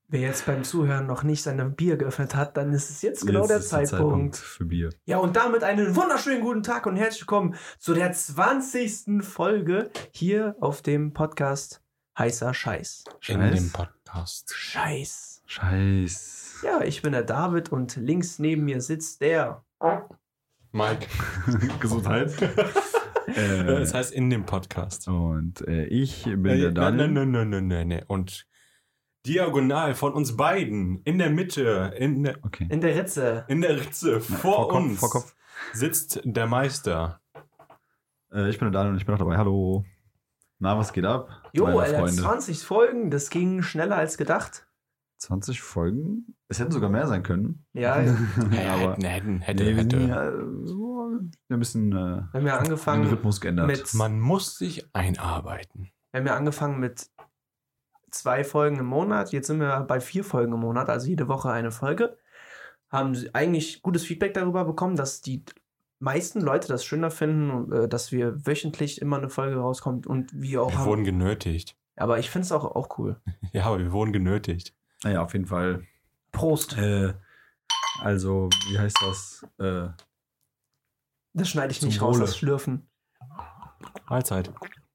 Wer jetzt beim Zuhören noch nicht seine Bier geöffnet hat, dann ist es jetzt genau der Zeitpunkt für Bier. Ja, und damit einen wunderschönen guten Tag und herzlich willkommen zu der 20. Folge hier auf dem Podcast Heißer Scheiß. In dem Podcast. Scheiß. Ja, ich bin der David und links neben mir sitzt der Mike. Gesundheit. Das heißt in dem Podcast. Und ich bin der Daniel. Nein. Und diagonal von uns beiden, in der Mitte, in der Ritze, vor uns Kopf. sitzt der Meister. Ich bin der Daniel und ich bin auch dabei. Hallo. Na, was geht ab? Jo, meine Alter, Freunde? 20 Folgen, das ging schneller als gedacht. 20 Folgen? Es hätten sogar mehr sein können. Ja, aber Hätte. Ja, so ein bisschen wir haben ja den angefangen Rhythmus geändert. mit Man muss sich einarbeiten. 2 Folgen im Monat. Jetzt sind wir bei 4 Folgen im Monat, also jede Woche eine Folge. Haben eigentlich gutes Feedback darüber bekommen, dass die meisten Leute das schöner finden, dass wir wöchentlich immer eine Folge rauskommt und wir auch Wir wurden genötigt. Aber ich finde es auch cool. Ja, aber wir wurden genötigt. Naja, auf jeden Fall. Prost. Also, wie heißt das? Das schneide ich zum nicht raus, Wohle. das Schlürfen. Mahlzeit.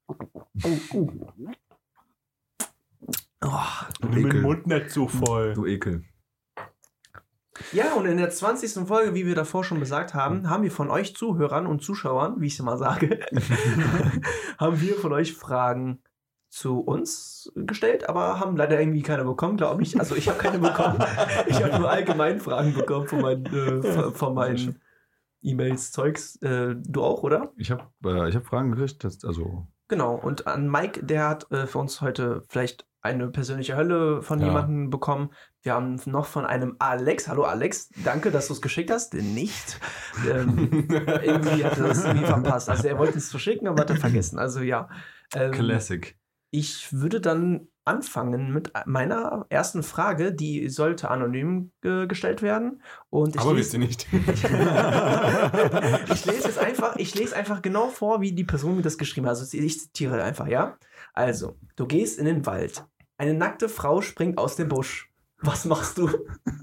Oh. Nimm den Mund nicht so voll. Du Ekel. Ja, und in der 20. Folge, wie wir davor schon gesagt haben, haben wir von euch Zuhörern und Zuschauern, wie ich es immer sage, haben wir von euch Fragen zu uns gestellt, aber haben leider irgendwie keine bekommen, glaube ich. Also ich habe keine bekommen. Ich habe nur allgemein Fragen bekommen von meinen E-Mails, Zeugs. Du auch, oder? Ich hab Fragen gekriegt. Also Genau, und an Mike, der hat für uns heute vielleicht eine persönliche Hölle von jemandem bekommen. Wir haben noch von einem Alex. Hallo Alex, danke, dass du es geschickt hast. Nicht. Irgendwie hat er das irgendwie verpasst. Also er wollte es verschicken, aber hat er vergessen. Also ja. Classic. Ich würde dann anfangen mit meiner ersten Frage. Die sollte anonym gestellt werden. Und Aber wisst ihr nicht. Ich lese einfach genau vor, wie die Person mir das geschrieben hat. Also ich zitiere einfach, ja? Also, du gehst in den Wald. Eine nackte Frau springt aus dem Busch. Was machst du?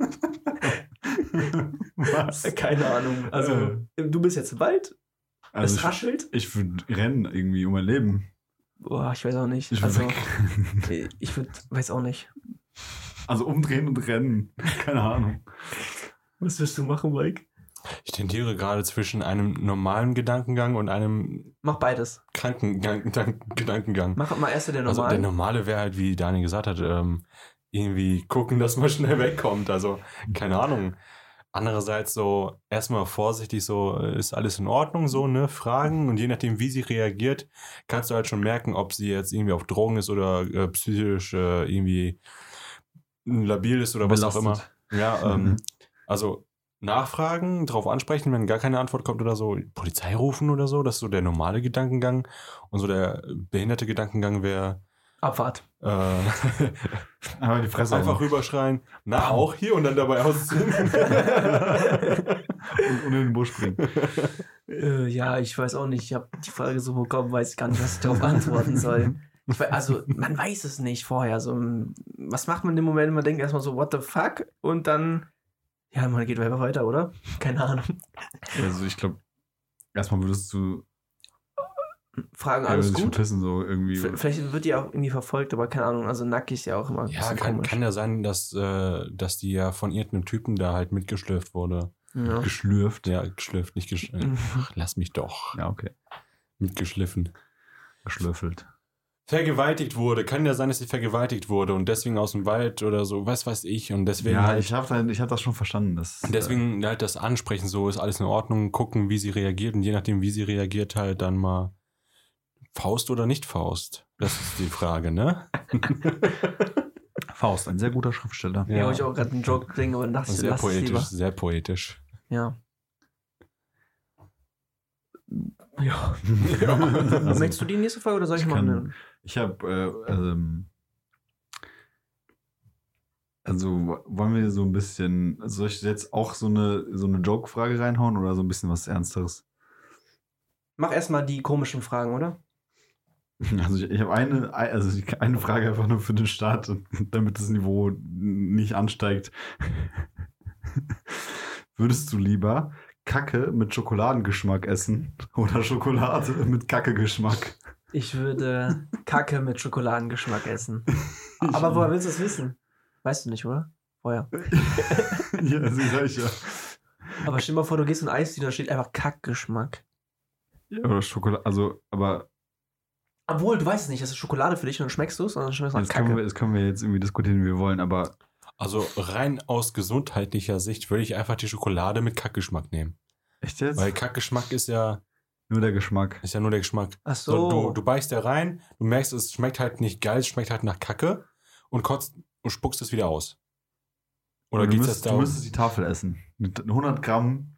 Was? Keine Ahnung. Also, du bist jetzt im Wald. Also Es raschelt. ich würde rennen irgendwie um mein Leben. Boah, ich weiß auch nicht. Ich würd Also, wegrennen. weiß auch nicht. Also umdrehen und rennen. Keine Ahnung. Was wirst du machen, Mike? Ich tendiere gerade zwischen einem normalen Gedankengang und einem Mach beides. kranken Gedankengang. Mach mal erst den Also der normalen. normale wäre halt, wie Daniel gesagt hat, irgendwie gucken, dass man schnell wegkommt. Also, keine Ahnung. Andererseits so erstmal vorsichtig so, ist alles in Ordnung, so, ne, fragen und je nachdem, wie sie reagiert, kannst du halt schon merken, ob sie jetzt irgendwie auf Drogen ist oder psychisch irgendwie labil ist oder was auch immer. Ja, also nachfragen, drauf ansprechen, wenn gar keine Antwort kommt oder so, Polizei rufen oder so, das ist so der normale Gedankengang und so der behinderte Gedankengang wäre Abfahrt. Aber die Fresse einfach rüberschreien, na auch hier und dann dabei ausziehen. und in den Busch springen. Ja, ich weiß auch nicht. Ich habe die Frage so bekommen, weiß gar nicht, was ich darauf antworten soll. Also, man weiß es nicht vorher. So, was macht man in dem Moment? Man denkt erstmal so, what the fuck? Und dann, ja, man geht einfach weiter, oder? Keine Ahnung. Also ich glaube, erstmal würdest du Fragen, alles gut? verpissen, so irgendwie. Vielleicht wird die auch irgendwie verfolgt, aber keine Ahnung. Also nackig ist ja auch immer ein Ja, bisschen komisch. kann ja sein, dass die ja von irgendeinem Typen da halt mitgeschlürft wurde. Ja. Geschlürft. Ja, geschlürft, nicht geschlürft. Ach, lass mich doch. Ja, okay. Mitgeschliffen. Geschlürfelt. Vergewaltigt wurde. Kann ja sein, dass sie vergewaltigt wurde und deswegen aus dem Wald oder so, was weiß ich. Und deswegen Ja, halt, ich hab das schon verstanden. Dass, deswegen halt das Ansprechen, so ist alles in Ordnung, gucken, wie sie reagiert und je nachdem, wie sie reagiert, halt dann mal Faust oder nicht Faust. Das ist die Frage, ne? Faust, ein sehr guter Schriftsteller. Ja, habe ich auch gerade einen Joke-Ding, aber dachte ich, Sehr lass es lieber. poetisch, sehr poetisch. Ja. Ja. Also, Möchtest du die nächste Folge oder soll ich ich mal kann- eine? Ich habe, also wollen wir so ein bisschen, soll ich jetzt auch so eine Joke-Frage reinhauen oder so ein bisschen was Ernsteres? Mach erstmal die komischen Fragen, oder? Also ich habe eine Frage einfach nur für den Start, damit das Niveau nicht ansteigt. Würdest du lieber Kacke mit Schokoladengeschmack essen oder Schokolade mit Kacke-Geschmack? Ich würde Kacke mit Schokoladengeschmack essen. Aber woher willst du das wissen? Weißt du nicht, oder? Vorher. Ja, sag ich ja. Aber stell dir mal vor, du gehst in Eis, da steht einfach Kackgeschmack. Oder Schokolade, also, aber Obwohl, du weißt es nicht, das ist Schokolade für dich und dann schmeckst du es und dann schmeckst du nach Kacke. das können wir jetzt irgendwie diskutieren, wie wir wollen, aber Also rein aus gesundheitlicher Sicht würde ich einfach die Schokolade mit Kackgeschmack nehmen. echt jetzt? Weil Kackgeschmack ist ja Nur der Geschmack. nur der Geschmack. Ach so. So, du beißt da rein, du merkst, es schmeckt halt nicht geil, es schmeckt halt nach Kacke und kotzt und spuckst es wieder aus. Oder du geht's jetzt du da? müsstest die Tafel essen. Mit 100 Gramm,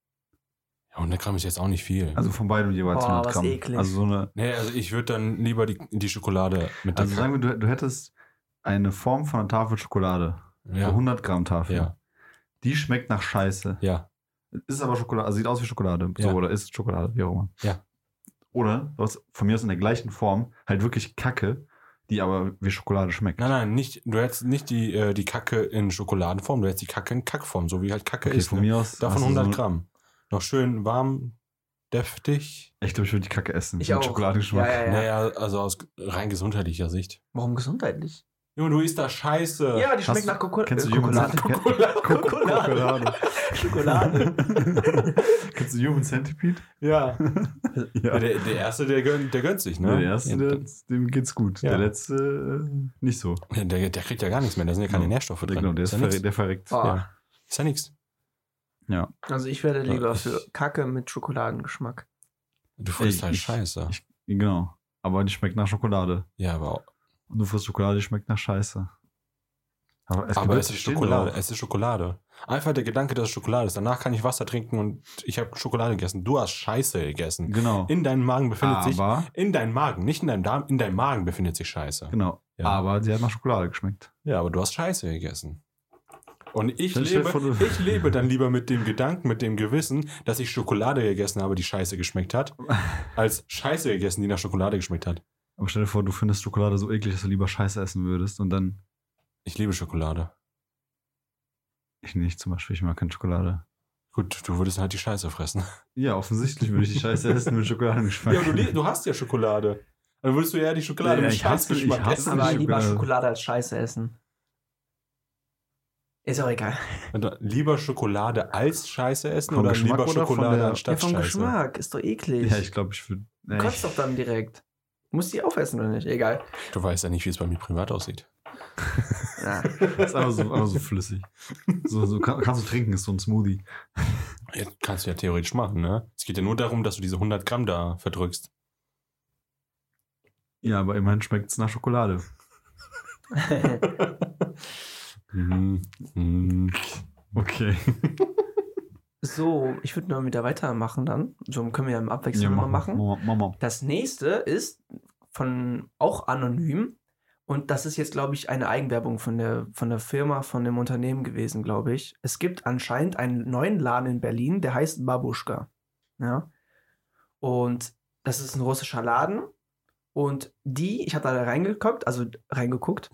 Ja, 100 Gramm ist jetzt auch nicht viel. also von beidem jeweils Boah, 100 was Gramm. eklig. Also so eine, Nee, also ich würde dann lieber die Schokolade mit der also sagen wir, du hättest eine Form von einer Tafel Schokolade. So Ja, 100 Gramm Tafel. ja, Die schmeckt nach Scheiße. ja. Ist aber Schokolade, also sieht aus wie Schokolade. So, Ja. oder ist Schokolade, wie auch immer. Ja. Oder du hast von mir aus in der gleichen Form halt wirklich Kacke, die aber wie Schokolade schmeckt. Nein, du hättest nicht die Kacke in Schokoladenform, du hättest die Kacke in Kackform, so wie halt Kacke Okay, ist. von Ne? mir aus. Davon hast du 100 so- Gramm. Noch schön warm, deftig. Ich glaube, ich würde die Kacke essen. Ich mit auch. Schokoladengeschmack. Ja. Naja, also aus rein gesundheitlicher Sicht. Warum gesundheitlich? Junge, du isst da Scheiße. Ja, die schmeckt Hast nach Kennst du Human Schokolade. Schokolade. Schokolade. Kennst du Human Centipede? Ja. Ja. Der Erste, der gönnt sich, ne? Der erste, dem geht's gut. Ja. Der letzte nicht so. Der kriegt ja gar nichts mehr, da sind ja keine Ja. Nährstoffe drin. Genau, ist ja nix. der verreckt. Oh. Ja. Ist ja nichts. Ja. Also ich werde lieber Ich- für Kacke mit Schokoladengeschmack. Du frisst halt Ich- Scheiße. Genau. Aber die schmeckt nach Schokolade. Ja, aber Und du frisst Schokolade, die schmeckt nach Scheiße. Aber es ist Schokolade. Es ist Schokolade. Einfach der Gedanke, dass es Schokolade ist. Danach kann ich Wasser trinken und ich habe Schokolade gegessen. Du hast Scheiße gegessen. Genau. In deinem Magen befindet sich. Aber, In deinem Magen, nicht in deinem Darm. In deinem Magen befindet sich Scheiße. genau. Ja. Aber sie hat nach Schokolade geschmeckt. Ja, aber du hast Scheiße gegessen. Und ich Stell dir vor, du- lebe dann lieber mit dem Gedanken, mit dem Gewissen, dass ich Schokolade gegessen habe, die Scheiße geschmeckt hat, als Scheiße gegessen, die nach Schokolade geschmeckt hat. Aber stell dir vor, du findest Schokolade so eklig, dass du lieber Scheiße essen würdest und dann. Ich liebe Schokolade. Ich nicht zum Beispiel, ich mag keine Schokolade. Gut, du würdest halt die Scheiße fressen. Ja, offensichtlich würde ich die Scheiße essen mit Schokoladengeschmack. Ja, du hast ja Schokolade. Dann würdest du ja die Schokolade Ja, mit ich hasse- Scheißgeschmack ich hasse essen. Aber die lieber Schokolade. Schokolade als Scheiße essen. Ist auch egal. Und lieber Schokolade als Scheiße essen Vom oder Geschmack lieber oder von Schokolade der- Ja, anstatt vom Scheiße? Geschmack. Ist doch eklig. Ja, ich glaube, ich würde. Du kotzt doch dann direkt. Du musst die aufessen oder nicht? Egal. Du weißt ja nicht, wie es bei mir privat aussieht. Ja. Das ist einfach so flüssig. So kannst du trinken, ist so ein Smoothie. Ja, kannst du ja theoretisch machen, ne? Es geht ja nur darum, dass du diese 100 Gramm da verdrückst. Ja, aber immerhin schmeckt es nach Schokolade. Okay. So, ich würde mal wieder weitermachen dann. So können wir ja im Abwechseln mal machen. Mama. Das nächste ist von auch anonym. Und das ist jetzt, glaube ich, eine Eigenwerbung von der Firma, von dem Unternehmen gewesen, glaube ich. Es gibt anscheinend einen neuen Laden in Berlin, der heißt Babuschka. Ja. Und das ist ein russischer Laden. Und ich habe da reingeguckt. Ich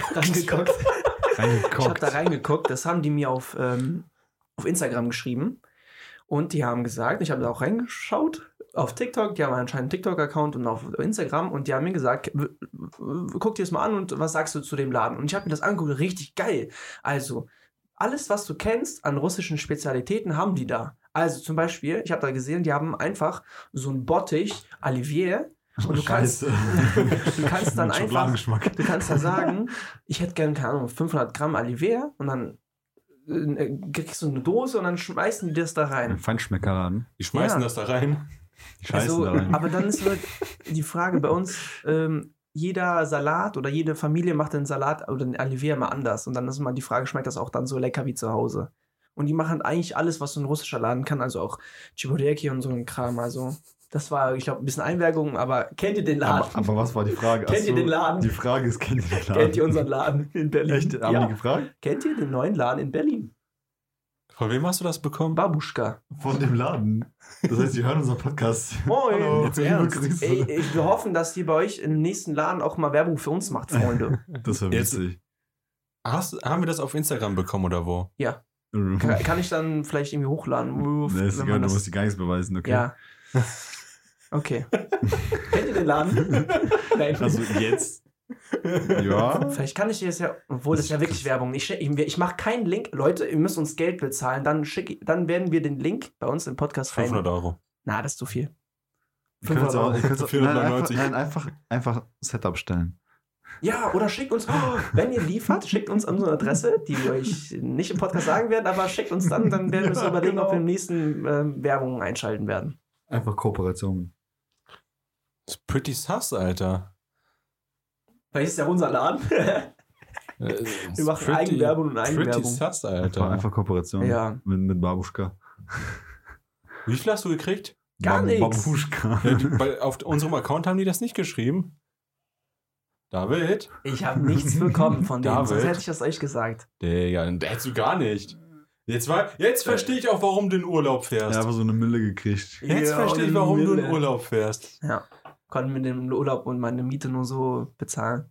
habe da reingeguckt. Das haben die mir auf Instagram geschrieben. Und die haben gesagt, ich habe da auch reingeschaut auf TikTok, die haben anscheinend einen TikTok-Account und auf Instagram und die haben mir gesagt, guck dir das mal an und was sagst du zu dem Laden? Und ich habe mir das angeguckt, richtig geil. Also, alles, was du kennst an russischen Spezialitäten, haben die da. Also zum Beispiel, ich habe da gesehen, die haben einfach so ein Bottich, Olivier, und du kannst dann Mit einfach, Schokoladengeschmack. du kannst da sagen, ich hätte gerne, keine Ahnung, 500 Gramm Olivier und dann kriegst du eine Dose und dann schmeißen die das da Ein rein. Feinschmeckerladen. Die schmeißen Ja. das da rein. Die scheißen Also, da rein. aber dann ist halt die Frage bei uns, jeder Salat oder jede Familie macht den Salat oder den Olivier mal anders. Und dann ist mal die Frage, schmeckt das auch dann so lecker wie zu Hause? Und die machen eigentlich alles, was so ein russischer Laden kann, also auch Chibureki und so ein Kram. Also das war, ich glaube, ein bisschen Einwirkung, aber kennt ihr den Laden? Aber was war die Frage? Kennt ihr den Laden? Die Frage ist, kennt ihr den Laden? Kennt ihr unseren Laden in Berlin? Echt? Haben Ja. die gefragt? Kennt ihr den neuen Laden in Berlin? Von wem hast du das bekommen? Babuschka. Von dem Laden. Das heißt, die hören unseren Podcast. Moin. Hallo, Jetzt liebe ernst. Grüße. Ey, wir hoffen, dass ihr bei euch im nächsten Laden auch mal Werbung für uns macht, Freunde. Das wäre Jetzt- witzig. Haben wir das auf Instagram bekommen oder wo? Kann ich dann vielleicht irgendwie hochladen? Nee, ist wenn egal, man du das- musst dir gar nichts beweisen, okay? Ja. Okay. Kennt ihr den Laden? Nein. Also jetzt. Ja. Vielleicht kann ich dir das ja, obwohl das ist ja wirklich Werbung. Ich mache keinen Link. Leute, ihr müsst uns Geld bezahlen. Dann werden wir den Link bei uns im Podcast 500 Euro. Na, das ist zu viel. Ihr könnt es auch, 499. einfach Setup stellen. Ja, oder schickt uns, wenn ihr liefert, schickt uns an so eine Adresse, die wir euch nicht im Podcast sagen werden, aber schickt uns dann werden wir uns Ja, überlegen, genau. ob wir im nächsten Werbungen einschalten werden. Einfach Kooperation. Das ist pretty sus, Alter. Vielleicht ist ja unser Laden. Wir machen Eigenwerbung und Pretty Eigenwerbung. sus, Alter. Einfach Kooperation. Ja. Mit Babuschka. Wie viel hast du gekriegt? Gar nichts. Babuschka. Ja, auf unserem Account haben die das nicht geschrieben. David? Ich habe nichts bekommen von denen, sonst David? hätte ich das euch gesagt. Digga, hättest du gar nicht. Jetzt verstehe ich auch, warum du in Urlaub fährst. Ja, einfach so eine Mille gekriegt. Jetzt Ja, verstehe ich, eine warum du in Mille. Urlaub fährst. Ja. Konnten mir den Urlaub und meine Miete nur so bezahlen.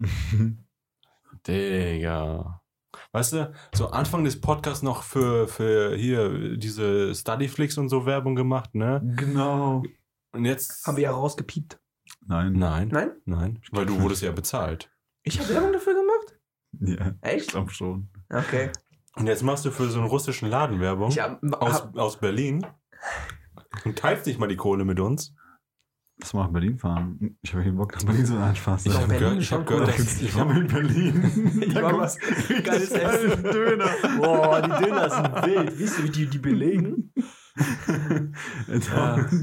Digga. Weißt du, so Anfang des Podcasts noch für hier diese Studyflix und so Werbung gemacht, ne? Genau. Und jetzt... Haben wir ja rausgepiept. Nein. Nein? Nein, weil du wurdest ja bezahlt. Ich habe Werbung dafür gemacht? Ja, ich Echt? glaube schon. Okay. Und jetzt machst du für so einen russischen Laden Werbung Ich hab, aus Berlin und teilst nicht mal die Kohle mit uns. Lass mal nach Berlin fahren. Ich habe keinen Bock nach Berlin, so einen Spaß. Ich Ich hab habe Berlin gehört, schon gehört, cool. dass... Ich war in Berlin. Ich war mal- geiles Essen. Döner. Boah, die Döner sind wild. Siehst du, wie die belegen? Ja.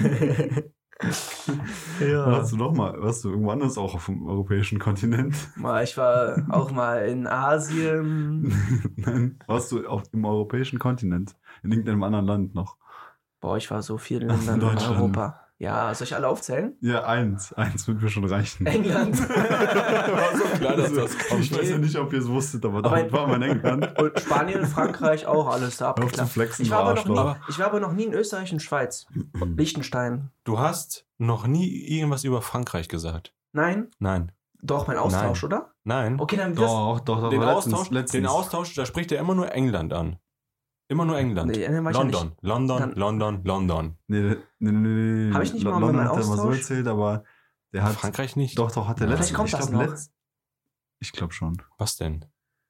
Ja. Warst du irgendwo anders auch auf dem europäischen Kontinent? Ich war auch mal in Asien. Nein, warst du im europäischen Kontinent? In irgendeinem anderen Land noch? Boah, ich war so viel Ach, in in Deutschland. Europa. Ja, soll ich alle aufzählen? Ja, eins wird mir schon reichen. England. War so klar, dass das kommt. Ich weiß ja nicht, ob ihr es wusstet, aber Aber damit war mein England. Und Spanien, Frankreich auch alles da Hör auf zu abgeklappt. flexen, Ich du war, aber noch nie, Arschloch. ich war aber noch nie in Österreich und Schweiz. Liechtenstein. Du hast noch nie irgendwas über Frankreich gesagt. Nein? Nein. Doch, mein Austausch, oder? Nein. Okay, dann Doch, Den aber Austausch, da spricht er immer nur England an. Immer nur England. Nee, dann war ich ja London, nicht. London, Dann- London, London. Nee. Hab ich nicht mal London meinen hat er mal so Austausch? erzählt, aber der hat... Frankreich nicht? Doch, hat er Vielleicht letztens. kommt ich das glaub, noch. Ich glaube schon. Was denn?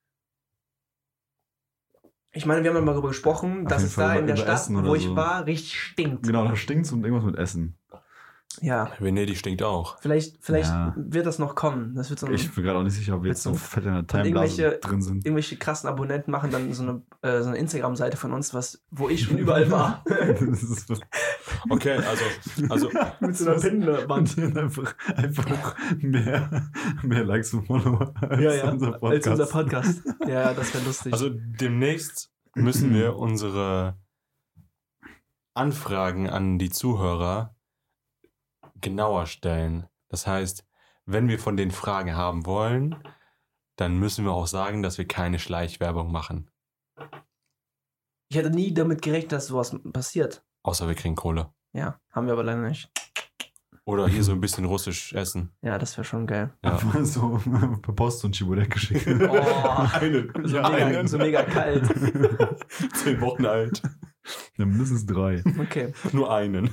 Ich meine, wir haben ja mal darüber gesprochen, Auf dass jeden es Fall da in der über Stadt, Essen oder wo ich so. war, richtig stinkt. Genau, da stinkt's und irgendwas mit Essen. Ja, Venedig stinkt auch. vielleicht Ja. wird das noch kommen. Das wird so ein, Ich bin gerade auch nicht sicher, ob wir jetzt so Willst du- fett in der Timeblase irgendwelche- drin sind. irgendwelche krassen Abonnenten machen dann so eine Instagram-Seite von uns, wo ich schon überall war. Das ist Okay, also Mit so einer Pinnwand. einfach mehr Likes und Follower als Ja, unser Podcast. als unser Podcast. Ja, das wäre lustig. Also demnächst müssen wir unsere Anfragen an die Zuhörer genauer stellen. Das heißt, wenn wir von den Fragen haben wollen, dann müssen wir auch sagen, dass wir keine Schleichwerbung machen. Ich hätte nie damit gerechnet, dass sowas passiert. Außer wir kriegen Kohle. Ja, haben wir aber leider nicht. Oder hier so ein bisschen russisch essen. Ja, das wäre schon geil. Ja. Einfach so per Post und Chiburek geschickt. Oh, Einen. so, Ja, mega, einen. so mega kalt. 10 Wochen alt. Ja, mindestens 3. Okay. Nur einen.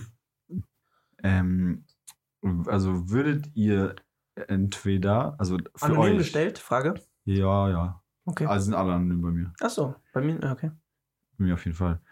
Also würdet ihr entweder, also für Anonym euch. gestellt? Frage? Ja. Okay. Also sind alle anonym bei mir. Achso, bei mir, okay. Bei mir auf jeden Fall.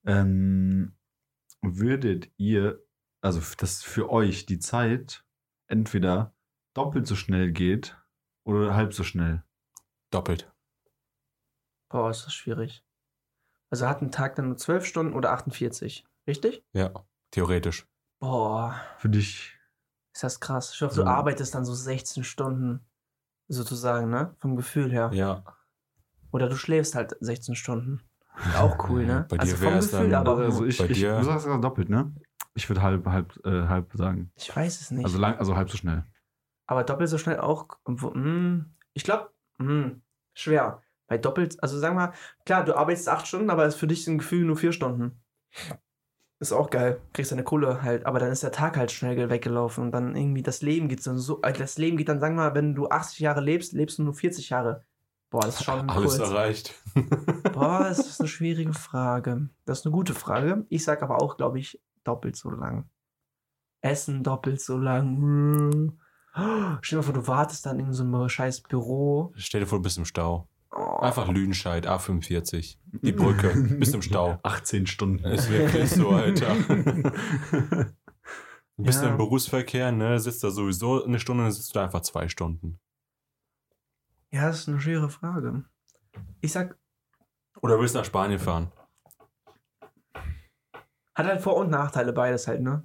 Würdet ihr, also dass für euch die Zeit entweder doppelt so schnell geht oder halb so schnell? Doppelt. Boah, ist das schwierig. Also hat ein Tag dann nur 12 Stunden oder 48? Richtig? Ja, theoretisch. Boah, Für dich? ist das krass. Ich hoffe, So. du arbeitest dann so 16 Stunden sozusagen, ne? Vom Gefühl her. Ja. Oder du schläfst halt 16 Stunden. Auch cool, ne? Bei dir also vom wär's Gefühl, dann- aber Also ich, bei ich dir- du sagst gerade doppelt, ne? Ich würde halb sagen. ich weiß es nicht. Also halb so schnell. Aber doppelt so schnell auch. Ich glaube, schwer. Weil doppelt, also sagen wir mal, klar, du arbeitest 8 Stunden, aber ist für dich ein Gefühl nur 4 Stunden. Ist auch geil. Kriegst deine Kohle halt, aber dann ist der Tag halt schnell weggelaufen und dann irgendwie das Leben geht dann so, das Leben geht dann, sagen wir mal, wenn du 80 Jahre lebst, lebst du nur 40 Jahre. Boah, das ist schon Alles kurz. erreicht. Boah, das ist eine schwierige Frage. Das ist eine gute Frage. Ich sag aber auch, glaube ich, doppelt so lang. Essen doppelt so lang. Stell dir mal vor, du wartest dann in so einem scheiß Büro. Stell dir vor, du bist im Stau. Oh. Einfach Lüdenscheid, A45. Die Brücke, bist im Stau. 18 Stunden. Ist wirklich so, Alter. Du bist Ja. im Berufsverkehr, ne? Sitzt da sowieso eine Stunde, dann sitzt du da einfach 2 Stunden. Ja, das ist eine schwere Frage. Ich sag, Oder willst du nach Spanien fahren? hat halt Vor- und Nachteile beides halt, ne?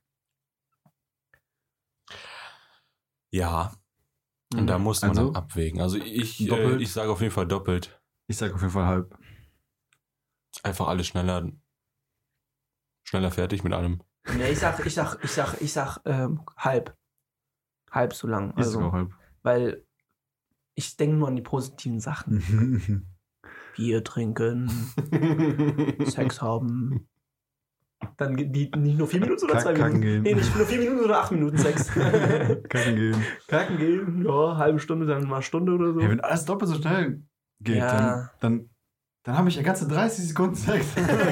Ja. Und da muss man Also? dann abwägen. Also ich Doppelt? sage auf jeden Fall doppelt. Ich sag auf jeden Fall halb. Einfach alles schneller fertig mit allem. Ne, ich sag halb. Halb so lang. Ich sag auch Also, halb. weil ich denke nur an die positiven Sachen. Bier trinken, Sex haben. Dann die nicht nur 4 Minuten oder 2 Kacken Minuten? gehen. Nee, nicht nur 4 Minuten oder 8 Minuten Sex. Kacken gehen. Kacken gehen, ja, halbe Stunde, dann mal Stunde oder so. Hey, wenn alles doppelt so schnell geht, Ja. dann habe ich ja ganze 30 Sekunden Sex.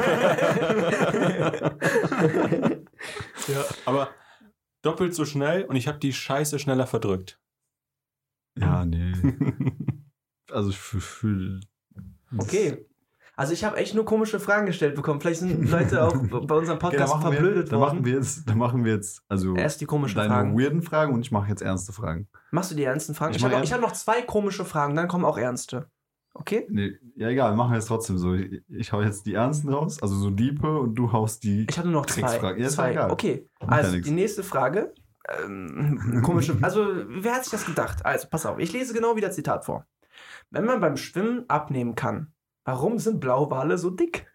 Ja, aber doppelt so schnell und ich habe die Scheiße schneller verdrückt. Ja, nee. Also ich fühle... Okay. Also ich habe echt nur komische Fragen gestellt bekommen. Vielleicht sind Leute auch bei unserem Podcast verblödet dann worden. machen wir jetzt also Erst die komischen deine Fragen. weirden Fragen und ich mache jetzt ernste Fragen. Machst du die ernsten Fragen? Ich Ich mach habe noch 2 komische Fragen, dann kommen auch ernste. Okay? Nee, ja egal, machen wir jetzt trotzdem so. Ich hau jetzt die ernsten raus, also so Diepe und du haust die... Ich hatte nur noch 2. Tricksfragen. Ja, ist doch 2. egal. Okay, ja also nix. die nächste Frage. Komische, also wer hat sich das gedacht? Also pass auf, ich lese genau wieder Zitat vor. Wenn man beim Schwimmen abnehmen kann, warum sind Blauwale so dick?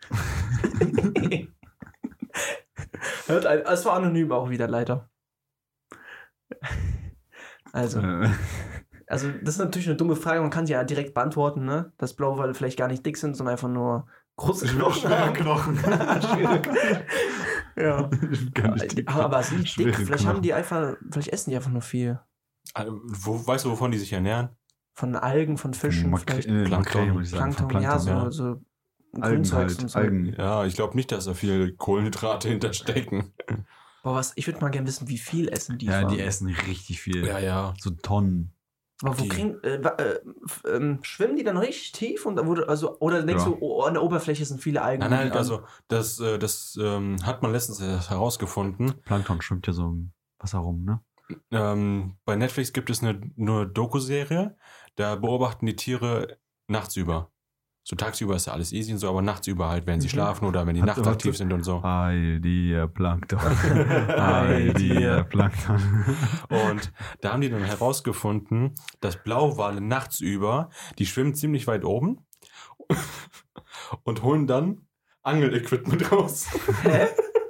Es war anonym auch wieder, leider. Also das ist natürlich eine dumme Frage, man kann sie ja direkt beantworten, ne? Dass Blauwale vielleicht gar nicht dick sind, sondern einfach nur große Knochen haben. Knochen. Ja. Gar nicht dick. Aber sind die dick? Schwere Vielleicht Knochen. vielleicht essen die einfach nur viel. Weißt du, wovon die sich ernähren? Von Algen, von Fischen, vielleicht Plankton. würde ich sagen. Von Plankton, ja, Plankton, so Algen Grünzeugs halt. und so. Algen. Ja, ich glaube nicht, dass da viele Kohlenhydrate hinterstecken. Boah, ich würde mal gerne wissen, wie viel essen die? Ja, vor die allem. essen richtig viel. Ja. So Tonnen. Aber wo die- schwimmen die dann richtig tief? Oder denkst Ja. du, oh, an der Oberfläche sind viele Algen? Nein, die dann- also das hat man letztens erst herausgefunden. Plankton schwimmt ja so im Wasser rum, ne? Bei Netflix gibt es eine Doku-Serie, da beobachten die Tiere nachts über. So tagsüber ist ja alles easy und so, aber nachts über halt, wenn sie Mhm. schlafen oder wenn die Warte, nachtaktiv warte. sind und so. Heil dir Plankton. Heil dir Plankton. Und da haben die dann herausgefunden, dass Blauwale nachts über, die schwimmen ziemlich weit oben und holen dann Angelequipment raus. Hä?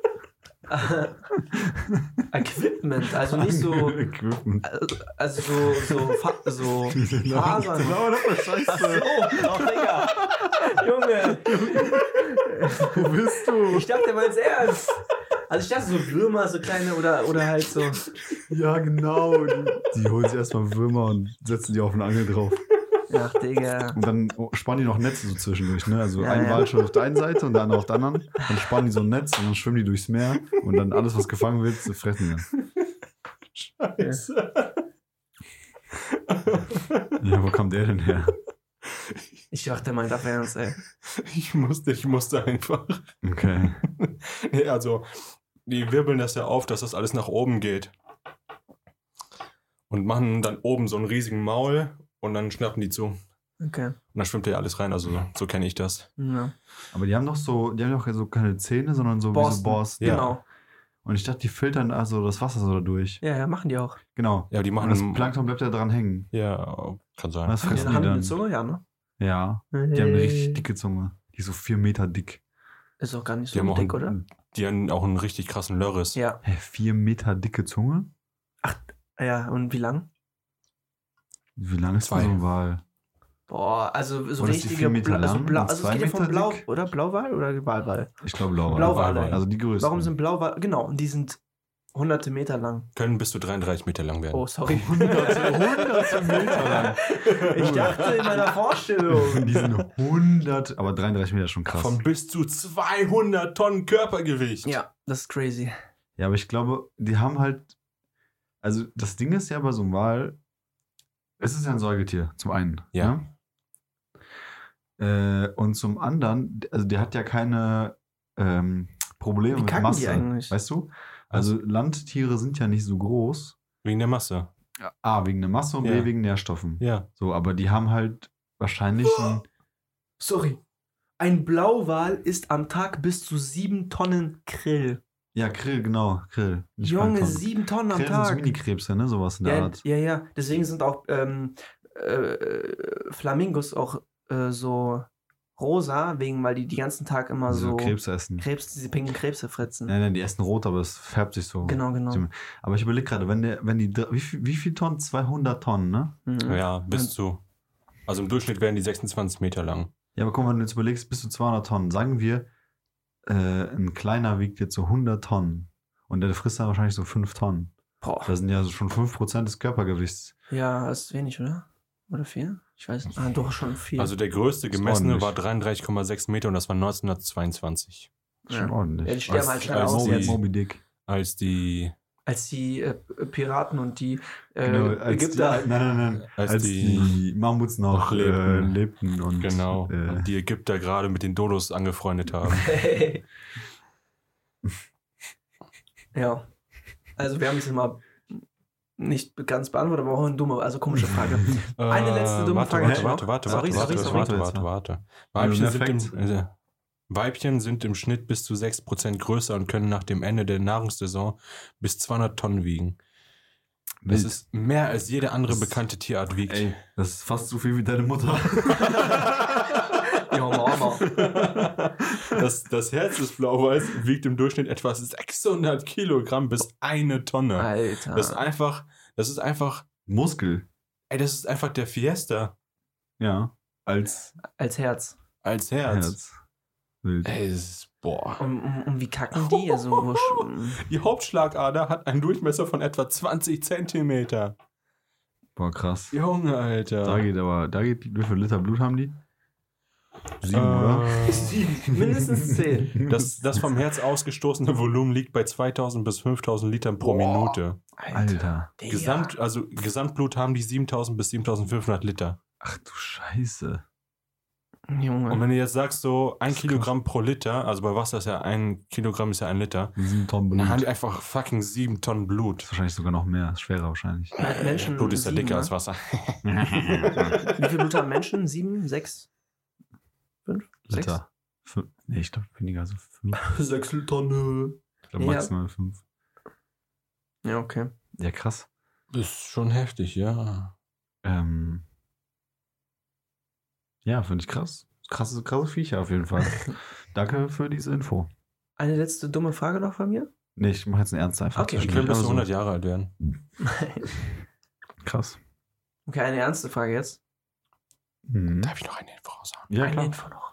Equipment, also nicht so. Equipment. Also so Fasern. Scheiße. Oh, Digga. Junge. Wo bist du? Ich dachte, der meint's ernst. Also ich dachte so Würmer, so kleine oder halt so. Ja, genau. Die holen sich erstmal Würmer und setzen die auf eine Angel drauf. Ach, Digga. Und dann spannen die noch Netze so zwischendurch, ne? Also Ja, ein ja. Wal schwimmt auf der einen Seite und der andere auf der anderen. Dann spannen die so ein Netz und dann schwimmen die durchs Meer und dann alles, was gefangen wird, fressen die dann. Scheiße. Ja, wo kommt der denn her? Ich dachte, der meint auf ernst, ey. Ich musste einfach. Okay. Nee, also, die wirbeln das ja auf, dass das alles nach oben geht. Und machen dann oben so einen riesigen Maul und dann schnappen die zu. Und Okay. dann schwimmt ja alles rein, also so kenne ich das. Ja. Aber die haben doch so keine Zähne, sondern so wie Borsten. so Borsten. Ja. Genau. Und ich dachte, die filtern also das Wasser so dadurch. Ja, machen die auch. Genau. Ja, die Und machen das Plankton bleibt ja dran hängen. Ja, kann sein. Was fressen Haben die die eine dann? Zunge? Ja, ne? Ja. Die haben eine richtig dicke Zunge. Die ist so 4 Meter dick. Ist auch gar nicht Die so haben auch dick, einen- oder? Die haben auch einen richtig krassen Lörres. Ja. Hä, 4 Meter dicke Zunge? Ja, und wie lang? Wie lang ist 2. so ein Wal? Boah, also so Oder ist die richtige 4 Meter lang und also es 2 geht ja von Meter Blau, dick? oder? Blauwal oder Walwal? Ich glaube Blauwal. Blauwale. Also die größten. Warum sind Blauwal, genau, und die sind hunderte Meter lang. Können bis zu 33 Meter lang werden. Oh, sorry. hunderte Meter lang? Ich dachte in meiner Vorstellung. Die sind 100, aber 33 Meter ist schon krass. Von bis zu 200 Tonnen Körpergewicht. Ja, das ist crazy. Ja, aber ich glaube, die haben halt, also das Ding ist ja bei so einem Wal, es ist ja ein Säugetier, zum einen. Ja. Ne? Und zum anderen, also der hat ja keine Probleme Wie mit kacken Masse. die eigentlich? Weißt du? Also Landtiere sind ja nicht so groß. Wegen der Masse. A, wegen der Masse und Ja. B, wegen Nährstoffen. Ja. So, aber die haben halt wahrscheinlich ein, Sorry. Ein Blauwal isst am Tag bis zu 7 Tonnen Krill. ja, Krill, genau, Krill. Nicht Junge, Plankton. 7 Tonnen am Krill sind so Tag. Mini-Krebse, ne? Sowas in der Ja, Art. ja. Deswegen sind auch Flamingos auch so rosa, weil die ganzen Tag immer So so Krebse essen. diese pinken Krebse fressen. Nein, die essen rot, aber es färbt sich so. Genau. Aber ich überlege gerade, wie viel Tonnen? 200 Tonnen, ne? Mhm. Ja, bis zu. Also im Durchschnitt werden die 26 Meter lang. Ja, aber guck mal, wenn du jetzt überlegst, bis zu 200 Tonnen. Sagen wir, ein kleiner wiegt jetzt so 100 Tonnen. Und der frisst dann wahrscheinlich so 5 Tonnen. Boah. Das sind ja so schon 5% des Körpergewichts. Ja, das ist wenig, oder? Oder viel? Ich weiß nicht. Ah, doch schon viel. Also der größte Ist gemessene ordentlich. war 33,6 Meter und das war 1922. Das ist schon Ja. ordentlich. Ja, die sterben halt schnell als aus die- jetzt. Moby Dick. Als die Als die Piraten und die Genau, als Ägypter. Nein. Als Als die die Mammuts noch noch lebten. lebten. Und, genau und die Ägypter gerade mit den Dodos angefreundet haben. Ja. Also wir haben es jetzt mal nicht ganz beantwortet, aber auch eine dumme, also komische Frage. Eine letzte dumme warte, Frage. Warte. Sorry. Weibchen sind im Schnitt bis zu 6% größer und können nach dem Ende der Nahrungssaison bis 200 Tonnen wiegen. Das Wild. ist mehr als jede andere Das- bekannte Tierart wiegt. Ey, das ist fast so viel wie deine Mutter. Ja, Mama. Das Herz des Blauwals wiegt im Durchschnitt etwa 600 Kilogramm bis 1 Tonne. Alter. Das ist einfach, Muskel. das ist einfach der Fiesta Ja. Als Als Herz. als Herz. Wild. Ey, das ist, boah. Und wie kacken die? Also, Die Hauptschlagader hat einen Durchmesser von etwa 20 Zentimeter. Boah, krass. Junge, Alter. Wie viel Liter Blut haben die? 7, oder? mindestens 10. Das vom Herz ausgestoßene Volumen liegt bei 2000 bis 5000 Litern pro Boah. Minute. Alter. Digga. Gesamtblut haben die 7000 bis 7500 Liter. Ach du Scheiße. Junge. Und wenn du jetzt sagst, so 1 Das ist Kilogramm pro Liter, also bei Wasser ist ja 1 Kilogramm ist ja 1 Liter, 7 Tonnen Blut. dann haben Das die einfach fucking 7 Tonnen Blut. ist wahrscheinlich sogar noch mehr. Ist schwerer wahrscheinlich. Menschen. Blut ist ja 7, dicker ne? als Wasser. Wie viel Blut haben Menschen? 7, 6, 5, 6? Liter. Nee, ich glaube weniger, so 5. 6 Tonnen. Ich glaube Ja. maximal 5. Ja, okay. Ja, krass. Das ist schon heftig, ja. Ja, finde ich krass. Krasse Viecher auf jeden Fall. Danke für diese Info. Eine letzte dumme Frage noch von mir? Nee, ich mache jetzt einen Ernst einfach. Okay. Die können bis zu Also, 100 Jahre alt werden. Krass. Okay, eine ernste Frage jetzt. Mhm. Darf ich noch eine Info raushauen? Ja, Eine klar. Info noch.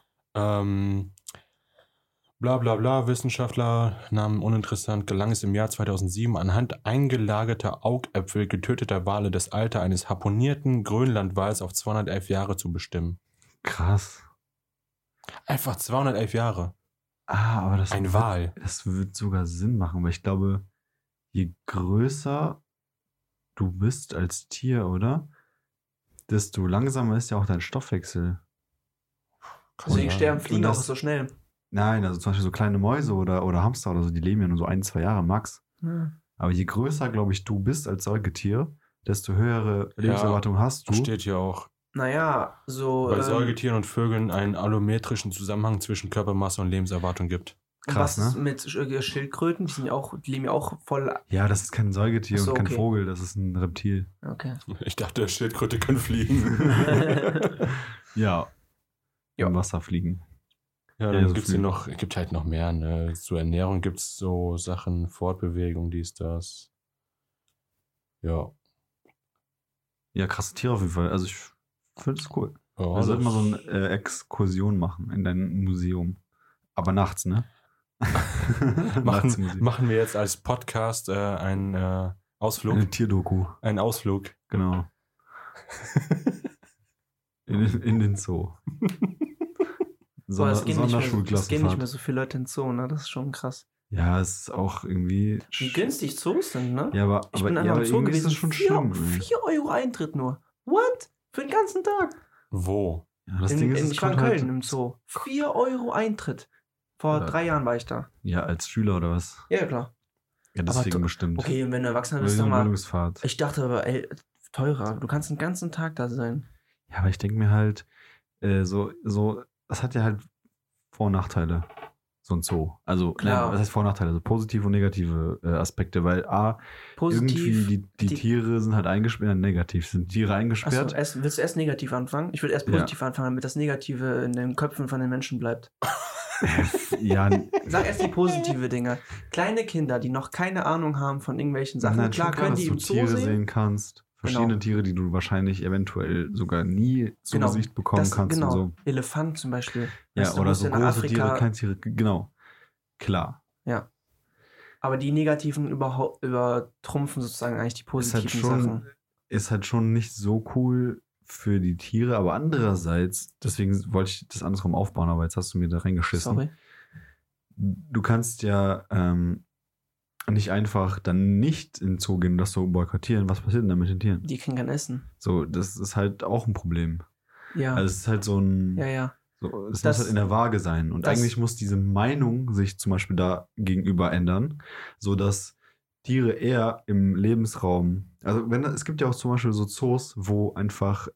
Bla bla bla, Wissenschaftler, Namen uninteressant, gelang es im Jahr 2007 anhand eingelagerter Augäpfel getöteter Wale das Alter eines harponierten Grönlandwals auf 211 Jahre zu bestimmen. Krass. Einfach 211 Jahre. Aber das Ein Wal. Das wird sogar Sinn machen, weil ich glaube, je größer du bist als Tier, oder? Desto langsamer ist ja auch dein Stoffwechsel. Deswegen sterben Fliegen und auch das- so schnell. Nein, also zum Beispiel so kleine Mäuse oder Hamster oder so, die leben ja nur so 1, 2 Jahre max. Ja. Aber je größer, glaube ich, du bist als Säugetier, desto höhere Lebenserwartung hast du. Steht hier auch. Naja, so. Bei Säugetieren und Vögeln einen allometrischen Zusammenhang zwischen Körpermasse und Lebenserwartung gibt. Krass, was ist ne? mit Schildkröten? Die leben ja auch voll. Ja, das ist kein Säugetier Ach so, und kein okay. Vogel, das ist ein Reptil. Okay. Ich dachte, Schildkröte können fliegen. Ja. Ja. Im Wasser fliegen. Ja, Ja, dann so gibt's hier noch, gibt halt noch mehr, ne? Zur Ernährung gibt's so Sachen, Fortbewegung, dies, das. Ja. Ja, krasse Tiere auf jeden Fall. Also ich finde es cool. Ja, Wir sollten mal so das- eine Exkursion machen in dein Museum. Aber nachts, ne? Nachts machen wir jetzt als Podcast einen Ausflug. Eine Tierdoku, Einen Ausflug. genau. In den Zoo. Boah, es gehen nicht mehr Sonderschulklassenfahrt. so viele Leute ins Zoo, ne? Das ist schon krass. Ja, es ist auch irgendwie... Wie günstig Zoos sind, ne? Ja, aber, Ich bin einmal im Zoo irgendwie gewesen. ist das schon 4 schlimm. ey. 4 Euro Eintritt nur. What? Für den ganzen Tag. Wo? Ja, das Ding ist, es Ich war in kommt Köln halt, im Zoo. 4 Euro Eintritt. Vor Ja. 3 Jahren war ich da. ja, als Schüler oder was? Ja, klar. Ja, Aber deswegen to- bestimmt. Okay, und wenn du Erwachsener Oder bist, so dann eine mal. Bildungsfahrt. Ich dachte aber, ey, teurer. Du kannst den ganzen Tag da sein. Ja, aber ich denke mir halt, das hat ja halt Vor- und Nachteile, so ein Zoo. Also, Klar. was heißt Vor- und Nachteile? Also positive und negative Aspekte, weil Positiv. irgendwie die Tiere sind halt eingesperrt, negativ sind Tiere eingesperrt. Achso, willst du erst negativ anfangen? Ich würde erst Ja. positiv anfangen, damit das Negative in den Köpfen von den Menschen bleibt. Ja, Sag erst die positive Dinge. Kleine Kinder, die noch keine Ahnung haben von irgendwelchen Sachen, nein, klar schon können dass die du im Zoo Tiere sehen. sehen kannst. Verschiedene Genau. Tiere, die du wahrscheinlich eventuell sogar nie zu Genau. Gesicht bekommen kannst genau. und so. Elefant zum Beispiel. Ja, Weißt du, oder musst so du nach große Afrika- Tiere, Kleintiere, genau. Klar. Ja. Aber die negativen übertrumpfen sozusagen eigentlich die Ist halt, positiven schon, Sachen. ist halt schon nicht so cool für die Tiere, aber andererseits, deswegen wollte ich das andersrum aufbauen, aber jetzt hast du mir da reingeschissen. Sorry. Du kannst ja nicht einfach dann nicht in den Zoo gehen und das so boykottieren. Was passiert denn da mit den Tieren? Die kriegen kein Essen. So, das ist halt auch ein Problem. Ja. Also es ist halt so ein... ja. So, es Das- muss halt in der Waage sein. Und das- eigentlich muss diese Meinung sich zum Beispiel da gegenüber ändern, sodass Tiere eher im Lebensraum, also es gibt ja auch zum Beispiel so Zoos, wo einfach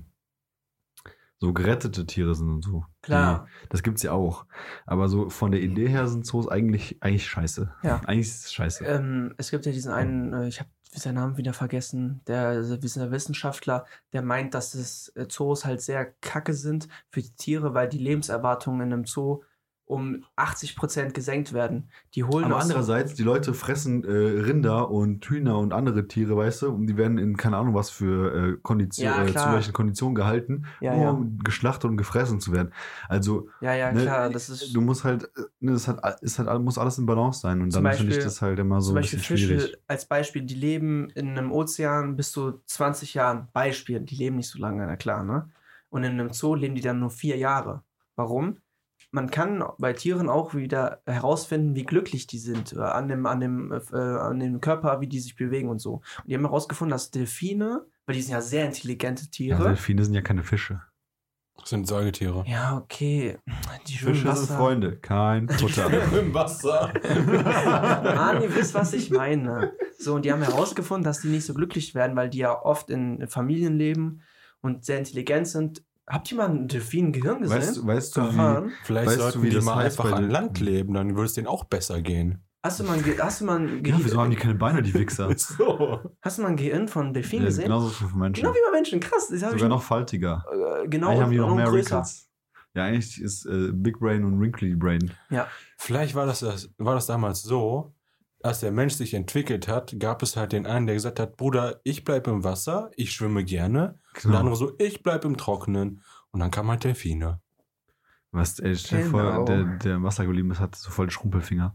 so gerettete Tiere sind und so. Klar. Das gibt's ja auch. Aber so von der Idee her sind Zoos eigentlich scheiße. Ja. Eigentlich ist es scheiße. Es gibt ja diesen einen, ich habe seinen Namen wieder vergessen, dieser Wissenschaftler, der meint, dass Zoos halt sehr kacke sind für die Tiere, weil die Lebenserwartungen in einem Zoo um 80% gesenkt werden. Die holen Aber aus- andererseits, die Leute fressen Rinder und Hühner und andere Tiere, weißt du, und die werden in keine Ahnung was für Ja, zu klar. welchen Konditionen gehalten, Ja, nur ja. um geschlachtet und gefressen zu werden. Also, Ja, ne, klar, das ist du musst halt, muss alles in Balance sein und Zum dann finde ich Beispiel- das halt immer so zum ein Beispiel bisschen Fische schwierig. als Beispiel, die leben in einem Ozean bis zu 20 Jahren. Beispiel, die leben nicht so lange, na klar, ne? Und in einem Zoo leben die dann nur 4 Jahre. Warum? Man kann bei Tieren auch wieder herausfinden, wie glücklich die sind, an dem Körper, wie die sich bewegen und so. Und die haben herausgefunden, dass Delfine, weil die sind ja sehr intelligente Ja, Tiere. Delfine sind ja keine Fische. Das sind Säugetiere. Ja, okay. Die schwimmen im Fische sind Wasser. Freunde, kein Futter. Im Wasser. Mann, ihr wisst, was ich meine. So, und die haben herausgefunden, dass die nicht so glücklich werden, weil die ja oft in Familien leben und sehr intelligent sind. Habt ihr mal einen Delfin-Gehirn gesehen? Weißt du, wie, Gehirn? Vielleicht Weißt du, sollten wie die das mal heißt einfach bei an den- Land leben, dann würde es denen auch besser gehen. Hast du mal ein ja, wieso haben die keine Beine, die Wichser? So. Hast du mal ein Gehirn von Delfin Ja, gesehen? genauso für Menschen. Genau wie bei Menschen, krass. Das hab ich Sogar noch faltiger. genau Eigentlich haben die noch und mehr größer. Wrinkles. Ja, eigentlich ist Big Brain und Wrinkly Brain. Vielleicht war das damals so, als der Mensch sich entwickelt hat, gab es halt den einen, der gesagt hat, Bruder, ich bleibe im Wasser, ich schwimme gerne. Und Genau. der andere so, ich bleibe im Trockenen. Und dann kam halt Delfine. Was, stell dir Genau. vor, der im Wasser geblieben ist, hat so voll die Schrumpelfinger.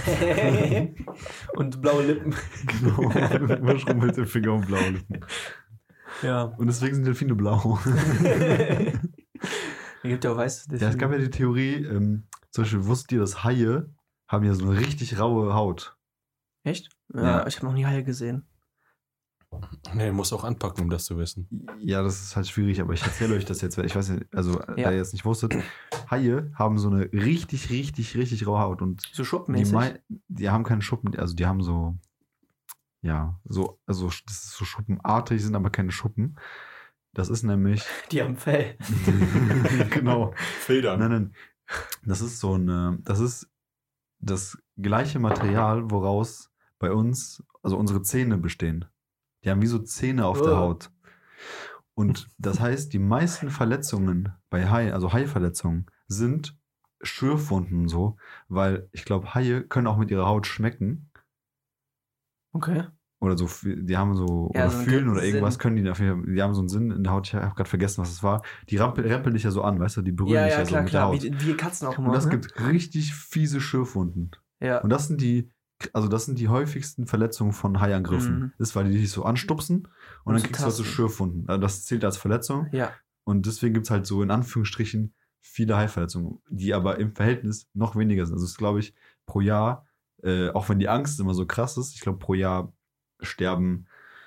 Und blaue Lippen. Genau. Verschrumpelte Finger und blaue Lippen. Ja. Und deswegen sind Delfine blau. Es gibt ja auch weiße Ja, es Delfine. gab ja die Theorie, zum Beispiel wusstet ihr, dass Haie haben ja so eine richtig raue Haut. Echt? Ja, Ja. ich habe noch nie Haie gesehen. Nee, muss auch anpacken, um das zu wissen. Ja, das ist halt schwierig, aber ich erzähle euch das jetzt, weil ich weiß nicht, also da Ja. ihr es nicht wusstet, Haie haben so eine richtig, richtig, richtig raue Haut und So die, schuppenmäßig. die haben keine Schuppen, also die haben so, ja, also das ist so schuppenartig, sind aber keine Schuppen. Das ist nämlich, Die haben Fell. genau, Federn. nein, das ist das ist das gleiche Material, woraus bei uns, also unsere Zähne bestehen. Die haben wie so Zähne auf der Oh. Haut. Und das heißt, die meisten Verletzungen bei Haien, also Haiverletzungen, sind Schürfwunden und so, weil ich glaube, Haie können auch mit ihrer Haut schmecken. Okay. oder so, die haben so, Ja, oder so einen fühlen oder irgendwas, Sinn. können die dafür, die haben so einen Sinn in der Haut, ich habe gerade vergessen, was es war. Die rempeln dich ja so an, weißt du, die berühren Ja, dich ja, ja so klar, mit der klar. Haut. Wie Katzen auch immer. Und das ne? gibt richtig fiese Schürfwunden. Ja. Und das sind die häufigsten Verletzungen von Haiangriffen. Mhm. Das ist, weil die dich so anstupsen und dann zu kriegst du halt so tasten. Schürfwunden. Also das zählt als Verletzung. Ja. Und deswegen gibt es halt so in Anführungsstrichen viele Haiverletzungen, die aber im Verhältnis noch weniger sind. Also es ist, glaube ich, pro Jahr, auch wenn die Angst immer so krass ist, ich glaube, pro Jahr sterben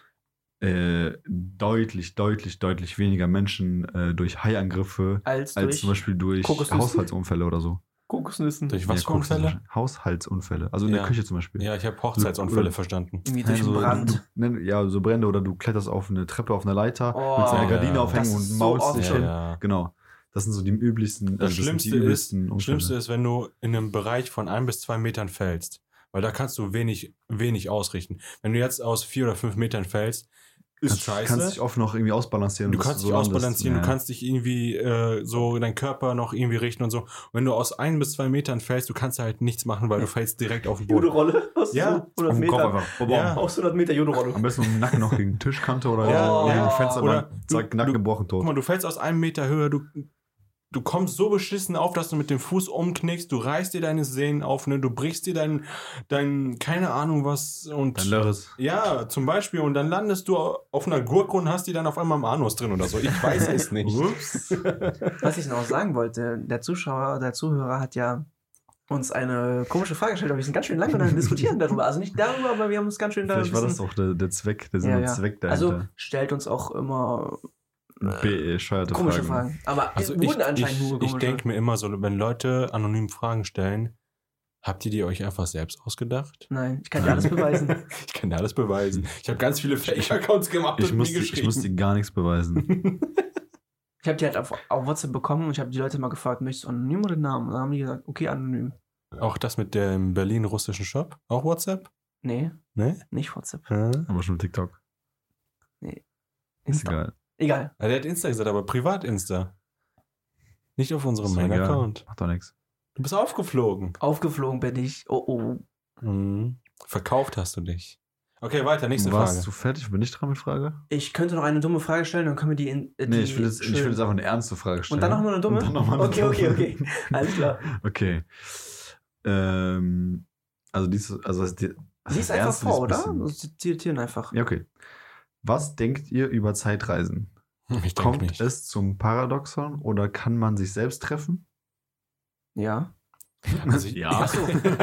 deutlich weniger Menschen durch Haiangriffe Als als durch zum Beispiel durch Kokosnüsse? Haushaltsunfälle oder so. Kokosnüssen. Durch was Ja, für Unfälle? Haushaltsunfälle. Also in der Ja. Küche zum Beispiel. Ja, ich habe Hochzeitsunfälle Oder- verstanden. Irgendwie Nein, durch den Brand. Ja, so Brände oder du kletterst auf eine Treppe, auf eine Leiter, Oh, willst eine ja. Gardine aufhängen Das und ist so maulst oft dich schon. hin. Ja. Genau. Das sind so die üblichsten, Das sind die Schlimmste übelsten Unfälle. Schlimmste ist, wenn du in einem Bereich von 1 bis 2 Metern fällst. Weil da kannst du wenig ausrichten. Wenn du jetzt aus 4 oder 5 Metern fällst, ist scheiße. Kannst dich oft noch irgendwie ausbalancieren. Du bis kannst so dich ausbalancieren, landest. du kannst dich irgendwie so deinen Körper noch irgendwie richten und so. Und wenn du aus 1 bis 2 Metern fällst, du kannst halt nichts machen, weil du fällst direkt auf den Boden. Judo-Rolle aus Ja, so 100 Auf den Kopf Meter. einfach. Ja. Aus 100 Meter Judo-Rolle. Am besten mit dem Nacken noch gegen Tischkante oder Ja, gegen ja. Fenster. Oder Zack, du- Nacken du- gebrochen, tot. Guck mal, du fällst aus 1 Meter Höhe, du kommst so beschissen auf, dass du mit dem Fuß umknickst, du reißt dir deine Sehnen auf, ne? Du brichst dir dein keine Ahnung was und Dein Lörres. ja, zum Beispiel, und dann landest du auf einer Gurke und hast die dann auf einmal im Anus drin oder so. Ich weiß es nicht. Ups. Was ich noch sagen wollte, der Zuhörer hat ja uns eine komische Frage gestellt, aber wir sind ganz schön lange dann diskutieren darüber. Also nicht darüber, aber wir haben uns ganz schön da Vielleicht war das auch der Zweck, der Sinn Ja, und ja. Zweck Also dahinter. stellt uns auch immer Bescheuerte komische Fragen. Fragen. Aber Also wurden anscheinend nur ich komische. denke mir immer so, wenn Leute anonym Fragen stellen, habt ihr die euch einfach selbst ausgedacht? Nein, ich kann dir alles beweisen. Ich kann dir alles beweisen. Ich habe ganz viele Fake-Accounts gemacht Ich und muss nie dir geschrieben. gar nichts beweisen. Ich habe die halt auf WhatsApp bekommen und ich habe die Leute mal gefragt, möchtest du anonym oder Namen? Und dann haben die gesagt, okay, anonym. Auch das mit dem Berlin-russischen Shop? Auch WhatsApp? Nee, Ne? nicht WhatsApp. Aber schon TikTok. Ist Insta. egal. Egal. Der hat Insta gesagt, aber Privat-Insta. Nicht auf unserem Ist doch egal. Main-Account. Macht doch nichts. Du bist aufgeflogen. Aufgeflogen bin ich. Oh, oh. Mhm. Verkauft hast du dich. Okay, weiter, nächste Warst Frage. du fertig? Bin ich dran mit Frage? Ich könnte noch eine dumme Frage stellen, dann können wir die in. Nee, ich will jetzt einfach eine ernste Frage stellen. Und dann noch mal eine dumme? Und dann noch mal eine Okay, dumme. okay. Alles klar. Okay. Also Lies einfach vor, oder? Zitieren einfach. Ja, okay. Was denkt ihr über Zeitreisen? Ich denke Kommt nicht. es zum Paradoxon oder kann man sich selbst treffen? Ja. Also Ja. Achso.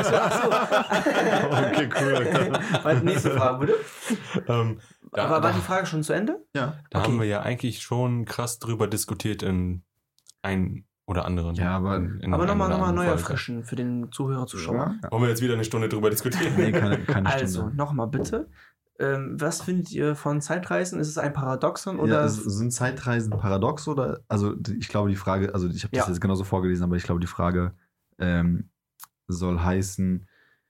Okay, cool. Warte, nächste Frage, bitte. Da, Aber war da, die Frage schon zu Ende? Ja. da okay. haben wir ja eigentlich schon krass drüber diskutiert in ein oder anderen. Ja, aber- in Aber einer nochmal oder neu anderen Folge. erfrischen für den Zuhörer, Zuschauer. Ja. Wollen wir jetzt wieder eine Stunde drüber diskutieren? Nee, keine Also, Stunde. nochmal bitte. Was findet ihr von Zeitreisen? Ist es ein Paradoxon oder? Ja, sind Zeitreisen paradox oder? Also ich glaube die Frage, also ich habe das Ja. jetzt genauso vorgelesen, aber ich glaube die Frage soll heißen,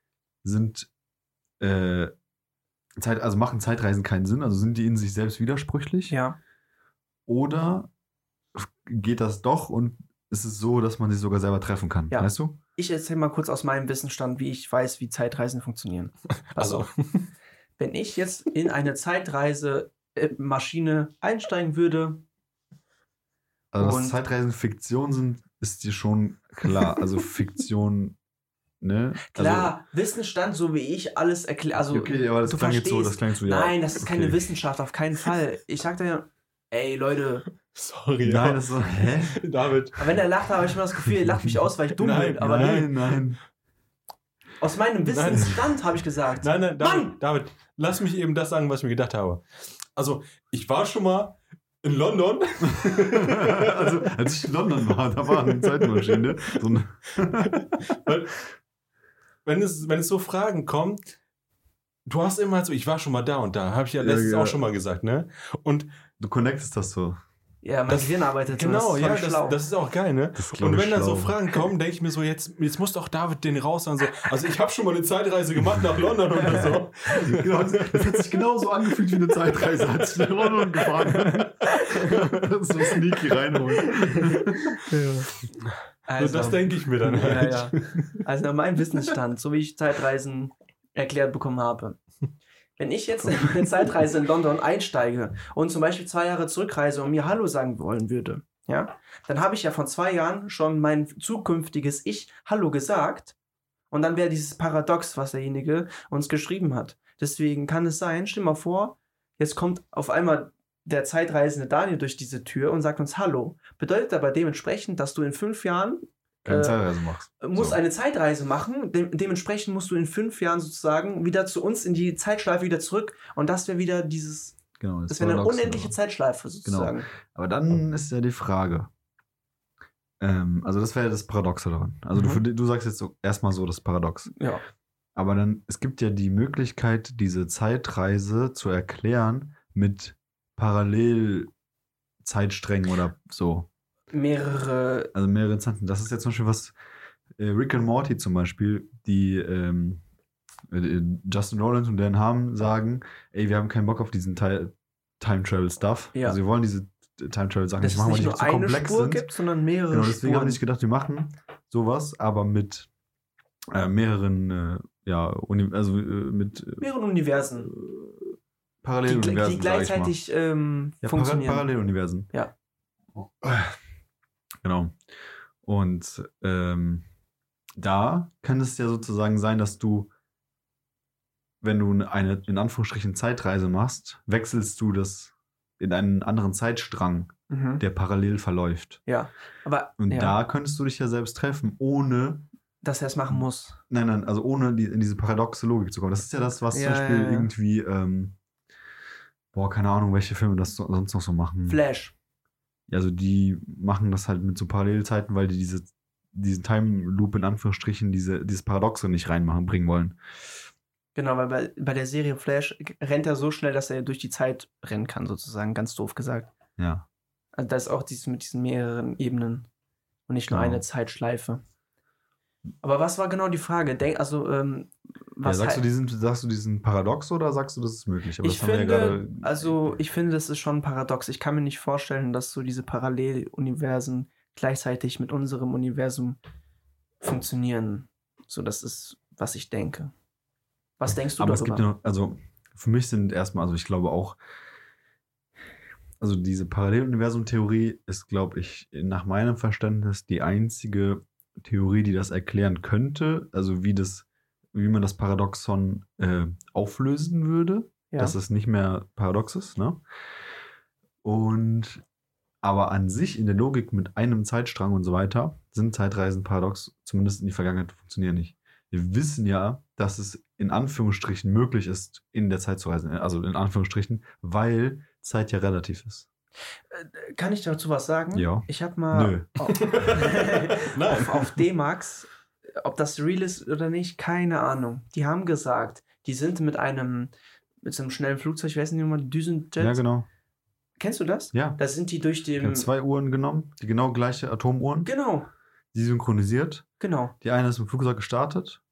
also machen Zeitreisen keinen Sinn? Also sind die in sich selbst widersprüchlich? Ja. Oder geht das doch und ist es so, dass man sich sogar selber treffen kann? Ja. Weißt du? Ich erzähle mal kurz aus meinem Wissensstand, wie ich weiß, wie Zeitreisen funktionieren. Pass Also, auf. Wenn ich jetzt in eine Zeitreise-Maschine einsteigen würde, Also dass Und- Zeitreisen Fiktion sind, ist dir schon klar. Also Fiktion, ne? klar, Wissensstand, so wie ich alles erkläre. Also, Okay, aber das du klang jetzt so, verstehst. das klang so, ja. Nein, das ist keine Okay. Wissenschaft, auf keinen Fall. Ich sag dir, ey Leute, sorry. Nein, ja. das ist so, hä? David. wenn er lacht, habe ich immer das Gefühl, er lacht mich aus, weil ich dumm Nein, bin. Aber nee, Nein. aus meinem Wissensstand habe ich gesagt. Nein, Mann! David, lass mich eben das sagen, was ich mir gedacht habe. Also, ich war schon mal in London. Also, als ich in London war, da war eine Zeitmaschine. So eine Weil, wenn es so Fragen kommen, du hast immer so, ich war schon mal da und da, habe ich ja letztens ja. auch schon mal gesagt, ne? Und du connectest das so. Ja, mein Das- Gehirn arbeitet so, genau, das ist ja, voll schlau. das ist auch geil, ne? Das ist, glaub Und ich, wenn da so schlau. Fragen kommen, denke ich mir so, jetzt muss doch David den raus und so. Also ich habe schon mal eine Zeitreise gemacht nach London oder so. Genau, das hat sich genauso angefühlt wie eine Zeitreise, als ich nach London gefahren bin. Das ist so sneaky reinholen. Also das denke ich mir dann halt. Ja. Also nach meinem Wissensstand, so wie ich Zeitreisen erklärt bekommen habe. Wenn ich jetzt in meine Zeitreise in London einsteige und zum Beispiel 2 Jahre zurückreise und mir Hallo sagen wollen würde, ja, dann habe ich ja vor 2 Jahren schon mein zukünftiges Ich Hallo gesagt und dann wäre dieses Paradox, was derjenige uns geschrieben hat. Deswegen kann es sein, stell mal vor, jetzt kommt auf einmal der zeitreisende Daniel durch diese Tür und sagt uns Hallo. Bedeutet aber dementsprechend, dass du in 5 Jahren Keine Zeitreise machst. musst eine Zeitreise machen. Dementsprechend musst du in 5 Jahren sozusagen wieder zu uns in die Zeitschleife wieder zurück. Und das wäre wieder dieses, Genau, das wäre eine Paradoxe unendliche daran. Zeitschleife sozusagen. Aber dann ist ja die Frage. Also das wäre das Paradoxe daran. Also du sagst jetzt so, erstmal so das Paradox. Ja. Aber dann, es gibt ja die Möglichkeit, diese Zeitreise zu erklären mit Parallelzeitsträngen oder so. Mehrere. Also mehrere Instanzen. Das ist jetzt zum Beispiel was Rick and Morty zum Beispiel, die Justin Roiland und Dan Harmon sagen, ey, wir haben keinen Bock auf diesen Time-Travel-Stuff. Ja. Also wir wollen diese Time-Travel-Sachen Dass nicht es machen, weil nicht die nur zu eine komplex Spur sind. gibt, sondern mehrere Genau, deswegen haben Spuren. die sich gedacht, wir machen sowas, aber mit mehreren, mit Mehreren Universen. Paralleluniversen, Die gleichzeitig funktionieren. Paralleluniversen. Ja. Genau. Und da kann es ja sozusagen sein, dass du, wenn du eine, in Anführungsstrichen, Zeitreise machst, wechselst du das in einen anderen Zeitstrang, der parallel verläuft. Ja. Aber Und ja, da könntest du dich ja selbst treffen, ohne, dass er es machen muss. nein, also ohne in diese paradoxe Logik zu kommen. Das ist ja das, was zum Ja, Beispiel ja, ja. irgendwie, keine Ahnung, welche Filme das sonst noch so machen. Flash. Also die machen das halt mit so Parallelzeiten, weil die diesen Time Loop in Anführungsstrichen, dieses Paradoxe nicht bringen wollen. Genau, weil bei der Serie Flash rennt er so schnell, dass er durch die Zeit rennen kann, sozusagen, ganz doof gesagt. Ja. Also da ist auch dieses mit diesen mehreren Ebenen und nicht nur Genau. eine Zeitschleife. Aber was war genau die Frage? Was Sagst du diesen Paradox oder sagst du, das ist möglich? Aber ich das haben wir ja finde, ich finde, das ist schon ein Paradox. Ich kann mir nicht vorstellen, dass so diese Paralleluniversen gleichzeitig mit unserem Universum funktionieren. So, das ist, was ich denke. Was denkst du Aber darüber? es gibt ja noch, also für mich sind erstmal, also ich glaube auch, also diese Paralleluniversum-Theorie ist, glaube ich, nach meinem Verständnis die einzige Theorie, die das erklären könnte, also wie man das Paradoxon auflösen würde, Ja. dass es nicht mehr paradox ist, ne? Aber an sich in der Logik mit einem Zeitstrang und so weiter sind Zeitreisen paradox, zumindest in die Vergangenheit funktionieren nicht. Wir wissen ja, dass es in Anführungsstrichen möglich ist, in der Zeit zu reisen, also in Anführungsstrichen, weil Zeit ja relativ ist. Kann ich dazu was sagen? Ja. Ich habe mal Nein. auf D-Max, ob das real ist oder nicht, keine Ahnung. Die haben gesagt, die sind mit so einem schnellen Flugzeug, ich weiß nicht mal, Düsenjet. Ja, genau. Kennst du das? Ja. Da sind die durch Ich habe den... 2 Uhren genommen, die genau gleiche Atomuhren, Genau, die synchronisiert. genau. Die eine ist im Flugzeug gestartet,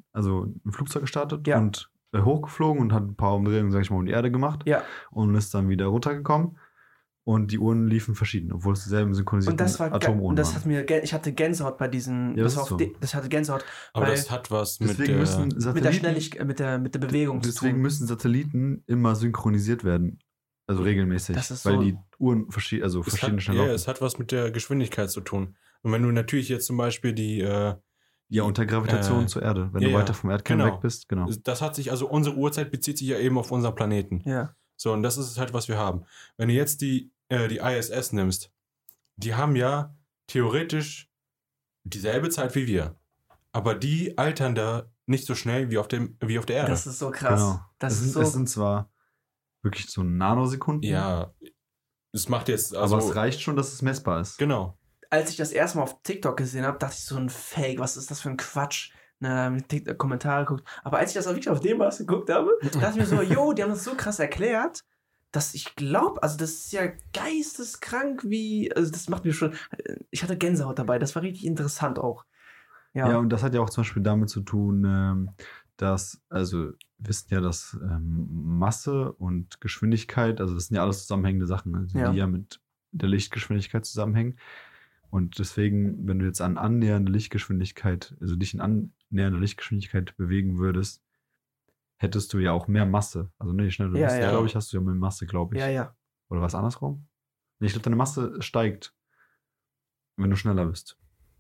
Ja. und hochgeflogen und hat ein paar Umdrehungen, sag ich mal, um die Erde gemacht Ja. und ist dann wieder runtergekommen. Und die Uhren liefen verschieden, obwohl es dieselben synchronisierten Und das war Atomuhren und das waren. hat ich hatte Gänsehaut bei diesen, Ja, das das, ist so. das hatte Gänsehaut, Aber weil das hat was Deswegen müssen mit der Satelliten, Schnelligkeit, mit der Bewegung zu deswegen tun. müssen Satelliten immer synchronisiert werden. Also regelmäßig. Das ist weil so- die Uhren verschiedene schnell laufen. es hat was mit der Geschwindigkeit zu tun. Und wenn du natürlich jetzt zum Beispiel Ja, unter Gravitation zur Erde. Wenn du weiter vom Erdkern genau. weg bist, genau. Das hat sich, also unsere Uhrzeit bezieht sich ja eben auf unseren Planeten. Ja. So, und das ist halt, was wir haben. Wenn du jetzt die ISS nimmst, die haben ja theoretisch dieselbe Zeit wie wir. Aber die altern da nicht so schnell wie auf der Erde. Das ist so krass. Genau. Das ist Es so. sind zwar wirklich so Nanosekunden, ja, es macht jetzt, aber also, es reicht schon, dass es messbar ist. genau. Als ich das erste Mal auf TikTok gesehen habe, dachte ich so ein Fake, was ist das für ein Quatsch? Mit Kommentare geguckt. Aber als ich das auch wirklich auf dem was geguckt habe, dachte ich mir so, jo, die haben das so krass erklärt, dass ich glaube, also das ist ja geisteskrank, also das macht mir schon, ich hatte Gänsehaut dabei, das war richtig interessant auch. Ja, und das hat ja auch zum Beispiel damit zu tun, dass, also wir wissen ja, dass Masse und Geschwindigkeit, also das sind ja alles zusammenhängende Sachen, also Ja. die ja mit der Lichtgeschwindigkeit zusammenhängen. Und deswegen, wenn du jetzt an annähernde Lichtgeschwindigkeit, also dich in annähernde Lichtgeschwindigkeit bewegen würdest, hättest du ja auch mehr Masse. Also je schneller du Ja, bist, ja. glaube ich, hast du ja mehr Masse, glaube ich. Ja, ja. Oder was andersrum? Nee, ich glaube, deine Masse steigt, wenn du schneller bist.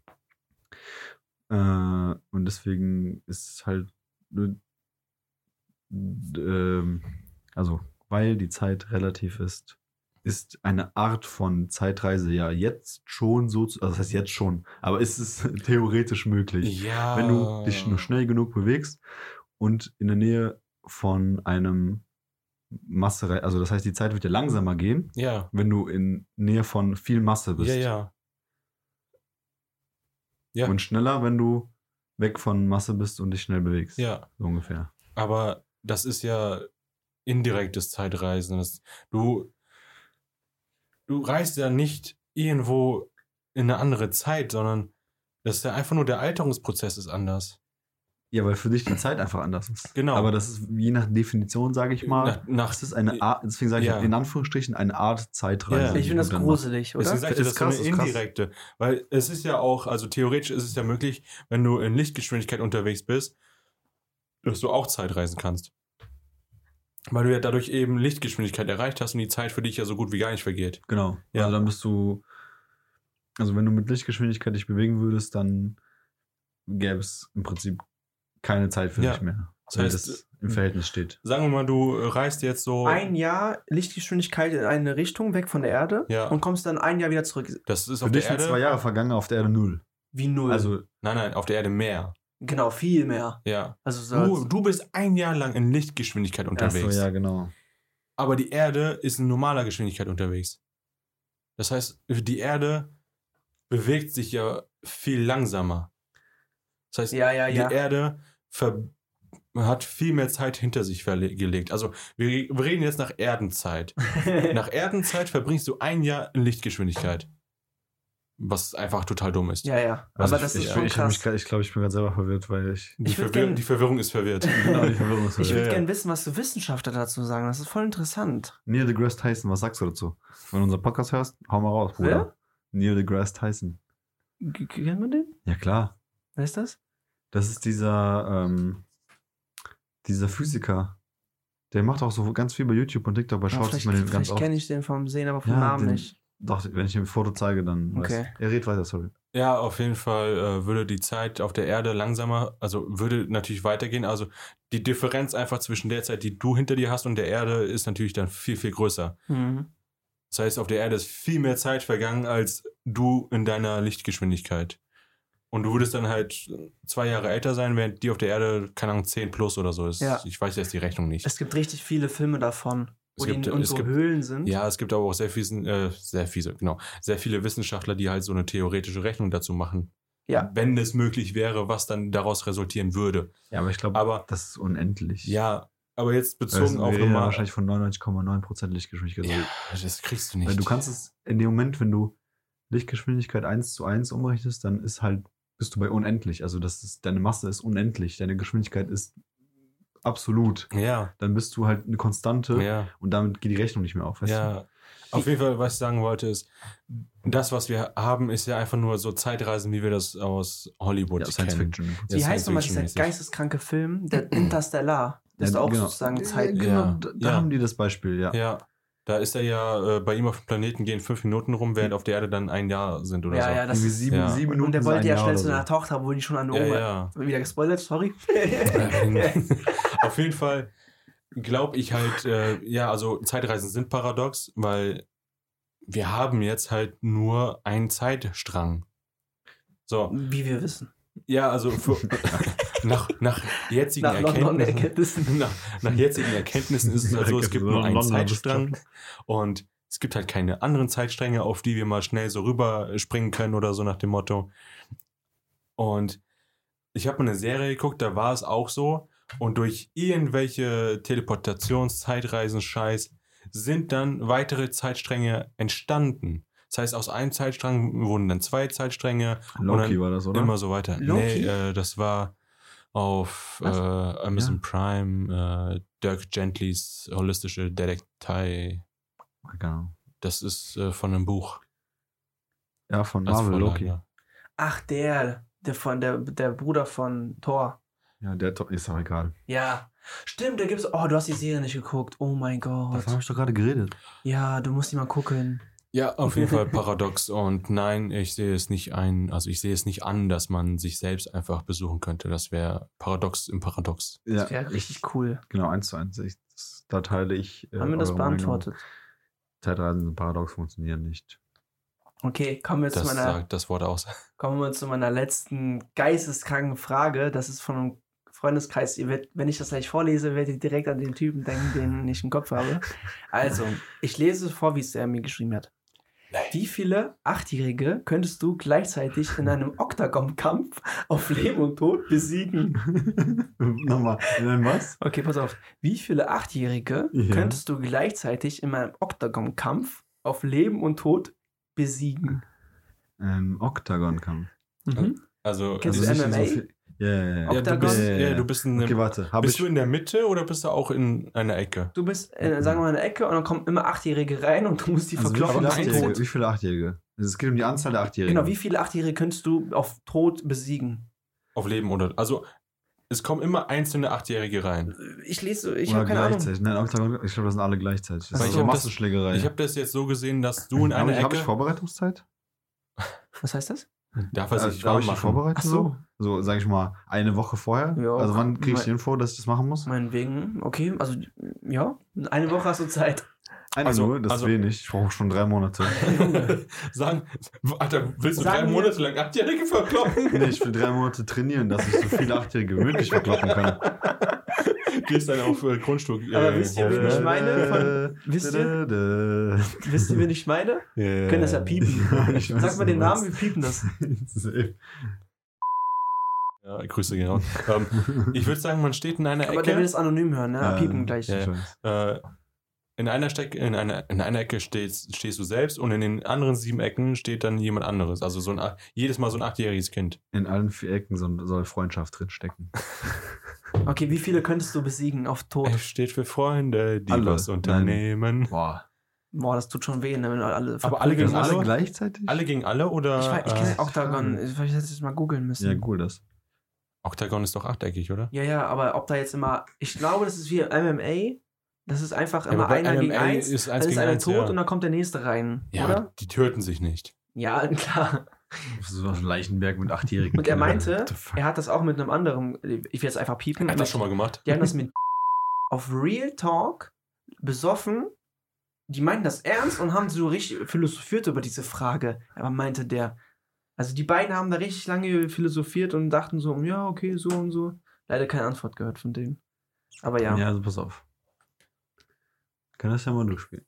Und deswegen ist es halt, also, weil die Zeit relativ ist eine Art von Zeitreise ja jetzt schon so, also das heißt jetzt schon, aber ist es theoretisch möglich, Ja. wenn du dich nur schnell genug bewegst und in der Nähe von einem Masse, also das heißt, die Zeit wird ja langsamer gehen, Ja. wenn du in Nähe von viel Masse bist. Ja, ja. Ja. Und schneller, wenn du weg von Masse bist und dich schnell bewegst. Ja. So ungefähr. Aber das ist ja indirektes Zeitreisen. Du reist ja nicht irgendwo in eine andere Zeit, sondern das ist ja einfach nur der Alterungsprozess ist anders. Ja, weil für dich die Zeit einfach anders ist. Genau. Aber das ist je nach Definition, sage ich mal, das ist eine Art, deswegen sage ich Ja. in Anführungsstrichen eine Art Zeitreise. Ja. Ich finde das die du dann gruselig, oder? Deswegen sage ich dir, Das das ist krass, ist so eine indirekte. Weil es ist ja auch, also theoretisch ist es ja möglich, wenn du in Lichtgeschwindigkeit unterwegs bist, dass du auch Zeitreisen kannst. Weil du ja dadurch eben Lichtgeschwindigkeit erreicht hast und die Zeit für dich ja so gut wie gar nicht vergeht. Genau. Ja. Also dann bist du, also wenn du mit Lichtgeschwindigkeit dich bewegen würdest, dann gäbe es im Prinzip keine Zeit für Ja. dich mehr. Das Weil heißt, das im Verhältnis steht. Sagen wir mal, du reist jetzt so. Ein Jahr Lichtgeschwindigkeit in eine Richtung weg von der Erde Ja. und kommst dann ein Jahr wieder zurück. Das ist Für auf dich der sind Erde. 2 Jahre vergangen, auf der Erde 0. Wie null. Also, Nein, auf der Erde mehr. genau, viel mehr. Ja. Also so Du bist ein Jahr lang in Lichtgeschwindigkeit unterwegs. achso, ja, genau. Aber die Erde ist in normaler Geschwindigkeit unterwegs. Das heißt, die Erde bewegt sich ja viel langsamer. Das heißt, Ja, die Erde hat viel mehr Zeit hinter sich gelegt. Also wir reden jetzt nach Erdenzeit. Nach Erdenzeit verbringst du ein Jahr in Lichtgeschwindigkeit. Was einfach total dumm ist. Ja, ja. Also Aber das ist ich schon krass. ich glaube, ich bin gerade selber verwirrt, weil ich. Die, Ich würd Verwirr gern- die Verwirrung ist verwirrt. Genau, die Verwirrung ist Ich verwirrt. würde Ja. gerne wissen, was so Wissenschaftler dazu sagen. Das ist voll interessant. Neil deGrasse Tyson, was sagst du dazu? Wenn du unseren Podcast hörst, hau mal raus, Bruder. Wer? Neil deGrasse Tyson. Kennt man den? Ja, klar. Wer ist das? Das ist dieser Physiker. Der macht auch so ganz viel bei YouTube und TikTok, bei Ja, Shorts, man den ganz vielleicht oft. kenne ich den vom Sehen, aber vom Ja, Namen den- nicht. Doch, wenn ich ihm ein Foto zeige, dann Okay. weiß. Er redet weiter, sorry. Ja, auf jeden Fall würde die Zeit auf der Erde langsamer, also würde natürlich weitergehen. Also die Differenz einfach zwischen der Zeit, die du hinter dir hast und der Erde, ist natürlich dann viel, viel größer. Mhm. Das heißt, auf der Erde ist viel mehr Zeit vergangen als du in deiner Lichtgeschwindigkeit. Und du würdest dann halt 2 Jahre älter sein, während die auf der Erde, keine Ahnung, 10 plus oder so ist. Ja. Ich weiß jetzt die Rechnung nicht. Es gibt richtig viele Filme davon, wo die in es so gibt- Höhlen sind. Ja, es gibt aber auch sehr viele Wissenschaftler, die halt so eine theoretische Rechnung dazu machen. Ja. Wenn es möglich wäre, was dann daraus resultieren würde. Ja, aber ich glaube, Aber das ist unendlich. ja, aber jetzt wir bezogen auf reden ja nochmal. wahrscheinlich von 99,9% Lichtgeschwindigkeit. Ja, das kriegst du nicht. Weil du kannst es in dem Moment, wenn du Lichtgeschwindigkeit 1:1 umrechnest, dann bist du bei unendlich. Also deine Masse ist unendlich, deine Geschwindigkeit ist absolut. Ja, Dann bist du halt eine Konstante ja. und damit geht die Rechnung nicht mehr auf. Weißt du? Ja, auf jeden Fall, was ich sagen wollte, ist, das, was wir haben, ist ja einfach nur so Zeitreisen, wie wir das aus Hollywood Ja, Science kennen. Fiction. im Prinzip. Ja, Wie Science heißt nochmal dieser Fiction-mäßig. geisteskranke Film? Der Interstellar. Das ist Ja, auch genau. sozusagen Zeit. Genau, Ja. da Ja. haben die das Beispiel, ja. Ja, da ist er ja, bei ihm auf dem Planeten gehen 5 Minuten rum, während auf der Erde dann 1 Jahr sind oder Ja, so. ja, das Irgendwie ist, sieben, ja. 7 Minuten. und der ist wollte ein ja Jahr schnell oder zu so. einer Tochter, wo die schon an Ja, Oma. ja. Wieder gespoilert, sorry. Auf jeden Fall glaube ich halt, also Zeitreisen sind paradox, weil wir haben jetzt halt nur einen Zeitstrang. So, Wie wir wissen. ja, also nach jetzigen Nach Erkenntnissen, nach jetzigen Erkenntnissen ist es halt so, es gibt nur einen London Zeitstrang und es gibt halt keine anderen Zeitstränge, auf die wir mal schnell so rüberspringen können oder so nach dem Motto. Und ich habe mal eine Serie geguckt, da war es auch so. Und durch irgendwelche Teleportations-Zeitreisen-Scheiß sind dann weitere Zeitstränge entstanden. Das heißt, aus einem Zeitstrang wurden dann 2 Zeitstränge Loki und war das, oder? immer so weiter. Loki? Nee, das war auf Was? Amazon Prime, Dirk Gentlys holistische Detektei. Genau. Das ist von einem Buch. Ja, von als Marvel, Vorlage. Loki. Ach, der Bruder von Thor. Ja, der Top ist auch egal. Ja. Stimmt, da gibt's. Oh, du hast die Serie nicht geguckt. Oh mein Gott. Davon habe ich doch gerade geredet. Ja, du musst die mal gucken. Ja, auf jeden Fall paradox. Und nein, ich sehe es nicht an, dass man sich selbst einfach besuchen könnte. Das wäre paradox im Paradox. Ja, Das wäre richtig cool. Genau, 1:1. Da teile ich. Haben wir das eure Meinung. beantwortet? Zeitreisen und Paradox funktionieren nicht. Okay, kommen wir Das zu meiner. sagt das Wort aus. Kommen wir zu meiner letzten geisteskranken Frage. Das ist von einem Freundeskreis. Wenn ich das gleich vorlese, werdet ihr direkt an den Typen denken, den ich im Kopf habe. Also, ich lese vor, wie es er mir geschrieben hat. Nein. Wie viele Achtjährige könntest du gleichzeitig in einem Oktagon-Kampf auf Leben und Tod besiegen? Nochmal, in einem was? Okay, pass auf. Wie viele Achtjährige Ja. könntest du gleichzeitig in einem Oktagon-Kampf auf Leben und Tod besiegen? Oktagon-Kampf. Mhm. Also, Kennst du Also MMA? nicht so viel- Ja, ja, ja. Oktagon? du bist in Okay, warte. bist du in der Mitte oder bist du auch in einer Ecke? Du bist, sagen wir mal, in der Ecke und dann kommen immer Achtjährige rein und du musst die Also verkloppen. wie viele Achtjährige? Also es geht um die Anzahl der Achtjährigen. Genau, wie viele Achtjährige könntest du auf Tod besiegen? Auf Leben oder. Also, es kommen immer einzelne Achtjährige rein. Ich habe Oder keine Ahnung. gleichzeitig. Nein, Oktagon, ich glaube, das sind alle gleichzeitig. Das Ach ist so. so Massenschlägerei. Ich habe das jetzt so gesehen, dass du in einer Habe ich Ecke. Vorbereitungszeit? Was heißt das? Darf er sich Darf warm ich die machen? vorbereiten? Ach so. So, sag ich mal, eine Woche vorher? Ja, Also wann kriege ich mein- die Info, dass ich das machen muss? Meinetwegen, okay, also ja, eine Woche hast du Zeit. Eine Also- nur, das also- ist wenig. Ich brauche schon 3 Monate. Sagen, Alter, willst du Sagen 3 wir- Monate lang Achtjährige verkloppen? Nee, ich will 3 Monate trainieren, dass ich so viele Achtjährige möglich verkloppen kann. Gehst dann auf Grundstück. Aber wisst ihr, wen ich meine? Wisst ihr, wen ich meine? Wir können das ja piepen. Sag mal den Namen, wir piepen das. Ja, Grüße gehen raus. Ich würde sagen, man steht in einer Aber der will Ecke. es anonym hören, ne? Piepen gleich. Ja. In einer Ecke stehst du selbst und in den anderen 7 Ecken steht dann jemand anderes. Also jedes Mal so ein 8-jähriges Kind. In allen 4 Ecken soll Freundschaft drinstecken. Okay, wie viele könntest du besiegen auf Tod? Es steht für Freunde, die Alle. was unternehmen. Boah. Boah, das tut schon weh, ne? Wenn alle Aber alle gegen verprügeln. alle? Alle gleichzeitig? Alle gegen alle oder? Ich kenne Octagon. Ich hätte es mal googeln müssen. Ja, cool das. Octagon ist doch achteckig, oder? Ja, aber ob da jetzt immer. Ich glaube, das ist wie MMA. Das ist einfach immer aber bei einer gegen MMA eins. ist Dann eins ist gegen einer eins, tot ja. und dann kommt der nächste rein. Ja, Oder? die töten sich nicht. Ja, klar. So ein Leichenberg mit 8-Jährigen. Und er meinte, What the fuck? er hat das auch mit einem anderen. Ich will jetzt einfach piepen. Hat das schon mal gemacht? Die haben das mit auf Real Talk besoffen. Die meinten das ernst und haben so richtig philosophiert über diese Frage. Aber meinte der. Also die beiden haben da richtig lange philosophiert und dachten so, ja, okay, so und so. Leider keine Antwort gehört von dem. Aber ja. Ja, also pass auf. Kann das ja mal durchspielen.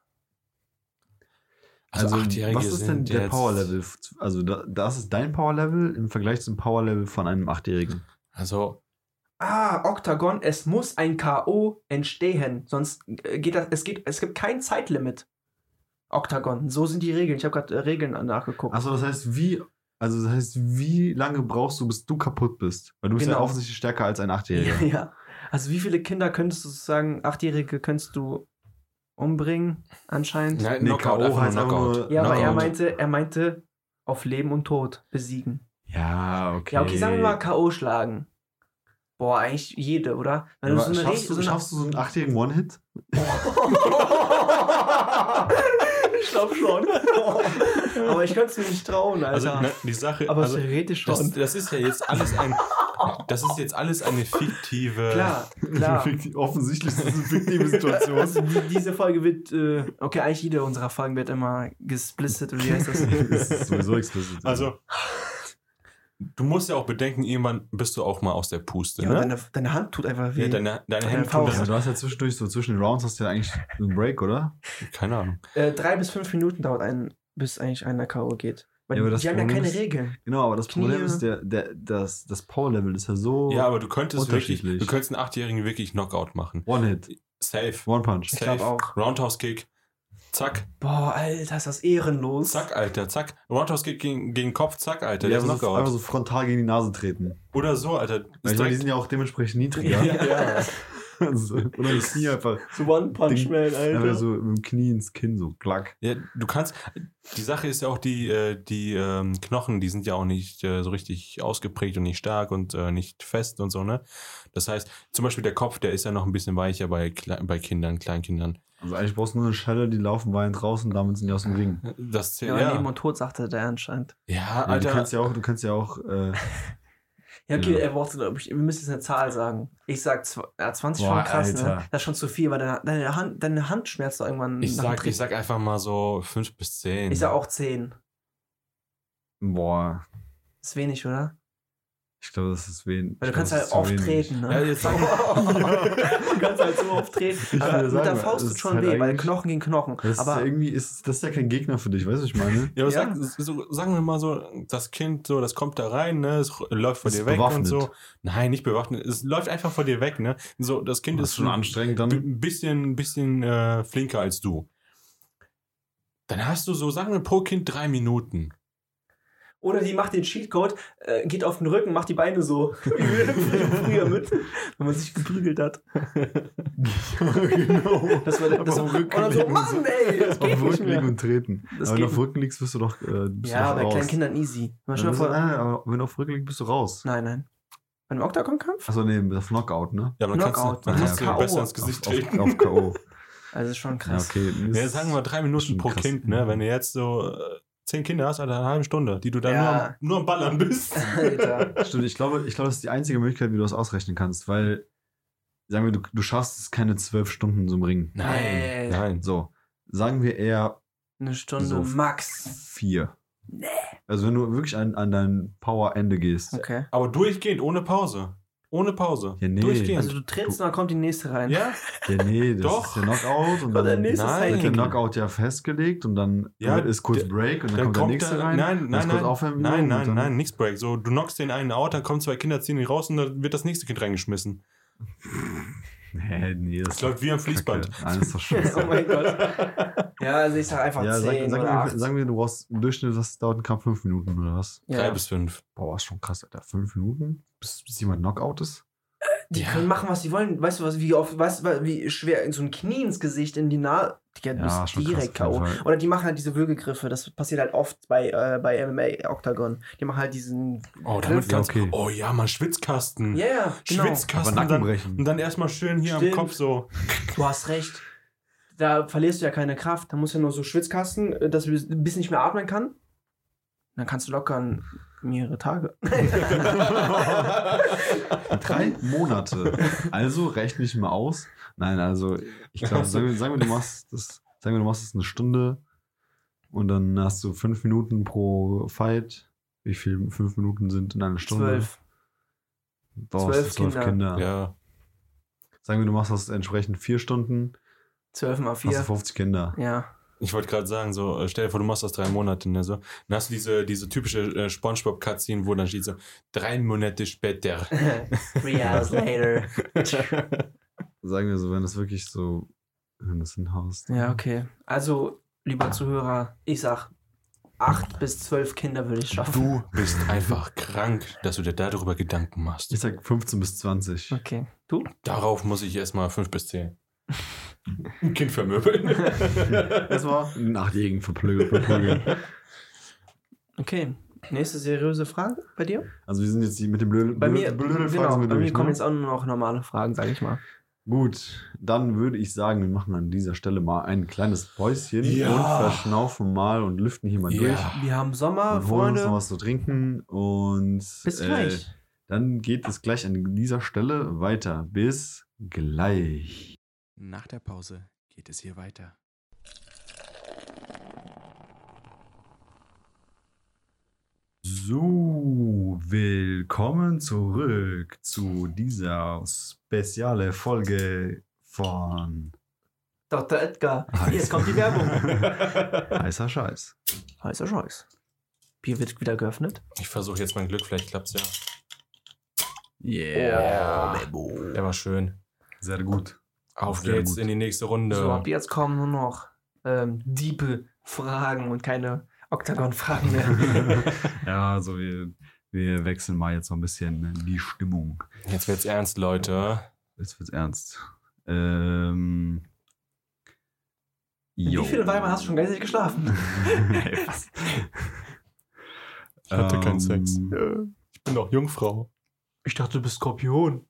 Also Achtjährige was ist denn sind der jetzt- Power-Level? Also das ist dein Power-Level im Vergleich zum Power-Level von einem 8-Jährigen. Also, Octagon, es muss ein K.O. entstehen. Sonst geht das, es gibt kein Zeitlimit. Octagon, so sind die Regeln. Ich habe gerade Regeln nachgeguckt. Achso, das heißt, wie lange brauchst du, bis du kaputt bist? Weil du bist ja Genau. offensichtlich stärker als ein 8-Jähriger. Ja. Also wie viele Kinder könntest du sozusagen, 8-Jährige könntest du umbringen, anscheinend? nein, Nee, Knockout, K.O. einfach heißt nur einfach Knockout. nur- Ja, aber Knockout. er meinte auf Leben und Tod besiegen. Ja, okay. Ja, okay, sagen wir mal K.O. schlagen. Boah, eigentlich jede, oder? Wenn Aber du so eine schaffst du so einen 8-jährigen One-Hit? Ich glaube schon. Aber ich könnte es mir nicht trauen, Also Alter. ne, die Sache, aber also, theoretisch schon. das ist ja jetzt alles das ist jetzt alles eine fiktive. Klar. Offensichtlich ist das eine fiktive Situation. Also diese Folge wird, okay, eigentlich jede unserer Folgen wird immer gesplittet, oder wie heißt das? Das ist sowieso explicit. Also, du musst ja auch bedenken, irgendwann bist du auch mal aus der Puste, Ja, ne? deine Hand tut einfach weh. Ja, deine Hände tun Faust. Ja, das. du hast ja zwischendurch, so zwischen den Rounds hast du ja eigentlich einen Break, oder? Keine Ahnung. 3 bis 5 Minuten dauert bis eigentlich einer K.O. geht. Weil Ja, aber das die haben ja Problem keine ist- Regeln. Genau, aber das Knie- Problem ist, das Power-Level ist ja so Ja, aber du könntest unterschiedlich. du könntest einen 8-Jährigen wirklich Knockout machen. One-Hit, Safe. One-Punch. Ich glaub Safe. auch. Roundhouse-Kick. Zack. Boah, Alter, ist das ehrenlos. Zack, Alter. Zack. Roundhouse-Kick gegen Kopf. Zack, Alter. Ja, Der ist so Knockout. einfach so frontal gegen die Nase treten. Oder so, Alter. Weil ich meine, die sind ja auch dementsprechend niedriger. ja. Also, oder das Knie einfach. So One Punch Man, Einfach so mit dem Knie ins Kinn, so klack. Ja, du kannst, die Sache ist ja auch, die Knochen, die sind ja auch nicht so richtig ausgeprägt und nicht stark und nicht fest und so, ne? Das heißt, zum Beispiel der Kopf, der ist ja noch ein bisschen weicher bei Kindern, Kleinkindern. Also eigentlich brauchst du nur eine Schelle, die laufen weinend raus und damit sind die aus dem Ring. Das zählt, Ja, Leben und Tod, sagte der anscheinend. Ja, Ja, Alter. du kannst ja auch Ja, okay, Ja. er braucht, wir müssen jetzt eine Zahl sagen. Ich sag 20 Boah, schon krass, ne? Alter. Das ist schon zu viel, weil deine Hand schmerzt doch irgendwann. Ich nach dem sag Tritt. einfach mal so 5 bis 10. Ich sag auch 10. boah, Ist wenig, oder? ich glaube, das ist wenig. Weil du kannst halt oft treten, ne? Ja, jetzt sag Du kannst halt so oft treten. Ich Aber will mit sagen, der Faust das tut ist schon halt weh, weil eigentlich- Knochen gegen Knochen. Das Aber das ist ja kein Gegner für dich, weißt du, was ich meine? Ja, aber Ja. sagen wir mal so, das Kind, so, das kommt da rein, ne, es läuft vor Ist dir weg bewaffnet. und so. Nein, nicht bewaffnet, es läuft einfach vor dir weg, ne. So, das Kind Das ist ist schon anstrengend dann. ein bisschen flinker als du. Dann hast du so, sagen wir pro Kind 3 Minuten. oder die macht den Cheatcode, geht auf den Rücken, macht die Beine so. Wie früher mit, wenn man sich geprügelt hat. Genau. Das war das Auf dem Rücken und dann so, liegen Mann, so- ey, das Auf geht dem nicht Rücken liegen mehr. und treten. Das Aber wenn du geht auf dem Rücken liegst, bist du doch Ja, bei raus. kleinen Kindern easy. Mal Ja, stell dir vor, aber wenn du auf dem Rücken liegst, bist du raus. nein. Bei einem Octagon-Kampf? Achso, nee, auf Knockout, ne? Ja, aber Knockout, dann man kannst du muss besser K.O. ins Gesicht Auf, treten. auf K.O. Also ist schon Ja, krass. okay. Ja, sagen wir 3 Minuten schon pro krass. Kind, ne? Wenn du jetzt so 10 Kinder hast, Alter, eine halbe Stunde, die du dann Ja. nur am Ballern bist. Alter. Stimmt, ich glaube, das ist die einzige Möglichkeit, wie du das ausrechnen kannst, weil, sagen wir, du schaffst es keine 12 Stunden so im Ring. Nee. Nein. So, sagen wir eher Eine Stunde So. max. 4. Nee. Also wenn du wirklich an dein Power-Ende gehst. Okay. Aber durchgehend, ohne Pause. Ohne Pause. Ja, nee. Durchgehend. Also du trittst und dann kommt die nächste rein. Ja? Ja, nee, das Doch. ist der Knockout und Und der dann nächste Nein. wird der Sidekick. Knockout ja festgelegt und dann Ja, ist kurz der- Break und dann Dann kommt der nächste da, rein. Nein, dann ist kurz Aufwärmübung und dann- nichts Break. So, du knockst den einen out, dann kommen 2 Kinder, ziehen ihn raus und dann wird das nächste Kind reingeschmissen. Nee, Das läuft wie am Fließband. Kacke. Nein, das ist doch scheiße. Oh mein Gott. Ja, also ich sag einfach Ja, 10 oder 8. sagen wir, du brauchst im Durchschnitt, das dauert ein Kampf 5 Minuten oder was? 3 bis 5. Boah, ist schon krass, Alter. 5 Minuten? Bis jemand Knockout ist? Die Ja. können machen, was sie wollen. Weißt du, wie schwer in so ein Knie ins Gesicht, in die Nase. Die Ja, bist schon direkt krass, auf K.O. jeden Fall. Oder die machen halt diese Würgegriffe. Das passiert halt oft bei MMA Octagon. Die machen halt diesen. Oh, damit Ja, kannst okay. Oh ja, mal Schwitzkasten. Ja, yeah, genau. Aber Schwitzkasten Nacken dann, brechen. und dann erstmal schön hier Stimmt. am Kopf so. Du hast recht. Da verlierst du ja keine Kraft. Da musst du ja nur so Schwitzkasten, dass du bis nicht mehr atmen kann. Dann kannst du locker mehrere Tage. 3 Monate. Also rechne ich mal aus. Nein, also ich glaube, sagen wir, du machst das eine Stunde und dann hast du 5 Minuten pro Fight. Wie viel 5 Minuten sind in einer Stunde? 12. Boah, 12 12 Kinder. Ja. Sagen wir, du machst das entsprechend 4 Stunden, 12 mal hast du 4. 50 Kinder. Ja. Ich wollte gerade sagen, so, stell dir vor, du machst das 3 Monate, ne, so. Dann hast du diese typische Spongebob-Cutscene, wo dann steht so, 3 Monate später. 3 hours later. Sagen wir so, wenn das wirklich so, wenn das hinhaust. Ja, okay. Also, lieber Zuhörer, ich sag 8 bis 12 Kinder würde ich schaffen. Du bist einfach krank, dass du dir darüber Gedanken machst. Ich sag 15 bis 20. Okay. Du? Darauf muss ich erstmal 5 bis 10. Ein Kind vermöbeln. Erstmal nachlegen, verprügeln. Okay. Nächste seriöse Frage bei dir? Also wir sind jetzt mit dem blöden Bei mir, Fragen genau, sind wir bei mir durch, kommen ne? jetzt auch nur noch normale Fragen, sag ich mal. Gut, dann würde ich sagen, wir machen an dieser Stelle mal ein kleines Päuschen Ja. und verschnaufen mal und lüften hier mal durch. Wir haben Sommer, Und holen uns noch Freunde. was zu trinken und Bis gleich. dann geht es gleich an dieser Stelle weiter. Bis gleich. Nach der Pause geht es hier weiter. So, willkommen zurück zu dieser spezielle Folge von Dr. Edgar. Jetzt kommt die Werbung. Heißer Scheiß. Heißer Scheiß. Bier wird wieder geöffnet. Ich versuche jetzt mein Glück, vielleicht klappt's ja. Yeah. Der war schön. Sehr gut. Auf Sehr geht's gut. in die nächste Runde. So, ab jetzt kommen nur noch diepe Fragen und keine Oktagon-Fragen mehr. Ja, also wir wechseln mal jetzt so ein bisschen die Stimmung. Jetzt wird's ernst, Leute. jetzt wird's ernst. Wie viele Weiber hast du schon gleichzeitig geschlafen? Ich hatte keinen Sex. Ich bin doch Jungfrau. Ich dachte, du bist Skorpion.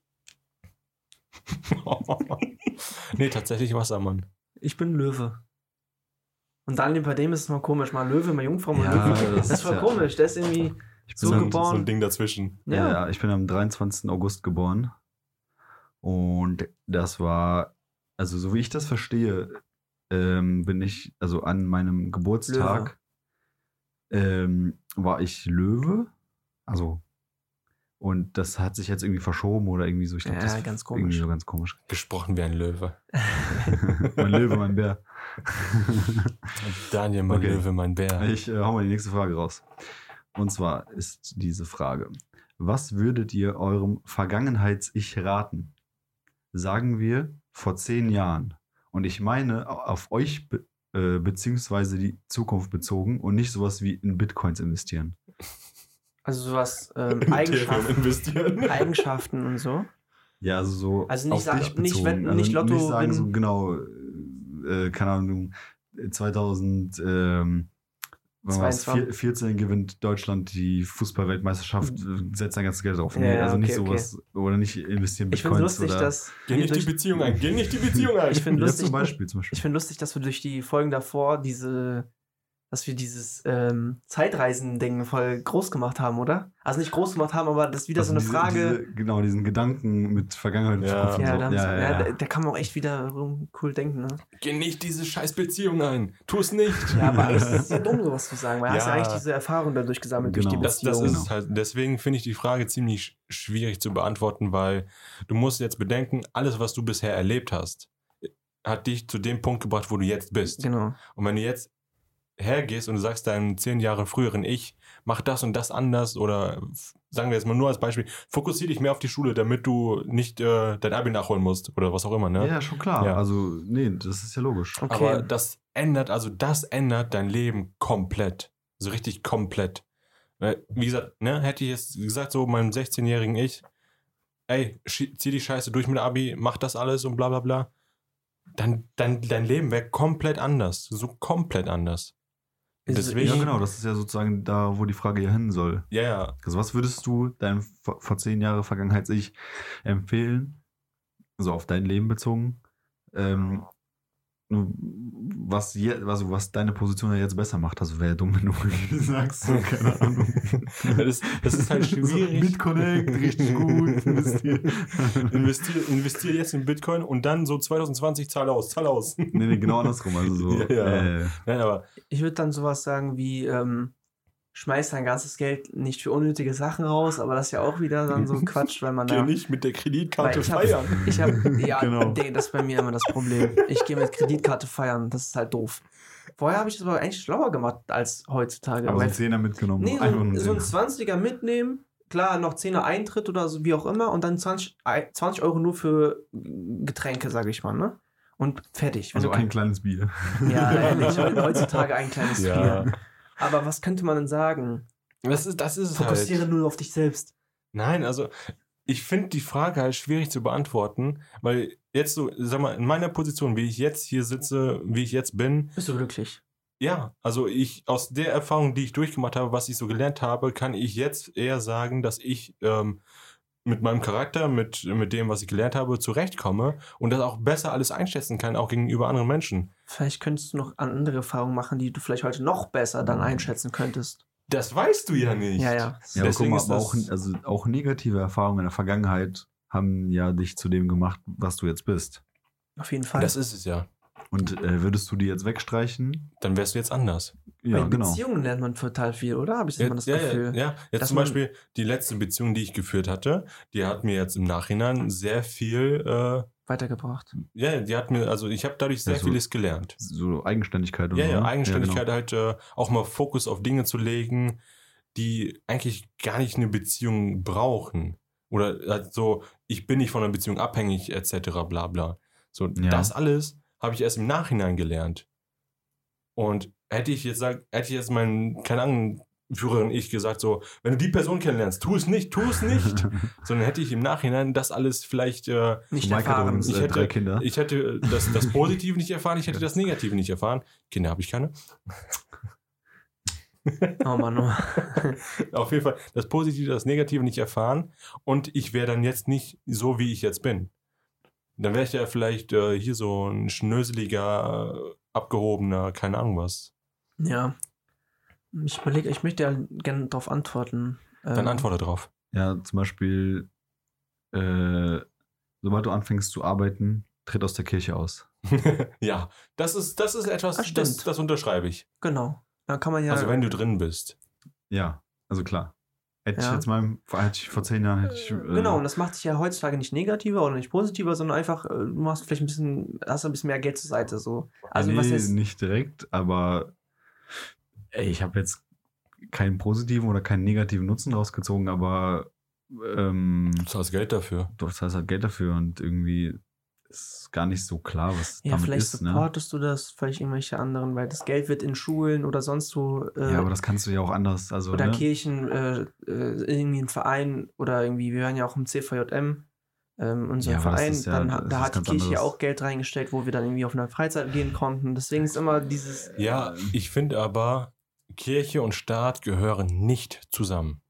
Nee, tatsächlich Wassermann. Ich bin Löwe. Und Daniel, bei dem ist es mal komisch. Mal Löwe, mal Jungfrau, mal Ja, Löwe. Das ist voll komisch. Der ist irgendwie so So geboren. ein Ding dazwischen. Ja, ich bin am 23. August geboren. Und das war, also so wie ich das verstehe, bin ich, also an meinem Geburtstag war ich Löwe. Also, und das hat sich jetzt irgendwie verschoben oder irgendwie so. Ich glaube, Ja, das ist ganz irgendwie komisch. so ganz komisch. Gesprochen wie ein Löwe. Mein Löwe, mein Bär. Daniel, mein Okay. Löwe, mein Bär. Ich hau mal die nächste Frage raus. Und zwar ist diese Frage: Was würdet ihr eurem Vergangenheits-Ich raten? Sagen wir vor 10 Jahren. Und ich meine auf euch beziehungsweise die Zukunft bezogen und nicht sowas wie in Bitcoins investieren. Also sowas In Ethereum investieren. Eigenschaften und so. Ja, also so Also nicht auf sagen- dich nicht bezogen. wetten, also nicht Lotto nicht sagen gewinnen. so genau, keine Ahnung, 2014 gewinnt Deutschland die Fußball-Weltmeisterschaft, setzt sein ganzes Geld drauf. Nee, Ja, also nicht okay, sowas, oder nicht investieren Ich finde Bitcoins lustig, oder... dass Geh nicht die Beziehung ein. Geh nicht die Beziehung ein. Ich finde Ja, lustig, zum Beispiel. ich finde lustig, dass wir durch die Folgen davor dass wir dieses Zeitreisen-Ding voll groß gemacht haben, oder? Also nicht groß gemacht haben, aber das ist wieder Also so eine Frage. Genau, diesen Gedanken mit Vergangenheit und Ja. Zukunft Ja, und da, so. da kann man auch echt wieder cool denken, ne? Geh nicht diese scheiß Beziehung ein. Tu es nicht. Ja, aber eigentlich ist es ja dumm, sowas zu sagen, weil du hast ja Ja. eigentlich diese Erfahrung dadurch gesammelt durch Genau. die Das Beziehung. ist es halt. Deswegen finde ich die Frage ziemlich schwierig zu beantworten, weil du musst jetzt bedenken, alles, was du bisher erlebt hast, hat dich zu dem Punkt gebracht, wo du jetzt bist. Genau. Und wenn du jetzt hergehst und du sagst deinem 10 Jahre früheren Ich, mach das und das anders oder sagen wir jetzt mal nur als Beispiel, fokussiere dich mehr auf die Schule, damit du nicht dein Abi nachholen musst oder was auch immer, ne? Ja, schon klar. Ja. Also, nee, das ist ja logisch. Okay. Aber das ändert dein Leben komplett. So richtig komplett. Wie gesagt, ne, hätte ich jetzt gesagt, so meinem 16-jährigen Ich, ey, zieh die Scheiße durch mit Abi, mach das alles und bla bla bla, dann dein Leben wäre komplett anders. So komplett anders. Deswegen- Ja, genau, das ist ja sozusagen da, wo die Frage ja hin soll. Ja, ja. Also, was würdest du deinem vor 10 Jahre Vergangenheits-Ich empfehlen? So auf dein Leben bezogen. Was deine Position ja jetzt besser macht. Also wäre ja dumm, wenn du sagst, so, keine Ahnung. Das ist halt So, schwierig. BitConnect, richtig gut. Investiere jetzt in Bitcoin und dann so 2020 zahl aus. Nee, genau andersrum. Also so. Ja. Nein, aber Ich würde dann sowas sagen wie, schmeiß dein ganzes Geld nicht für unnötige Sachen raus, aber das ist ja auch wieder dann so Quatsch, weil man geh da... nicht mit der Kreditkarte Weil feiern. Ja, Genau. das ist bei mir immer das Problem. Ich gehe mit Kreditkarte feiern, das ist halt doof. Vorher habe ich das aber eigentlich schlauer gemacht als heutzutage. Aber so weil- einen Zehner mitgenommen. nee, Einfach einen so ein Zehner. 20er mitnehmen, klar, noch 10er Eintritt oder so, wie auch immer, und dann 20 Euro nur für Getränke, sage ich mal, ne? Und fertig. Wenn Also du ein kleines Bier. ja, ehrlich, heutzutage ein kleines Ja. Bier. Aber was könnte man denn sagen? Das ist es Fokussiere halt. nur auf dich selbst. Nein, also ich finde die Frage halt schwierig zu beantworten, weil jetzt so, sag mal, in meiner Position, wie ich jetzt hier sitze, wie ich jetzt bin, Bist du glücklich? ja, also aus der Erfahrung, die ich durchgemacht habe, was ich so gelernt habe, kann ich jetzt eher sagen, dass ich mit meinem Charakter, mit dem, was ich gelernt habe, zurechtkomme und das auch besser alles einschätzen kann, auch gegenüber anderen Menschen. Vielleicht könntest du noch andere Erfahrungen machen, die du vielleicht heute noch besser dann einschätzen könntest. Das weißt du ja nicht. Ja. Ja, aber guck Deswegen mal, ist aber das- auch negative Erfahrungen in der Vergangenheit haben ja dich zu dem gemacht, was du jetzt bist. Auf jeden Fall. Das ist es ja. Und würdest du die jetzt wegstreichen? Dann wärst du jetzt anders. Ja, Bei genau. Beziehungen lernt man total viel, oder? Habe ich immer das Gefühl. Ja. Jetzt dass zum man- Beispiel die letzte Beziehung, die ich geführt hatte, die hat mir jetzt im Nachhinein sehr viel, Weitergebracht. die hat mir, also ich habe dadurch sehr Ja, so- vieles gelernt. So Eigenständigkeit und Ja, so. ja, ne? Eigenständigkeit Ja, halt auch mal Fokus auf Dinge zu legen, die eigentlich gar nicht eine Beziehung brauchen. Oder halt so, ich bin nicht von einer Beziehung abhängig, etc. bla bla. So, Ja. das alles habe ich erst im Nachhinein gelernt. Und hätte ich jetzt keine Ahnung, früheren Ich gesagt so, wenn du die Person kennenlernst, tu es nicht. Sondern hätte ich im Nachhinein das alles vielleicht Nicht Michael erfahren. und drei Kinder. Ich hätte das Positive nicht erfahren, ich hätte das Negative nicht erfahren. Kinder habe ich keine. Oh Mann, oh. Auf jeden Fall das Positive, das Negative nicht erfahren und ich wäre dann jetzt nicht so, wie ich jetzt bin. Dann wäre ich ja vielleicht hier so ein schnöseliger, abgehobener, keine Ahnung was. Ja. Ich überlege, ich möchte ja gerne darauf antworten. Dann antworte drauf. Ja, zum Beispiel, sobald du anfängst zu arbeiten, tritt aus der Kirche aus. Ja, das ist etwas, Ah, stimmt. das unterschreibe ich. Genau. Da kann man ja. Also wenn du drin bist. Ja, also klar. Hätte Ja. ich jetzt mal, hätte ich vor 10 Jahren, hätte ich... Genau, und das macht sich ja heutzutage nicht negativer oder nicht positiver, sondern einfach, du machst vielleicht hast ein bisschen mehr Geld zur Seite. So. Also nee, was heißt. nicht direkt, aber ich habe jetzt keinen positiven oder keinen negativen Nutzen rausgezogen, aber Du zahlst Geld dafür. du zahlst halt Geld dafür und irgendwie ist gar nicht so klar, was Ja, damit vielleicht ist. Ne? supportest du das, vielleicht irgendwelche anderen, weil das Geld wird in Schulen oder sonst wo Ja, aber das kannst du ja auch anders. Also, oder ne? Kirchen, irgendwie ein Verein oder irgendwie, wir hören ja auch im CVJM, unseren Ja, aber das Verein, ist ja- dann, das da ist hat die ganz Kirche ja anderes. auch Geld reingestellt, wo wir dann irgendwie auf eine Freizeit gehen konnten. Deswegen ist immer dieses. Ja, ich finde aber, Kirche und Staat gehören nicht zusammen.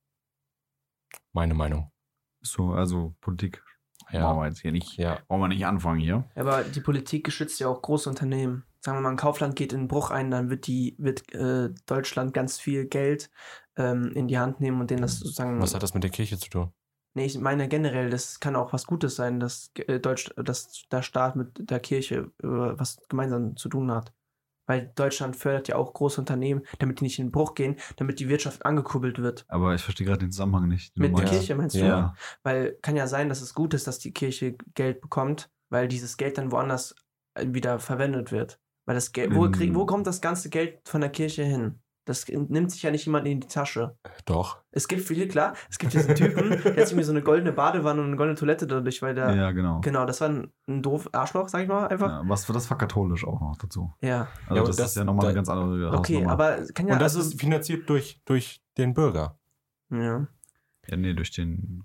Meine Meinung. So, also Politik. Ja. Brauchen wir jetzt hier nicht. Ja. Brauchen wir nicht anfangen hier. Aber die Politik geschützt ja auch große Unternehmen. Sagen wir mal, ein Kaufland geht in den Bruch ein, dann wird Deutschland ganz viel Geld in die Hand nehmen und denen das sozusagen. Was hat das mit der Kirche zu tun? Nee, ich meine generell, das kann auch was Gutes sein, dass dass der Staat mit der Kirche was gemeinsam zu tun hat. Weil Deutschland fördert ja auch große Unternehmen, damit die nicht in den Bruch gehen, damit die Wirtschaft angekurbelt wird. Aber ich verstehe gerade den Zusammenhang nicht. den du Mit der meinst. Kirche meinst du? Ja. Weil kann ja sein, dass es gut ist, dass die Kirche Geld bekommt, weil dieses Geld dann woanders wieder verwendet wird. Weil das Geld, wo kommt das ganze Geld von der Kirche hin? Das nimmt sich ja nicht jemand in die Tasche. Doch. Es gibt viele, klar, es gibt diesen Typen, der hat irgendwie so eine goldene Badewanne und eine goldene Toilette dadurch, weil der. Ja, genau. Genau, das war ein doof Arschloch, sag ich mal, einfach. Ja, das war katholisch auch noch dazu. Ja. Also Ja, aber das das- ist ja nochmal eine da- ganz andere Okay, Hausnummer. aber kann ja. Und das also, ist finanziert durch den Bürger. ja. Ja, nee, durch den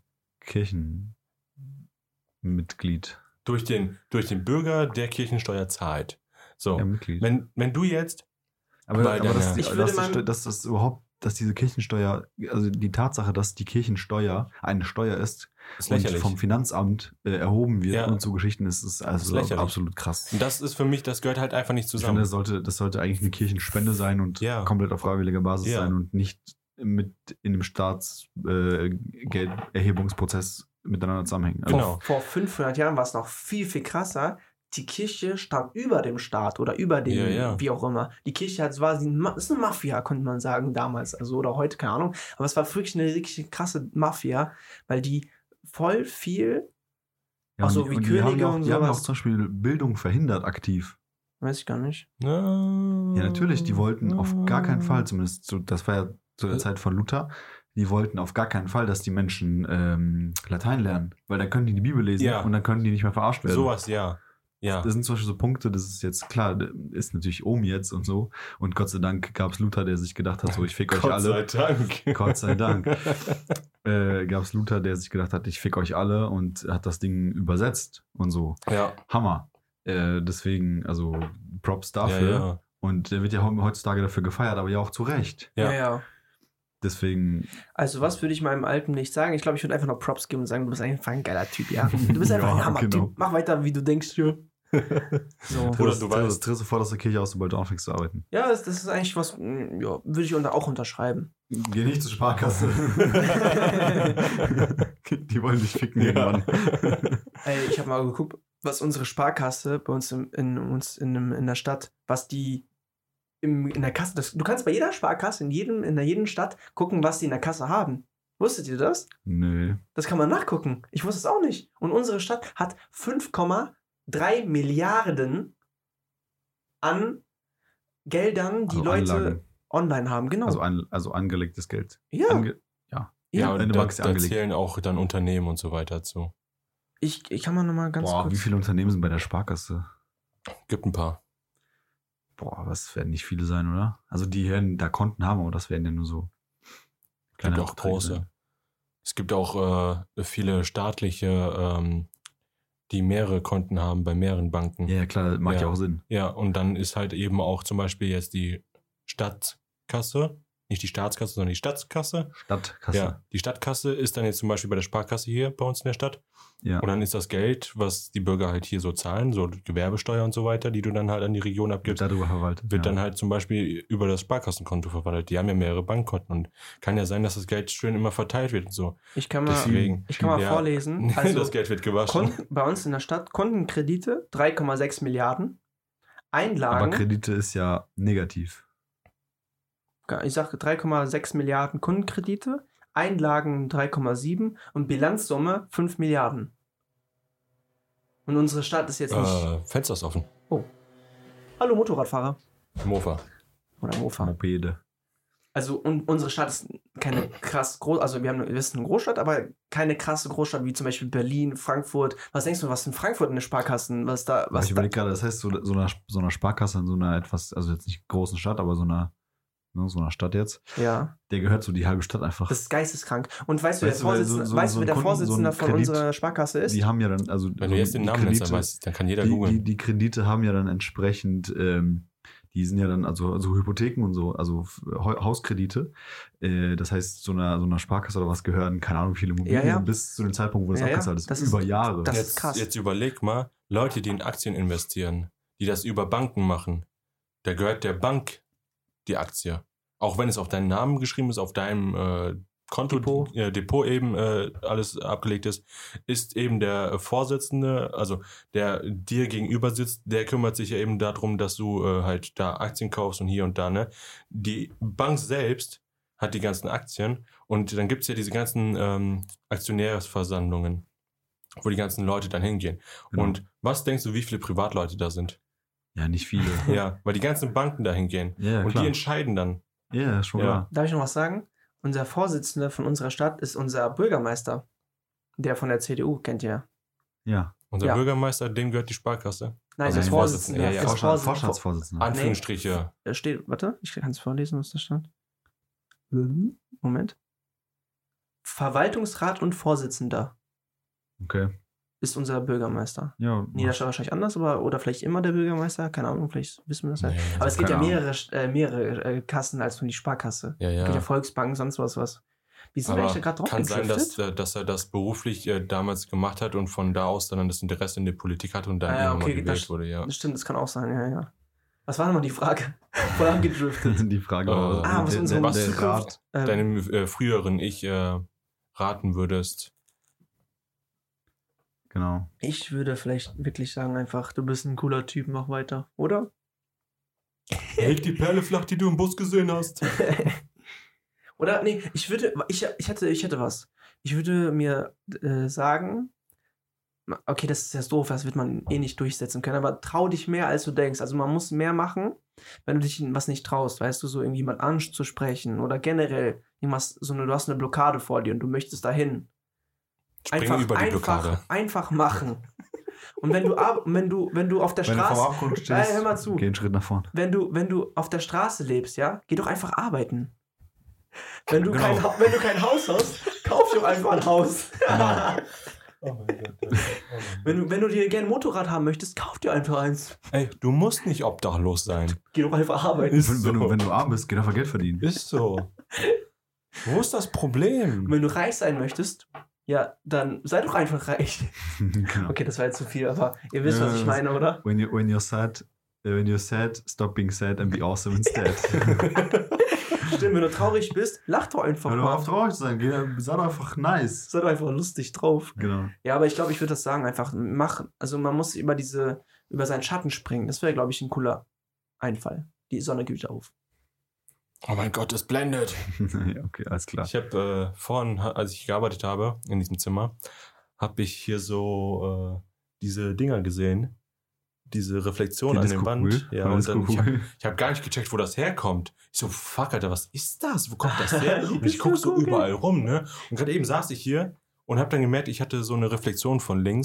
Kirchenmitglied. Durch den Bürger, der Kirchensteuer zahlt. So. Ja, Mitglied. Wenn du jetzt. Aber Weil das, Ich würde mal- das überhaupt, dass diese Kirchensteuer, also die Tatsache, dass die Kirchensteuer eine Steuer ist Ist und lächerlich. vom Finanzamt erhoben wird Ja. und so Geschichten, ist also lächerlich. absolut krass. Und das ist für mich, das gehört halt einfach nicht Ich finde, zusammen. das sollte eigentlich eine Kirchenspende sein und Ja. komplett auf freiwilliger Basis Ja. sein und nicht in dem Staatsgelderhebungsprozess miteinander zusammenhängen. Also, Genau. Vor 500 Jahren war es noch viel, viel krasser. Die Kirche stand über dem Staat oder über dem, Ja, ja. wie auch immer. Die Kirche ist eine Mafia, konnte man sagen, damals. Also, oder heute, keine Ahnung. Aber es war wirklich eine richtig krasse Mafia, weil die voll viel, ja, auch so und wie die haben Könige ja auch, und die haben ja auch sowas. zum Beispiel Bildung verhindert aktiv. Weiß ich gar nicht. Ja, natürlich, die wollten auf gar keinen Fall, zumindest das war ja zu der Zeit von Luther, die wollten auf gar keinen Fall, dass die Menschen Latein lernen, weil dann können die Bibel lesen Ja. und dann können die nicht mehr verarscht werden. Sowas, ja. Ja. Das sind zum Beispiel so Punkte, das ist jetzt klar, ist natürlich Ohm jetzt und so. Und Gott sei Dank gab es Luther, der sich gedacht hat, so ich fick euch alle. Gott sei Dank. Gott sei Dank. Gab es Luther, der sich gedacht hat, ich fick euch alle und hat das Ding übersetzt und so. Ja. Hammer. Deswegen, also Props dafür. Ja. Und der wird ja heutzutage dafür gefeiert, aber ja auch zu Recht. Ja. Deswegen, Also, was würde ich meinem Alten nicht sagen? Ich glaube, ich würde einfach noch Props geben und sagen, du bist einfach ein geiler Typ, ja. Du bist einfach Ja, ein Hammer-Typ. genau. Mach weiter, wie du denkst, ja. So. Oder du weißt. tritt sofort aus der Kirche aus, sobald du anfängst zu arbeiten. Ja, das ist eigentlich was, ja, würde ich auch unterschreiben. Geh nicht zur Sparkasse. Die wollen dich ficken Ja. irgendwann. Ey, ich habe mal geguckt, was unsere Sparkasse bei uns in der Stadt, was die in der Kasse, du kannst bei jeder Sparkasse in jeder Stadt gucken, was die in der Kasse haben. Wusstet ihr das? Nö. Das kann man nachgucken. Ich wusste es auch nicht. Und unsere Stadt hat 5,3 Milliarden an Geldern, die Also Leute Anlagen. online haben. Genau. Also angelegtes Geld. ja, Ja, ja. und eine da, Bank ist da angelegt. zählen auch dann Unternehmen und so weiter zu. Ich kann mal nochmal ganz Boah, kurz. wie viele Unternehmen sind bei der Sparkasse? Gibt ein paar. Boah, was werden nicht viele sein, oder? Also die werden da Konten haben, aber das werden ja nur so. Es gibt auch Beträge große. sein. Es gibt auch viele staatliche, die mehrere Konten haben bei mehreren Banken. Ja, klar, das macht ja Ja. auch Sinn. Ja, und dann ist halt eben auch zum Beispiel jetzt die Stadtkasse, nicht die Staatskasse, sondern die Stadtkasse. Stadtkasse. Ja, die Stadtkasse ist dann jetzt zum Beispiel bei der Sparkasse hier bei uns in der Stadt. Ja. Und dann ist das Geld, was die Bürger halt hier so zahlen, so Gewerbesteuer und so weiter, die du dann halt an die Region Wird abgibst, darüber verwaltet. wird ja. dann halt zum Beispiel über das Sparkassenkonto verwaltet. Die haben ja mehrere Bankkonten und kann ja sein, dass das Geld schön immer verteilt wird und so. Ich kann mal, Deswegen. ich kann mal Ja. vorlesen. Also das Geld wird gewaschen. Bei uns in der Stadt Kontenkredite 3,6 Milliarden. Einlagen, Aber Kredite ist ja negativ. ich sage 3,6 Milliarden Kundenkredite, Einlagen 3,7 und Bilanzsumme 5 Milliarden. Und unsere Stadt ist jetzt nicht... Fenster ist offen. Hallo Motorradfahrer Mofa. oder Mofa. Mopede. Also und unsere Stadt ist keine krass groß, also wir sind eine Großstadt, aber keine krasse Großstadt wie zum Beispiel Berlin, Frankfurt. Was denkst du, was in Frankfurt in den Sparkassen, was da... Ich überlege gerade, das heißt, so einer Sparkasse in so einer etwas, also jetzt nicht großen Stadt, aber so einer Stadt jetzt, Ja, der gehört so die halbe Stadt einfach. das ist geisteskrank. Und weißt du, Weißt du, weil wer der Vorsitzende von Kredit, unserer Sparkasse ist? Die haben ja dann, also Wenn du jetzt den die Namen nennst, Kredite, dann, dann kann jeder die, googeln. die Kredite haben ja dann entsprechend, die sind ja dann also Hypotheken und so, also Hauskredite. Das heißt, so einer Sparkasse oder was gehören, keine Ahnung, wie viele Immobilien, Ja. bis zu dem Zeitpunkt, wo das Ja, ja. abgezahlt ist, Das ist- über Jahre. das- jetzt, ist krass. Jetzt überleg mal, Leute, die in Aktien investieren, die das über Banken machen, da gehört der Bank die Aktie. Auch wenn es auf deinen Namen geschrieben ist, auf deinem Konto, Depot eben alles abgelegt ist eben der Vorsitzende, also der dir gegenüber sitzt, der kümmert sich ja eben darum, dass du halt da Aktien kaufst und hier und da, ne? Die Bank selbst hat die ganzen Aktien und dann gibt's ja diese ganzen Aktionärsversammlungen, wo die ganzen Leute dann hingehen. Genau. Und was denkst du, wie viele Privatleute da sind? Ja, nicht viele. Ja, weil die ganzen Banken da hingehen. Ja, Und klar. die entscheiden dann. Ja, schon Ja. klar. Darf ich noch was sagen? Unser Vorsitzender von unserer Stadt ist unser Bürgermeister. Der von der CDU, kennt ihr. Ja. Unser Ja. Bürgermeister, dem gehört die Sparkasse. Nein, Also das der Vorsitzende. Vorsitzende, ja, ja. Das Vorstandsvorsitzender. Anführungsstriche. Da steht, warte, ich kann es vorlesen, was da stand. Moment. Verwaltungsrat und Vorsitzender Okay. ist unser Bürgermeister. Ja. Niederstadt wahrscheinlich anders, oder vielleicht immer der Bürgermeister, keine Ahnung, vielleicht wissen wir das ja. Nee, Aber es gibt ja keine mehrere Kassen als nur die Sparkasse. Ja, Es gibt ja ja. Volksbank, sonst was. Wie sind wir Aber eigentlich da gerade drauf kann sein, gedriftet? dass er das beruflich damals gemacht hat und von da aus dann das Interesse in der Politik hat und dann Ah, ja, irgendwann okay, gewählt das- wurde, ja. Das stimmt, das kann auch sein, ja. Was war nochmal die Frage? Voll abgedriftet. Die Frage war, was unsere was Zukunft- Rat. Deinem früheren Ich raten würdest. Genau. Ich würde vielleicht wirklich sagen einfach, du bist ein cooler Typ, mach weiter, oder? Leg die Perle flach, die du im Bus gesehen hast. Oder, nee, ich hätte was. Ich würde mir sagen, okay, das ist jetzt doof, das wird man eh nicht durchsetzen können, aber trau dich mehr, als du denkst. Also man muss mehr machen, wenn du dich in was nicht traust, weißt du, so irgendjemand anzusprechen oder generell irgendwas, du hast eine Blockade vor dir und du möchtest dahin. Spring über die Blockade. Einfach machen. Und wenn du auf der Wenn du Straße, vor Abgrund stehst, Nein, hör mal zu. geh einen Schritt nach vorn. wenn du auf der Straße lebst, ja, geh doch einfach arbeiten. Wenn du, Genau. wenn du kein Haus hast, kauf dir einfach ein Haus. Genau. Oh mein Gott. Wenn du dir gerne ein Motorrad haben möchtest, kauf dir einfach eins. Ey, du musst nicht obdachlos sein. Geh doch einfach arbeiten. Ist Wenn du arm bist, geh einfach Geld verdienen. Ist so. Wo ist das Problem? Und wenn du reich sein möchtest, ja, dann sei doch einfach reich. Genau. Okay, das war jetzt zu viel, aber ihr wisst, was ich Ja, meine, oder? When you're sad, stop being sad and be awesome instead. Stimmt, wenn du traurig bist, lach doch einfach Hör doch mal. auf traurig zu sein, sei doch einfach nice. Sei doch einfach lustig drauf. Genau. Ja, aber ich glaube, ich würde das sagen, einfach machen. Also man muss über seinen Schatten springen. Das wäre, glaube ich, ein cooler Einfall. Die Sonne geht wieder auf. Oh mein Gott, es blendet. Ja, okay, alles klar. Ich habe vorhin, als ich gearbeitet habe in diesem Zimmer, habe ich hier so diese Dinger gesehen. Diese Reflexion an der Wand. Ja, und dann, ich hab gar nicht gecheckt, wo das herkommt. Ich so, fuck, Alter, was ist das? Wo kommt das her? Und ich guck so überall rum, ne? Und gerade eben saß ich hier und hab dann gemerkt, ich hatte so eine Reflexion von links.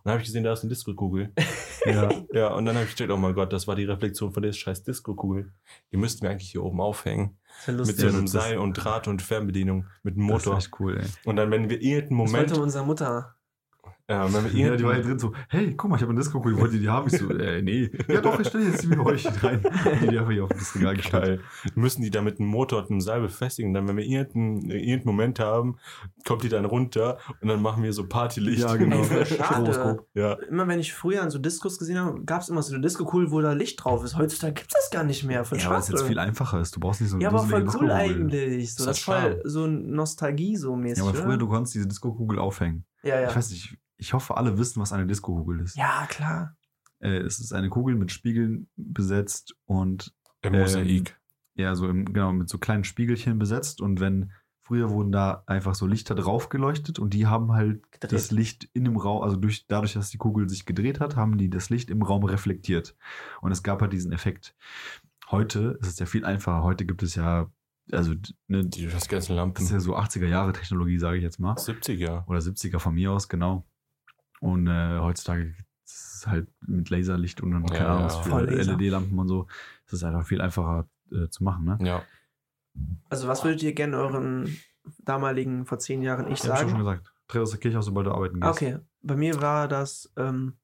dann habe ich gesehen, da ist eine Disco-Kugel. Ja. Ja, und dann habe ich gedacht, oh mein Gott, das war die Reflexion von der scheiß Disco-Kugel. Die müssten wir eigentlich hier oben aufhängen. Das wäre Mit lustig. so einem das- Seil und Draht und Fernbedienung, mit einem Das ist Motor. echt cool, ey. Und dann, wenn wir irgendeinen Das Moment, wollte unsere Mutter. wenn wir Ja, die war hier irgendeinen, drin so, hey, guck mal, ich habe eine Disco-Kugel, wollt ihr die haben? Ich so, nee. Ja doch, ich stelle jetzt die mit euch rein. Die einfach hier auf das Regal gestellt. Geil. Müssen die da mit einem Motor und einem Seil befestigen. Dann, wenn wir irgendeinen Moment haben, kommt die dann runter und dann machen wir so Partylicht. Ja, genau. Ey, voll schade. Stroboskop. Ja. Immer wenn ich früher an so Discos gesehen habe, gab es immer so eine Disco-Kugel, wo da Licht drauf ist. Heutzutage gibt es das gar nicht mehr. Voll Ja, weil es schade. jetzt viel einfacher ist. Du brauchst nicht so eine Ja, aber voll dusselige cool Disco-Kugel. eigentlich. So, Das das ist ist voll Charme. so Nostalgie so mäßig. Ja, aber früher, oder? du konntest diese Disco-Kugel aufhängen. Ja, ja. Ich weiß nicht, ich hoffe, alle wissen, was eine Disco-Kugel ist. Ja, klar. Es ist eine Kugel mit Spiegeln besetzt und Im Mosaik. ja, so genau, mit so kleinen Spiegelchen besetzt. Und früher wurden da einfach so Lichter drauf geleuchtet und die haben halt Gedreht. das Licht in dem Raum, also dadurch, dass die Kugel sich gedreht hat, haben die das Licht im Raum reflektiert. Und es gab halt diesen Effekt. Heute ist es ja viel einfacher. Heute gibt es ja, also, ne, Die das ganze das Lampen. ist ja so 80er-Jahre-Technologie, sage ich jetzt mal. 70er. Oder 70er von mir aus, genau. Und heutzutage ist es halt mit Laserlicht und dann, Ja, keine Ahnung, ja. was für Voll Laser. LED-Lampen und so. Es ist einfach viel einfacher zu machen, ne? Ja. Also, was würdet ihr gerne euren damaligen, vor 10 Jahren ich Ich hab schon sagen? gesagt. Dreh aus der Kirche aus, sobald du arbeiten gehst. Okay, bei mir war das,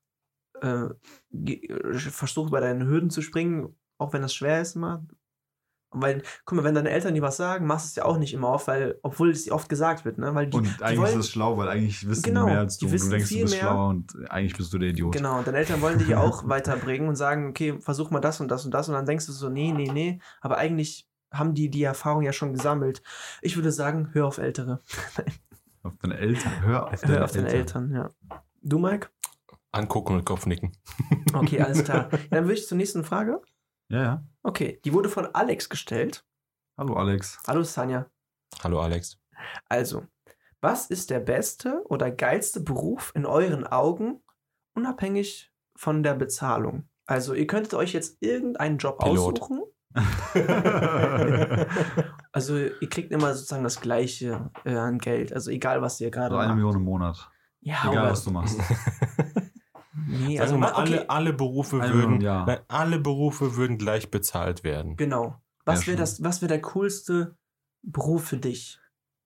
versuch über deine Hürden zu springen, auch wenn das schwer ist immer. Weil, guck mal, wenn deine Eltern dir was sagen, machst du es ja auch nicht immer auf, weil, obwohl es dir oft gesagt wird, ne? Weil die, Und die eigentlich wollen, ist es schlau, weil eigentlich wissen Genau, die mehr als die du. Du wissen denkst, du viel bist mehr. schlauer und eigentlich bist du der Idiot. Genau, deine Eltern wollen dich auch weiterbringen und sagen, okay, versuch mal das und das und das und dann denkst du so, nee, aber eigentlich haben die Erfahrung ja schon gesammelt. Ich würde sagen, hör auf Ältere. Auf deine Eltern. Hör auf Hör auf deine Eltern, ja. Du, Mike? Angucken und Kopfnicken. Okay, alles klar. Ja, dann würde ich zur nächsten Frage. Ja, ja. Okay, die wurde von Alex gestellt. Hallo, Alex. Hallo, Sanja. Hallo Alex. Also, was ist der beste oder geilste Beruf in euren Augen, unabhängig von der Bezahlung? Also, ihr könntet euch jetzt irgendeinen Job Pilot. aussuchen. Also, ihr kriegt immer sozusagen das Gleiche an Geld. Also, egal, was ihr gerade Also 1 macht. Million im Monat. Ja, Egal, aber, was du machst. nee, Sagen also, wir mal, okay, alle Berufe Eine würden, Million, ja. nein, alle Berufe würden gleich bezahlt werden. genau. Was Ja, wäre schon. was wäre der coolste Beruf für dich?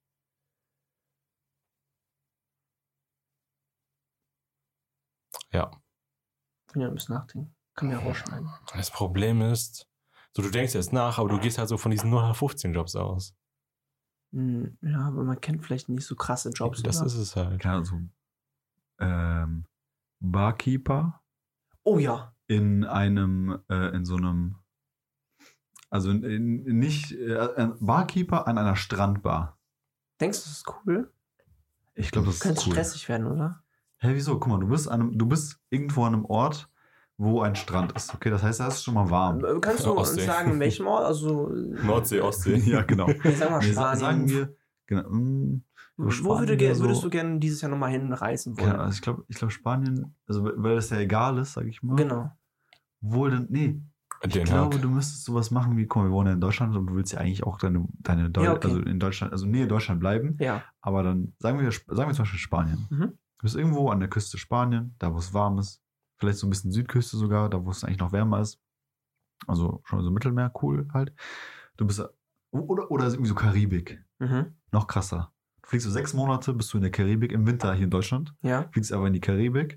Ja. Ich bin ja ein bisschen nachdenken. Kann mir ja rausschneiden. Das Problem ist, so du denkst jetzt nach, aber du gehst halt so von diesen 0815 Jobs aus. Ja, aber man kennt vielleicht nicht so krasse Jobs. Das oder? ist es halt. Keine Ahnung, so Barkeeper Oh ja. in so einem, also nicht, ein Barkeeper an einer Strandbar. Denkst du, das ist cool? Ich glaube, das Könnte ist cool. stressig werden, oder? Hä, wieso? Guck mal, du bist irgendwo an einem Ort, wo ein Strand ist. Okay, das heißt, da ist es schon mal warm. Kannst du uns Ostsee. sagen, in welchem Ort? Also, Nordsee, Ostsee. Ja, genau. nee, sag mal Nee, Spanien. sagen wir, genau, Wo Spanien würdest oder so. du gerne dieses Jahr nochmal hinreisen wollen? Ja, also ich glaube Spanien, also weil das ja egal ist, sag ich mal. Genau. Wohl denn, nee. Ich Den glaube, Haag. du müsstest sowas machen wie, guck mal, wir wohnen ja in Deutschland und du willst ja eigentlich auch deine Ja, okay. also in Deutschland, also Nähe Deutschland bleiben. Ja. Aber dann sagen wir zum Beispiel Spanien. Mhm. Du bist irgendwo an der Küste Spanien, da wo es warm ist. Vielleicht so ein bisschen Südküste sogar, da wo es eigentlich noch wärmer ist. Also schon so Mittelmeer, cool halt. Du bist, oder irgendwie so Karibik. Mhm. Noch krasser. Du fliegst so 6 Monate, bist du in der Karibik, im Winter hier in Deutschland. Ja. Fliegst aber in die Karibik.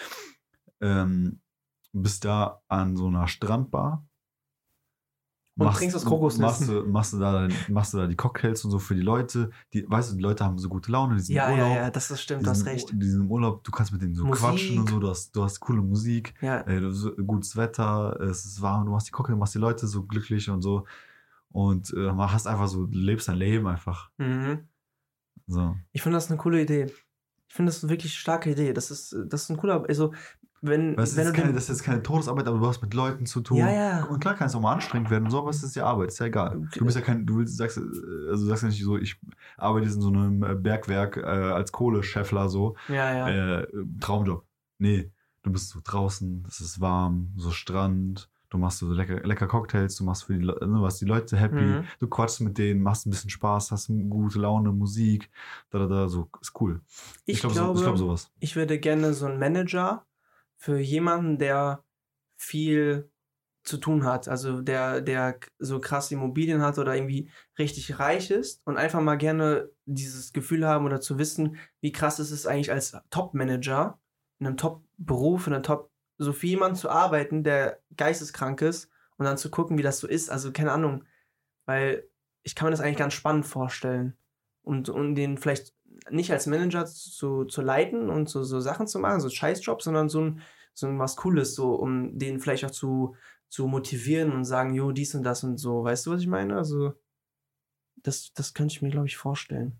Bist da an so einer Strandbar. Und trinkst das Kokosnest. Machst du da die Cocktails und so für die Leute. Weißt du, die Leute haben so gute Laune, die sind Ja, im Urlaub. ja, das stimmt, du hast recht. Die sind im Urlaub, du kannst mit denen so Musik. quatschen und so, du hast coole Musik, Ja. gutes Wetter, es ist warm, du machst die Cocktails, machst die Leute so glücklich und so. Und hast einfach so, du lebst dein Leben einfach. Mhm. So. Ich finde das eine coole Idee. Ich finde das eine wirklich starke Idee. Das ist ein cooler, also wenn Weißt, du das ist jetzt keine Todesarbeit, aber du hast mit Leuten zu tun. Ja, ja. Und klar kann es auch mal anstrengend werden und so, aber es ist ja Arbeit, ist ja egal. Du bist ja sagst ja nicht so, ich arbeite in so einem Bergwerk als Kohlescheffler so. ja. Traumjob. Nee, du bist so draußen, es ist warm, so Strand, Du machst so lecker Cocktails, du machst was die Leute happy, du quatschst mit denen, machst ein bisschen Spaß, hast eine gute Laune, Musik, so, ist cool. Ich glaube, sowas. Ich würde gerne so einen Manager für jemanden, der viel zu tun hat, also der so krass Immobilien hat oder irgendwie richtig reich ist und einfach mal gerne dieses Gefühl haben oder zu wissen, wie krass ist es eigentlich als Top-Manager in einem Top-Beruf, so für jemanden zu arbeiten, der geisteskrank ist und dann zu gucken, wie das so ist, also keine Ahnung, weil ich kann mir das eigentlich ganz spannend vorstellen und den vielleicht nicht als Manager zu leiten und so Sachen zu machen, so Scheißjob, sondern so ein was Cooles, so um den vielleicht auch zu motivieren und sagen, jo, dies und das und so. Weißt du, was ich meine? Also, das könnte ich mir, glaube ich, vorstellen.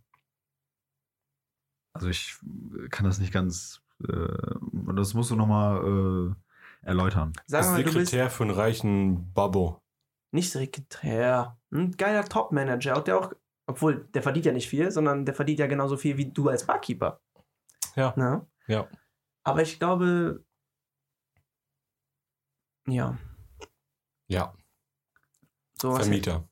Also ich kann das nicht ganz, das musst du nochmal erläutern. Das Sekretär für einen reichen Babbo. Nicht Sekretär. Ein geiler Top-Manager. Und der auch, obwohl, der verdient ja nicht viel, sondern der verdient ja genauso viel wie du als Barkeeper. Ja. Na? Ja. Aber ich glaube, ja. Ja. So Vermieter.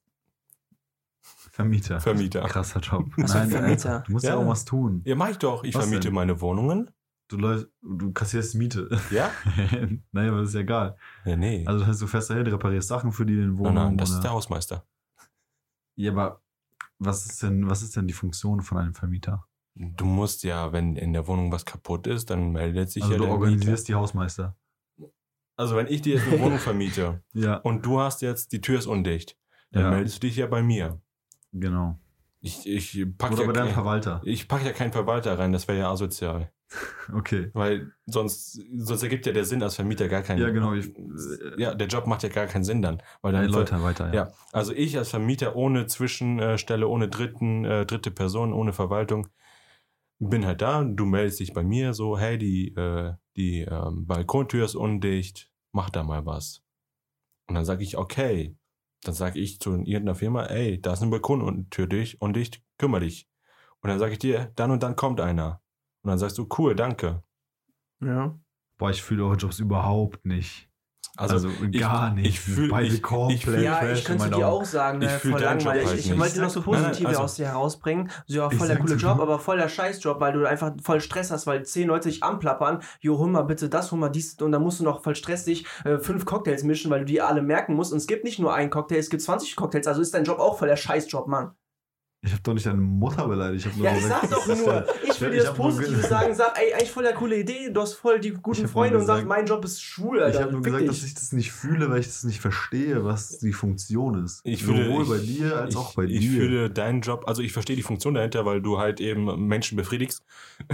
Krasser Job. Was Nein, für Vermieter? Du musst ja auch was tun. Ja, mach ich doch. Ich Was vermiete denn? meine Wohnungen. Du kassierst Miete. Ja? Naja, aber das ist ja egal. Ja, nee. Also das heißt, du fährst dahin, reparierst Sachen für die in den Wohnungen. Nein, das ist oder? der Hausmeister. Ja, aber was ist denn die Funktion von einem Vermieter? Du musst ja, wenn in der Wohnung was kaputt ist, dann meldet sich Also ja du der organisierst die Hausmeister. Also wenn ich dir jetzt eine Wohnung vermiete Ja, und du hast jetzt, die Tür ist undicht, dann Ja. meldest du dich ja bei mir. genau. Ich packe Oder ja, bei deinem Verwalter. ich pack ja keinen Verwalter rein, das wäre ja asozial. Okay. Weil sonst ergibt ja der Sinn als Vermieter gar keinen Ja, genau. Ja, der Job macht ja gar keinen Sinn dann. Weil dann Leute weiter, ja, also ich als Vermieter ohne Zwischenstelle, ohne dritte Person, ohne Verwaltung, bin halt da, du meldest dich bei mir so, hey, die Balkontür ist undicht, mach da mal was. Und dann sage ich, okay. Dann sage ich zu irgendeiner Firma, ey, da ist eine Balkontür undicht, kümmere dich. Und dann sage ich dir, dann und dann kommt einer. Und dann sagst du, cool, danke. Ja. Boah, ich fühle eure Jobs überhaupt nicht. Also gar nicht. ich fühl- Beide ich- komplett ich fühl- Ja, trash ich in könnte meinen dir Augen. auch sagen, Ich fühl voll deinen Job langweilig. halt Ich nicht. wollte noch so Positive also- aus dir herausbringen. So, ja, Ich voll der sag coole dir Job, nur- aber voll der Scheißjob, weil du einfach voll Stress hast, weil 10 Leute dich anplappern. Jo, hol mal bitte das, hol mal dies. Und dann musst du noch voll stressig 5 Cocktails mischen, weil du die alle merken musst. Und es gibt nicht nur einen Cocktail, es gibt 20 Cocktails. Also ist dein Job auch voll der Scheißjob, Mann. Ich habe doch nicht deine Mutter beleidigt. Ich hab nur Ja, ich gesagt, sag doch das ist nur. der- Ich will dir ich das hab nur Positive ge- sagen. Sag, ey, eigentlich voll der coole Idee. Du hast voll die Ich guten hab Freunde nur und sagst, gesagt- mein Job ist schwul, Ich Alter. habe nur Fick gesagt, dich. dass ich das nicht fühle, weil ich das nicht verstehe, was die Funktion ist. Ich fühle- Sowohl bei ich- dir als auch bei dir. Ich fühle deinen Job, also ich verstehe die Funktion dahinter, weil du halt eben Menschen befriedigst.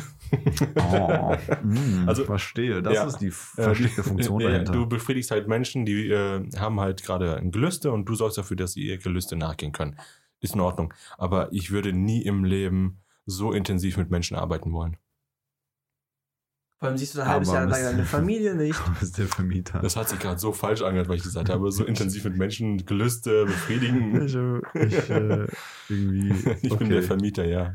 Oh, Also- verstehe. Das ja. ist die versteckte Funktion Ja, dahinter. du befriedigst halt Menschen, die haben halt gerade ein Gelüste und du sorgst dafür, dass sie ihr Gelüste nachgehen können. Ist in Ordnung. Aber ich würde nie im Leben so intensiv mit Menschen arbeiten wollen. Vor allem siehst du ein halbes Aber Jahr lang bist- deine Familie nicht. Du bist der Vermieter. Das hat sich gerade so falsch angehört, weil ich gesagt habe, so intensiv mit Menschen Gelüste befriedigen. Irgendwie. Ich bin der Vermieter, ja.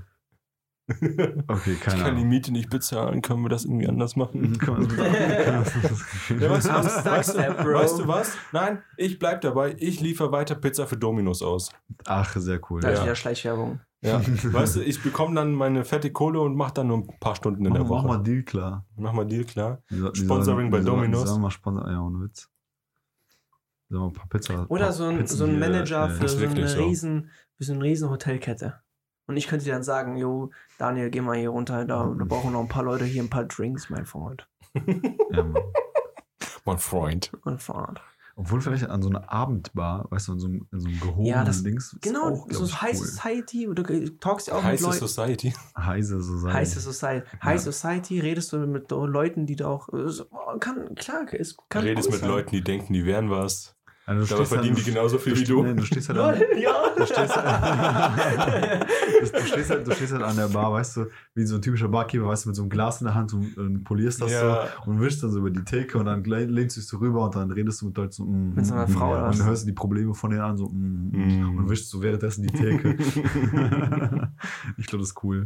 Okay, Ich keine kann die Ahnung. Miete nicht bezahlen, können wir das irgendwie anders machen? Kann man das bitte- Ja, weißt, du Am was? Stuckstep, Bro. Weißt du was? Nein, ich bleib dabei. Ich liefere weiter Pizza für Dominos aus. Ach, sehr cool. Da ist Ja. wieder Schleichwerbung. Ja. Weißt du, ich bekomme dann meine fette Kohle und mache dann nur ein paar Stunden in der Mach Woche. mal Deal klar. Mach mal Deal, klar. Die Sponsoring bei Domino's. Sollen mal Sponsor, ja, ohne Witz. Sollen wir ein paar Pizza. Oder paar so ein Pizzen hier, Manager für ist so wirklich eine so. riesen Hotelkette. Und ich könnte dir dann sagen, jo, Daniel, geh mal hier runter, da brauchen noch ein paar Leute hier, ein paar Drinks, mein Freund. Ja, Mann. Mein Freund. Und Freund. Obwohl vielleicht an so einer Abendbar, weißt du, in so einem gehobenen Ja, das- Dings. ist Genau, auch, glaub so ich, High cool. Society, oder du talkst ja auch Heiße mit Leuten. Society. Heise so sein. High Society. High Society, redest du mit Leuten, die da auch. Kann Redest gut mit sein. Leuten, die denken, die wären was. Also, du Dabei stehst verdienen halt- die genauso viel wie du. du. Nee, du stehst halt an, Lol, ja. du stehst halt an der Bar, weißt du, wie so ein typischer Barkeeper, weißt du, mit so einem Glas in der Hand und polierst das Ja. so und wischst dann so über die Theke und dann lehnst du dich so rüber und dann redest du mit Leuten so Mit so einer Frau oder und was? dann hörst du die Probleme von denen an so und wischst so währenddessen die Theke. Ich glaube, das ist cool.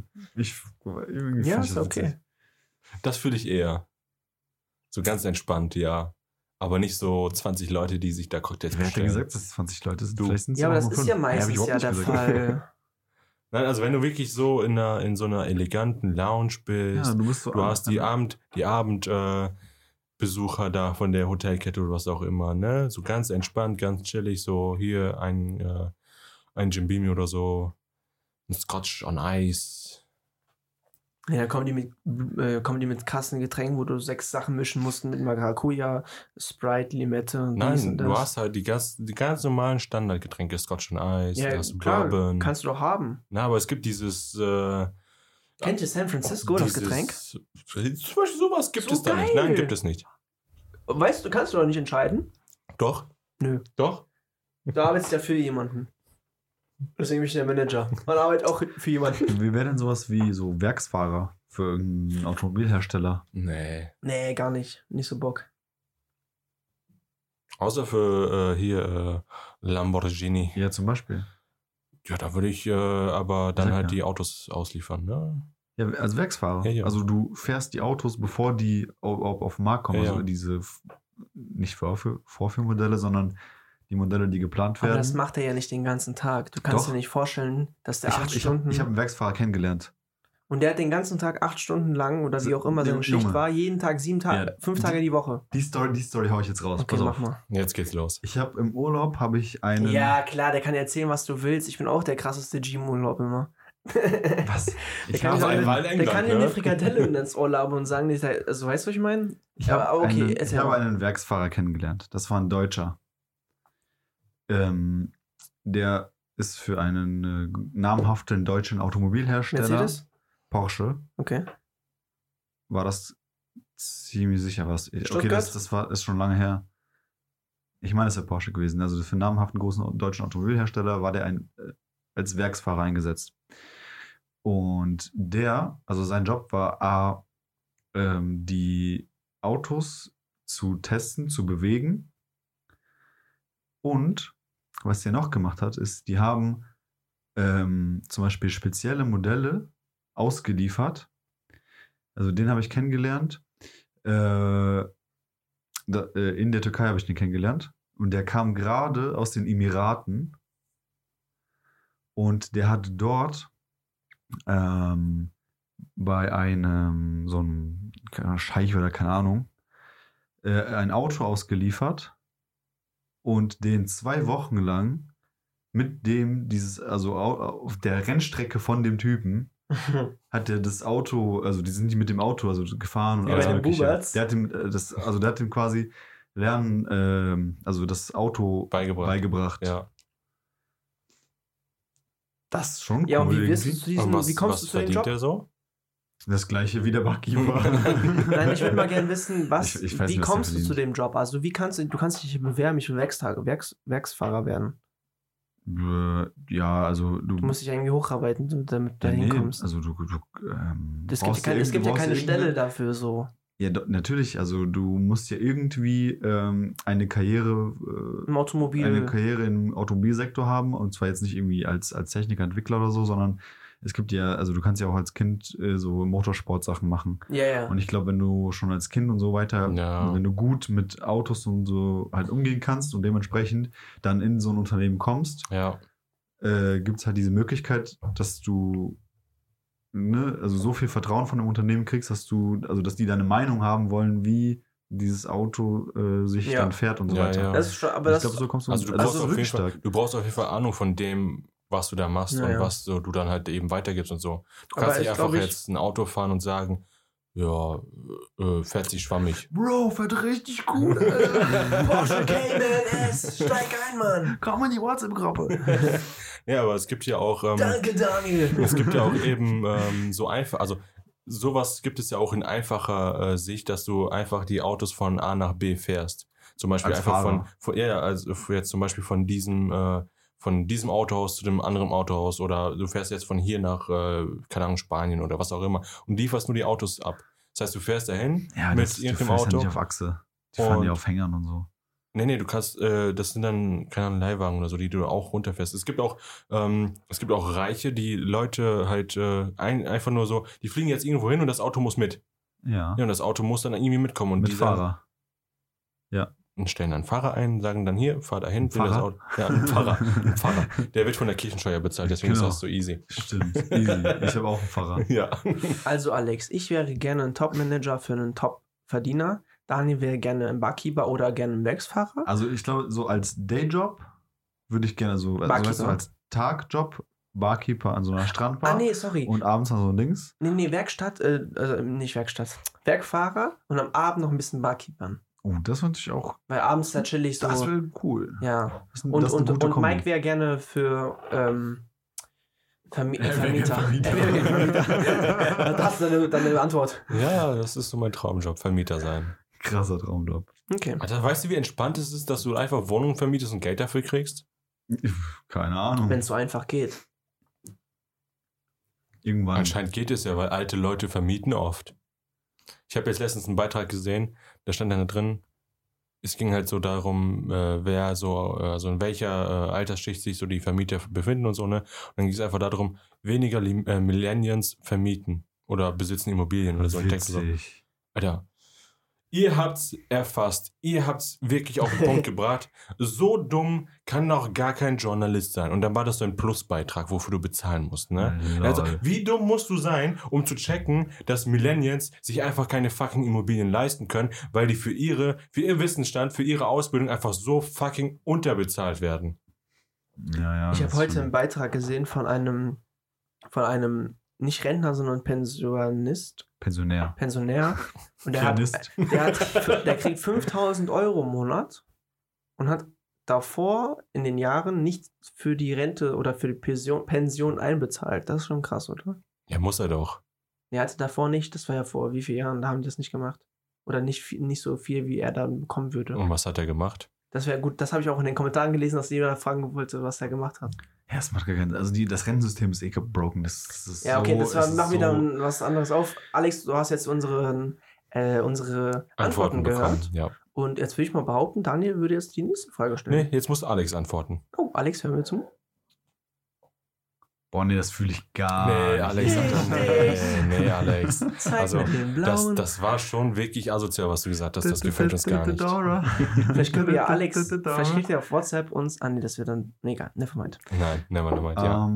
Irgendwie Ja, find ich ist das okay. witzig. Das fühle ich eher. So ganz entspannt, ja. Aber nicht so 20 Leute, die sich da Cocktails Wer hat denn bestellen. gesagt, dass es 20 Leute sind? Du. Vielleicht sind's Ja, aber auch das nur ist 5. ja hab ich meistens überhaupt ja nicht der gesagt. Fall. Nein, also wenn du wirklich so in so einer eleganten Lounge bist, Ja, du bist so du hast die Abend Besucher da von der Hotelkette oder was auch immer, ne? So ganz entspannt, ganz chillig, so hier ein Jim Beam oder so, ein Scotch on Ice. Ja, kommen die mit krassen Getränken, wo du 6 Sachen mischen musst mit Maracuja, Sprite, Limette und dies Nein, und du das. hast halt die ganz normalen Standardgetränke, Scotch on Ice, Ja, da hast du klar, Bourbon. kannst du doch haben. Na, aber es gibt dieses Kennt ihr San Francisco, das Getränk? Zum Beispiel sowas gibt So es da nicht. geil. Nein, gibt es nicht. Weißt du, kannst du doch nicht entscheiden. Doch? Nö. Doch? Du arbeitest ja für jemanden. Deswegen bin ich der Manager. Man arbeitet auch für jemanden. Wie wäre denn sowas wie so Werksfahrer für irgendeinen Automobilhersteller? Nee. Nee, gar nicht. Nicht so Bock. Außer für hier Lamborghini. Ja, zum Beispiel. Ja, da würde ich aber dann Sag halt ja. die Autos ausliefern, ne? Ja, als Werksfahrer. Ja, ja. Also du fährst die Autos, bevor die auf den Markt kommen. Ja, Also ja. diese nicht Vorführmodelle, sondern die Modelle, die geplant Aber werden. das macht er ja nicht den ganzen Tag. Du kannst Doch. dir nicht vorstellen, dass der 8 ich Stunden... hab einen Werksfahrer kennengelernt. und der hat den ganzen Tag 8 Stunden lang, oder wie auch immer seine Junge. Schicht war, jeden Tag 7 Tage, Ja, 5 Tage die Woche. Die Story hau ich jetzt raus. Okay, Pass mach auf. mal. Jetzt geht's los. Ich habe im Urlaub einen. Ja, klar, der kann dir erzählen, was du willst. Ich bin auch der krasseste G-Urlaub immer. Was? Ich Der kann, habe dir War in der England, kann dir ne? eine Frikadelle ins Ohr labern und sagen, also weißt du, was ich meine? Ich habe aber okay, einen, ich erzähl habe mal. einen Werksfahrer kennengelernt. Das war ein Deutscher. Der ist für einen namhaften deutschen Automobilhersteller, Mercedes? Porsche, Okay. war das ziemlich sicher was. Okay, Stuttgart? ist schon lange her. Ich meine, es wäre Porsche gewesen. Also für einen namhaften großen deutschen Automobilhersteller war der als Werksfahrer eingesetzt. Und also sein Job war die Autos zu testen, zu bewegen. Und was der noch gemacht hat, ist, die haben zum Beispiel spezielle Modelle ausgeliefert. Also den habe ich kennengelernt. In der Türkei habe ich den kennengelernt. Und der kam gerade aus den Emiraten. Und der hat dort bei einem so einem Scheich oder keine Ahnung ein Auto ausgeliefert und den 2 Wochen lang mit dem also auf der Rennstrecke von dem Typen hat er das Auto, also die sind mit dem Auto also gefahren und Ja, alles bei den mögliche. Buberts. Der hat ihm quasi Lernen, also das Auto beigebracht. Ja. Das ist schon cool. Ja, und wie wirst du irgendwie. zu diesem, Und wie kommst du zu dem verdient Job? der so? Das gleiche wie der Barkeeper. Nein, ich würde mal gerne wissen, Ich weiß wie nicht, was der kommst du zu verdient. dem Job? Also du kannst dich hier bewerben, ich will Werksfahrer werden. Ja, also Du musst dich irgendwie hocharbeiten, damit du da hinkommst. also du Es brauchst gibt ja brauchst keine Stelle irgendwie- dafür so. Ja, natürlich, also du musst ja irgendwie eine Karriere Im Automobil. im Automobilsektor haben, und zwar jetzt nicht irgendwie als Techniker, Entwickler oder so, sondern es gibt ja, also du kannst ja auch als Kind so Motorsport-Sachen machen. Ja, ja. Und ich glaube, wenn du schon als Kind und so weiter, Ja. wenn du gut mit Autos und so halt umgehen kannst und dementsprechend dann in so ein Unternehmen kommst, Ja. gibt es halt diese Möglichkeit, dass du also so viel Vertrauen von dem Unternehmen kriegst, dass die deine Meinung haben wollen, wie dieses Auto sich Ja. dann fährt und so Ja, weiter. ja. Das ist schon, aber Ich das glaube, so kommst du. Also du das brauchst, ist auf jeden wirklich Fall, stark. du brauchst auf jeden Fall Ahnung von dem, was du da machst Ja, und ja. was du dann halt eben weitergibst und so. Du Aber kannst nicht ich einfach glaub, jetzt ein Auto fahren und sagen, ja, fährt sich schwammig. Bro, fährt richtig gut, Alter. Porsche Cayman S, steig ein, Mann. Komm in die WhatsApp-Gruppe. Ja, aber es gibt ja auch, Danke, Daniel. es gibt ja auch eben so einfach, also sowas gibt es ja auch in einfacher Sicht, dass du einfach die Autos von A nach B fährst. Zum Beispiel Als einfach Fahrer. also jetzt zum Beispiel von diesem Autohaus zu dem anderen Autohaus, oder du fährst jetzt von hier nach, keine Ahnung, Spanien oder was auch immer und lieferst nur die Autos ab. Das heißt, du fährst dahin Ja, mit du irgendeinem fährst ja Auto. nicht auf Achse. Die fahren Und- ja auf Hängern und so. Nee, du kannst, das sind dann, keine Ahnung, Leihwagen oder so, die du auch runterfährst. Es gibt auch Reiche, die Leute halt einfach nur so, die fliegen jetzt irgendwo hin und das Auto muss mit. Ja. Ja, und das Auto muss dann irgendwie mitkommen. Und Mit die sagen- Fahrer. Ja. und stellen einen Fahrer ein, sagen dann hier, fahr dahin, will das Pfarrer? Auto. Ja, ein Pfarrer. Der wird von der Kirchensteuer bezahlt, deswegen Genau. ist das so easy. Stimmt, easy. Ich habe auch einen Pfarrer. Ja. Also Alex, ich wäre gerne ein Top-Manager für einen Top-Verdiener. Daniel wäre gerne ein Barkeeper oder gerne ein Werksfahrer. Also ich glaube, so als Dayjob würde ich gerne so, also Barkeeper. weißt du, als Tagjob Barkeeper an so einer Strandbar Nee, sorry. und abends noch so ein Dings. Nee, Werkstatt, also nicht Werkstatt. Werkfahrer und am Abend noch ein bisschen Barkeepern. Oh, das fand ich auch, Weil abends da chillig so. das wäre cool. Ja. Das ist Und eine gute Kombi. Mike wäre gerne für Vermieter. Vermieter. Er wäre gerne Vermieter. Das ist deine Antwort. Ja, das ist so mein Traumjob, Vermieter sein. Krasser Traumjob. Okay. Alter, weißt du, wie entspannt es ist, dass du einfach Wohnungen vermietest und Geld dafür kriegst? Keine Ahnung. Wenn es so einfach geht. Irgendwann. Anscheinend geht es ja, weil alte Leute vermieten oft. Ich habe jetzt letztens einen Beitrag gesehen, da stand dann da drin, es ging halt so darum, wer so, also in welcher Altersschicht sich so die Vermieter befinden und so, ne? Und dann ging es einfach darum, weniger Millennials vermieten oder besitzen Immobilien oder so. Und ich denke so, Witzig. Alter, ihr habt's erfasst, ihr habt's wirklich auf den Punkt gebracht. So dumm kann doch gar kein Journalist sein. Und dann war das so ein Plusbeitrag, wofür du bezahlen musst, ne? Lol. Also, wie dumm musst du sein, um zu checken, dass Millennials sich einfach keine fucking Immobilien leisten können, weil die für ihr Wissensstand, für ihre Ausbildung einfach so fucking unterbezahlt werden. Ja, Ich das habe ist heute schon- einen Beitrag gesehen von einem nicht Rentner, sondern Pensionär. Pensionär. Und Pianist. der kriegt 5.000 Euro im Monat und hat davor in den Jahren nichts für die Rente oder für die Pension einbezahlt. Das ist schon krass, oder? Ja, muss er doch. Er hatte davor nicht, das war ja vor wie vielen Jahren, da haben die das nicht gemacht. Oder nicht so viel, wie er dann bekommen würde. Und was hat er gemacht? Das wäre gut, das habe ich auch in den Kommentaren gelesen, dass jeder fragen wollte, was er gemacht hat. Ja, das macht gar keinen Sinn. Also das Rentensystem ist broken. Das ist Ja, okay, so, es ist machen wir so- dann was anderes auf. Alex, du hast jetzt unsere Antworten gehört. Ja. Und jetzt würde ich mal behaupten, Daniel würde jetzt die nächste Frage stellen. Nee, jetzt muss Alex antworten. Oh, Alex, hören wir zu. Boah, nee, das fühle ich gar Nee, nicht. Alex, Alter, nee, Alex. Zeig Also, mir den Das, blauen. das war schon wirklich asozial, was du gesagt hast. Das gefällt uns gar nicht. Vielleicht können wir ja Alex, vielleicht kriegt er auf WhatsApp uns. Nee, das wird dann. Nee, egal, nevermind. Nein, never, ja.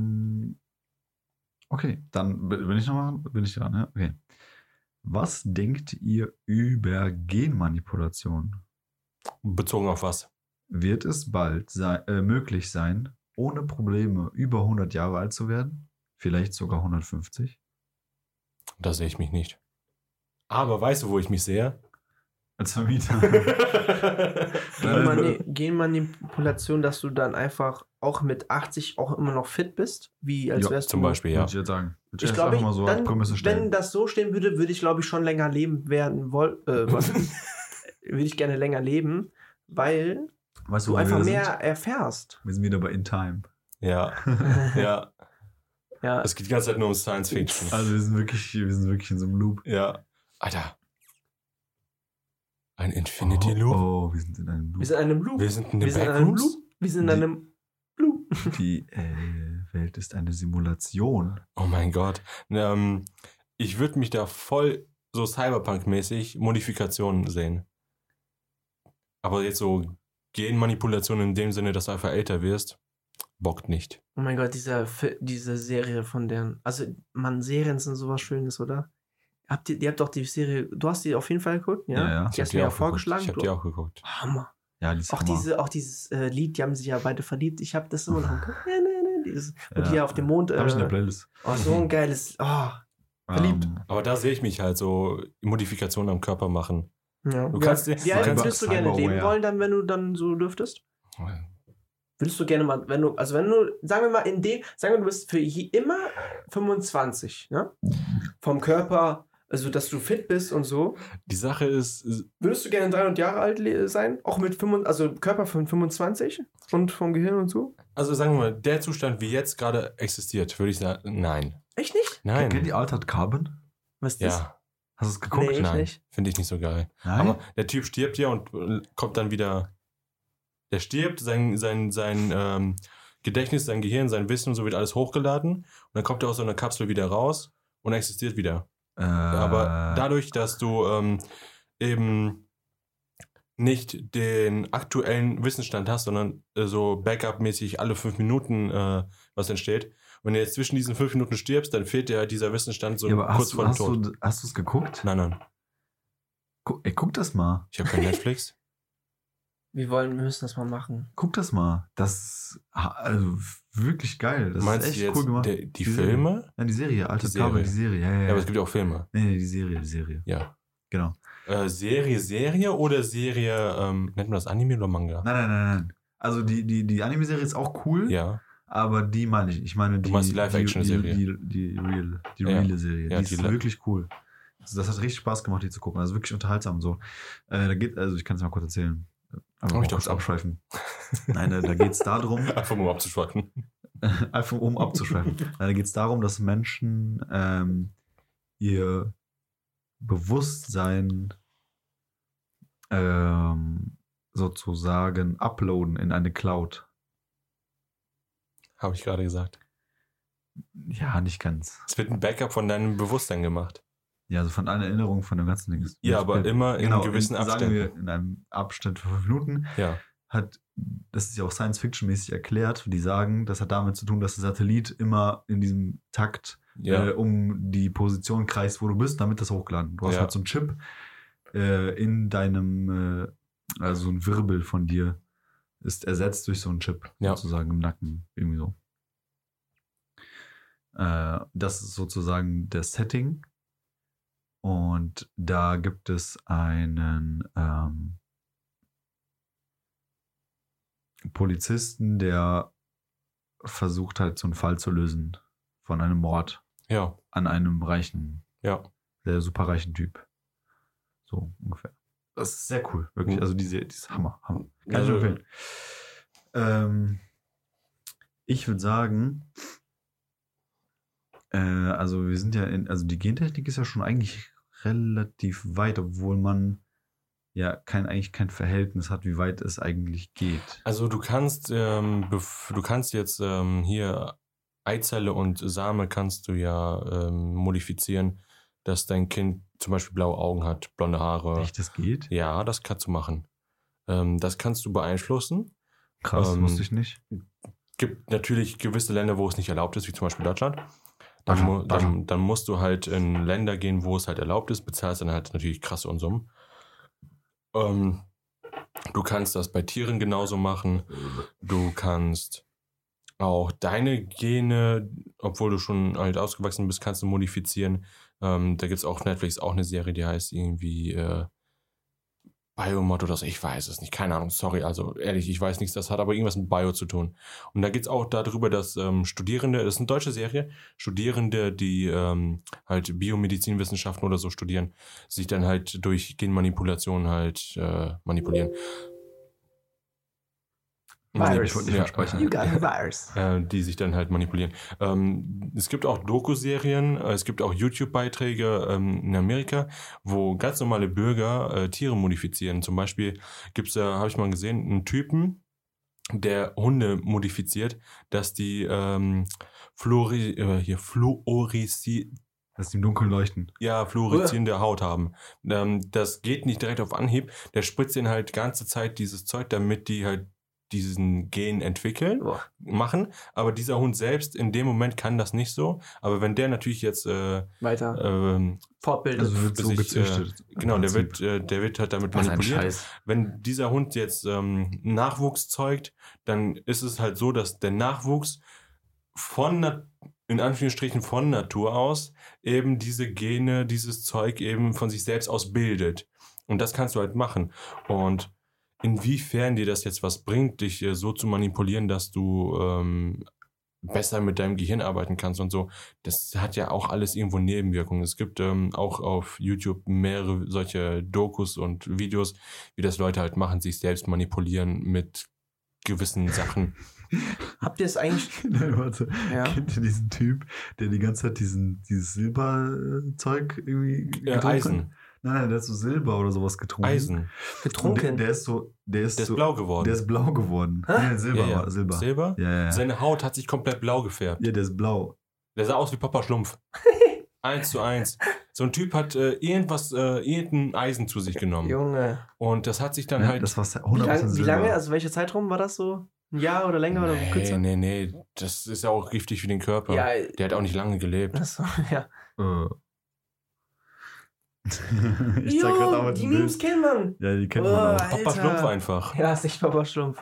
Okay, dann bin ich dran, ja? Okay. Was denkt ihr über Genmanipulation? Bezogen auf was? Wird es bald möglich sein, ohne Probleme über 100 Jahre alt zu werden? Vielleicht sogar 150? Da sehe ich mich nicht. Aber weißt du, wo ich mich sehe? Als Vermieter. Genmanipulation, dass du dann einfach auch mit 80 auch immer noch fit bist, wie als Ja, wärst Zum du. Beispiel, ja. Würde ich jetzt sagen. Würde Ich jetzt glaube, einfach mal so als Prämisse wenn stellen. das so stehen würde, würde ich, glaube ich, schon länger leben werden wollen. Würde ich gerne länger leben, weil Weißt du wo einfach wir mehr sind? erfährst. Wir sind wieder bei In Time. Ja, ja. Ja, Es geht die ganze Zeit nur um Science Fiction. Also wir sind wirklich in so einem Loop. Ja. Alter. Ein Infinity Loop? Oh, wir sind in einem wir Loop. sind in einem Loop. Wir sind in Wir den sind in einem Backrooms? Loop. Wir sind in einem Loop. Die Welt ist eine Simulation. Oh mein Gott. Ich würde mich da voll so Cyberpunk-mäßig Modifikationen sehen. Aber jetzt so Genmanipulation in dem Sinne, dass du einfach älter wirst, bockt nicht. Oh mein Gott, diese Serie von deren. Also, Mann, Serien sind sowas Schönes, oder? Ihr habt doch die Serie. Du hast die auf jeden Fall geguckt, ja? Ja, ja. Die hast du mir ja auch vorgeschlagen. geguckt. Ich habe die auch geguckt. Hammer. Ja, die ist Auch, Hammer. dieses Lied, die haben sich ja beide verliebt. Ich habe das immer noch im Kopf. Dieses, wo die Ja. ja auf dem Mond. Hab ich in der Playlist. Oh, so ein geiles. Oh, verliebt. Aber da sehe ich mich halt so Modifikationen am Körper machen. ja. Du kannst dir- Wie alt kannst- würdest du gerne leben Cyberware. wollen, dann, wenn du dann so dürftest? Würdest du gerne mal, sagen wir mal, du bist für immer 25, ne? Vom Körper, also dass du fit bist und so. Die Sache ist, Würdest du gerne 300 Jahre alt sein? Auch mit Körper von 25 und vom Gehirn und so? also sagen wir mal, der Zustand, wie jetzt gerade existiert, würde ich sagen, nein. Echt nicht? Nein. Kennt ihr Altered Carbon? Was ist das? Ja, Hast du es geguckt? Nee, ich nein, nicht. finde ich nicht so geil. Nein? Aber der Typ stirbt ja und kommt dann wieder. Der stirbt, sein Gedächtnis, sein Gehirn, sein Wissen und so wird alles hochgeladen. Und dann kommt er aus so einer Kapsel wieder raus und existiert wieder. Aber dadurch, dass du eben nicht den aktuellen Wissensstand hast, sondern so Backup-mäßig alle 5 Minuten was entsteht. Wenn du jetzt zwischen diesen 5 Minuten stirbst, dann fehlt dir dieser Wissensstand so Ja, aber kurz vor dem Tod. hast du es geguckt? Nein. Guck das mal. Ich habe kein Netflix. Wir müssen das mal machen. Guck das mal. Das ist also wirklich geil. Das Meinst ist echt du jetzt cool gemacht. die Filme? Nein, die Serie. Alter Die Serie. Kabel, die Serie. Ja. Ja, aber es gibt ja auch Filme. Nee, die Serie. Ja. Genau. Serie oder Serie, nennt man das Anime oder Manga? Nein. Also die Anime-Serie ist auch cool, Ja. aber die meine ich. Ich meine Du meinst die Live-Action-Serie? Die reale Serie. Ja, die ist wirklich cool. Also das hat richtig Spaß gemacht, die zu gucken. Also wirklich unterhaltsam so. Ich kann es mal kurz erzählen. Aber Hab ich doch kurz schon. abschweifen. Nein, da geht es darum. Einfach mal abzuschweifen. Einfach um abzuschweifen. Da geht es darum, dass Menschen ihr Bewusstsein sozusagen uploaden in eine Cloud. Habe ich gerade gesagt. Ja, nicht ganz. Es wird ein Backup von deinem Bewusstsein gemacht. Ja, also von einer Erinnerung von dem ganzen Ding. Ja, aber immer in gewissen Sagen Abständen. wir in einem Abstand von 5 Minuten. Ja. Das ist ja auch Science-Fiction-mäßig erklärt, die sagen, das hat damit zu tun, dass der Satellit immer in diesem Takt Ja. um die Position kreist, wo du bist, damit das hochgeladen. Du hast Ja. halt so einen Chip in deinem, also ein Wirbel von dir ist ersetzt durch so einen Chip, Ja. sozusagen im Nacken, irgendwie so. Das ist sozusagen das Setting. Und da gibt es einen Polizisten, der versucht halt so einen Fall zu lösen von einem Mord Ja. an einem reichen, Ja. sehr superreichen Typ. So ungefähr. Das ist sehr cool, wirklich. Also die ist Hammer. Kann ich Also- nur empfehlen. Ich würde sagen, also wir sind ja also die Gentechnik ist ja schon eigentlich relativ weit, obwohl man ja eigentlich kein Verhältnis hat, wie weit es eigentlich geht. Also du kannst jetzt hier Eizelle und Same kannst du ja modifizieren, dass dein Kind zum Beispiel blaue Augen hat, blonde Haare. Echt, das geht? Ja, das kannst du machen. Das kannst du beeinflussen. Krass, wusste ich nicht. Gibt natürlich gewisse Länder, wo es nicht erlaubt ist, wie zum Beispiel Deutschland. Dann musst du halt in Länder gehen, wo es halt erlaubt ist, bezahlst dann halt natürlich krasse Unsummen. Du kannst das bei Tieren genauso machen. Du kannst auch deine Gene, obwohl du schon halt ausgewachsen bist, kannst du modifizieren. Da gibt es auf Netflix auch eine Serie, die heißt irgendwie Biomod oder so. Ich weiß es nicht, keine Ahnung, sorry. Also ehrlich, ich weiß nichts, das hat aber irgendwas mit Bio zu tun. Und da geht es auch darüber, dass Studierende, das ist eine deutsche Serie, Studierende, die halt Biomedizinwissenschaften oder so studieren, sich dann halt durch Genmanipulation halt manipulieren. Virus. Ich wollte nicht versprechen. You got a virus. Die sich dann halt manipulieren. Es gibt auch Doku-Serien, es gibt auch YouTube-Beiträge in Amerika, wo ganz normale Bürger Tiere modifizieren. Zum Beispiel gibt's da, habe ich mal gesehen, einen Typen, der Hunde modifiziert, dass die Dass die im Dunkeln leuchten. fluoreszierende Haut haben. Das geht nicht direkt auf Anhieb. Der spritzt denen halt die ganze Zeit dieses Zeug, damit die halt diesen Gen entwickeln, machen. Aber dieser Hund selbst in dem Moment kann das nicht so. Aber wenn der natürlich jetzt Weiter. Fortbildet. Also wird so gezüchtet. genau, der wird halt damit Was ein manipuliert. Scheiß. Wenn dieser Hund jetzt Nachwuchs zeugt, dann ist es halt so, dass der Nachwuchs in Anführungsstrichen von Natur aus eben diese Gene, dieses Zeug eben von sich selbst aus bildet. Und das kannst du halt machen. Und inwiefern dir das jetzt was bringt, dich so zu manipulieren, dass du besser mit deinem Gehirn arbeiten kannst und so, das hat ja auch alles irgendwo Nebenwirkungen. Es gibt auch auf YouTube mehrere solche Dokus und Videos, wie das Leute halt machen, sich selbst manipulieren mit gewissen Sachen. Habt ihr es eigentlich... Nein, warte. Ja. Kennt ihr diesen Typ, der die ganze Zeit dieses Silberzeug irgendwie getrunken Eisen. hat? Nein, der hat so Silber oder sowas getrunken. Eisen. Getrunken? Der ist blau geworden. Der ist blau geworden. Hä? Ja, Silber Ja, ja. war Silber. Silber? Ja. Seine Haut hat sich komplett blau gefärbt. Ja, der ist blau. Der sah aus wie Papa Schlumpf. 1:1. So ein Typ hat irgendein Eisen zu sich genommen. Junge. Und das hat sich dann Ja, halt... das war 100% Wie lange, also welcher Zeitraum war das so? Ein Jahr oder länger oder kürzer? Nee, das ist ja auch giftig für den Körper. Ja, Der hat auch nicht lange gelebt. achso, ja. Ich zeig grad auch die ein Memes Bild. kennt man. Ja, die kennt man auch. Papa Alter. Schlumpf einfach. Ja, ist echt Papa Schlumpf.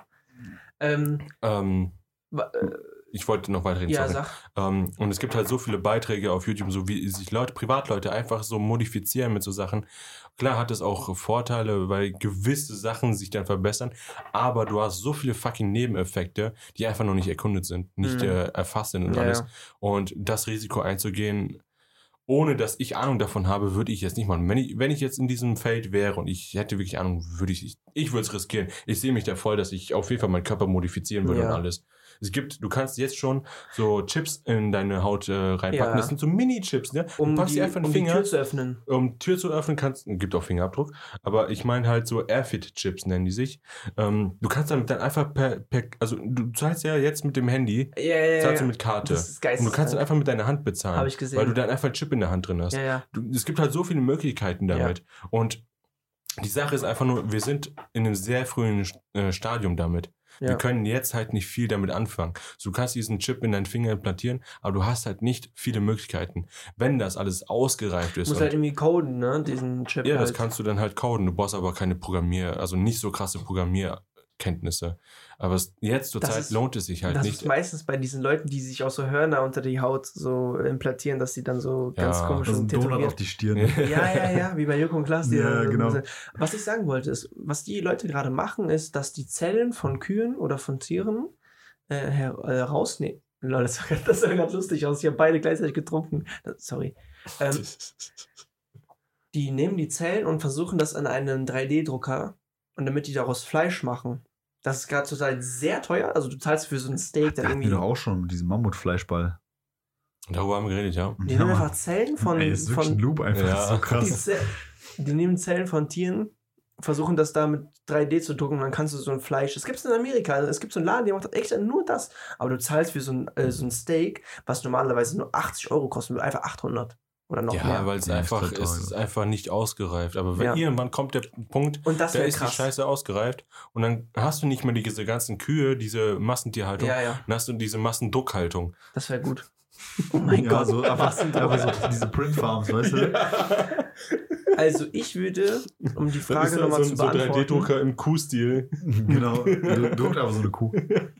Wa- Ich wollte noch weiterreden. Ja, sorry. sag. Und es gibt halt so viele Beiträge auf YouTube, so wie sich Privatleute einfach so modifizieren mit so Sachen. Klar hat es auch Vorteile, weil gewisse Sachen sich dann verbessern, aber du hast so viele fucking Nebeneffekte, die einfach noch nicht erkundet sind, nicht erfasst sind und Ja, alles. ja. Und das Risiko einzugehen, ohne dass ich Ahnung davon habe, würde ich jetzt nicht machen. Wenn ich jetzt in diesem Feld wäre und ich hätte wirklich Ahnung, würde ich würde es riskieren. Ich sehe mich da voll, dass ich auf jeden Fall meinen Körper modifizieren würde Ja. und alles. Du kannst jetzt schon so Chips in deine Haut reinpacken. Ja. Das sind so Mini-Chips, ne? Du packst die einfach in den die Finger. Tür zu öffnen. Um Tür zu öffnen gibt auch Fingerabdruck, aber ich meine halt so Airfit-Chips nennen die sich. Du kannst damit dann einfach also du zahlst ja jetzt mit dem Handy, Ja. zahlst du mit Karte. Das ist Und du kannst dann geisteskrank. einfach mit deiner Hand bezahlen. Hab ich gesehen. Weil du dann einfach einen Chip in der Hand drin hast. Ja. Es gibt halt so viele Möglichkeiten damit. Und die Sache ist einfach nur, wir sind in einem sehr frühen Stadium damit. Ja. Wir können jetzt halt nicht viel damit anfangen. So, du kannst diesen Chip in deinen Finger implantieren, aber du hast halt nicht viele Möglichkeiten. Wenn das alles ausgereift ist. Du musst halt irgendwie coden, ne? Diesen Chip. Ja, halt. das kannst du dann halt coden. Du brauchst aber keine also nicht so krasse Programmierkenntnisse. Aber jetzt zur Das Zeit ist- lohnt es sich halt Das nicht. ist meistens bei diesen Leuten, die sich auch so Hörner unter die Haut so implantieren, dass sie dann so ganz Ja. komisch Also ein Donut tätowiert. auf die Stirn. Ja, wie bei Joko und Klaas. Die Ja, dann- genau. Was ich sagen wollte ist, was die Leute gerade machen, ist, dass die Zellen von Kühen oder von Tieren rausnehmen. Lol, das sah gerade lustig aus. Ich habe beide gleichzeitig getrunken. Sorry. Die nehmen die Zellen und versuchen das an einen 3D-Drucker und damit die daraus Fleisch machen. Das ist gerade total sehr teuer. Also du zahlst für so ein Steak Da dann hatten wir irgendwie. doch auch schon mit diesem Mammutfleischball. Darüber haben wir geredet, ja. Die nehmen einfach Zellen von. Ey, das ist wirklich ein Loop einfach. Ja. Das ist so die, krass. die nehmen Zellen von Tieren, versuchen das da mit 3D zu drucken und dann kannst du so ein Fleisch. Das gibt es in Amerika. Also es gibt so einen Laden, der macht echt nur das. Aber du zahlst für so ein Steak, was normalerweise nur 80 € kostet, einfach 800 oder noch Ja, mehr. weil es Ja, einfach, ist total es ist einfach nicht ausgereift. Aber wenn Ja. irgendwann kommt der Punkt, Und das da wäre ist die krass. Scheiße ausgereift und dann hast du nicht mehr diese ganzen Kühe, diese Massentierhaltung, Ja, dann hast du diese Massendruckhaltung. das wäre gut. Oh mein Ja, Gott. so einfach so diese Print-Farms, weißt du? Also ich würde, um die Frage nochmal zu beantworten, 3D-Drucker im Kuhstil. Genau. Du druckst einfach so eine Kuh.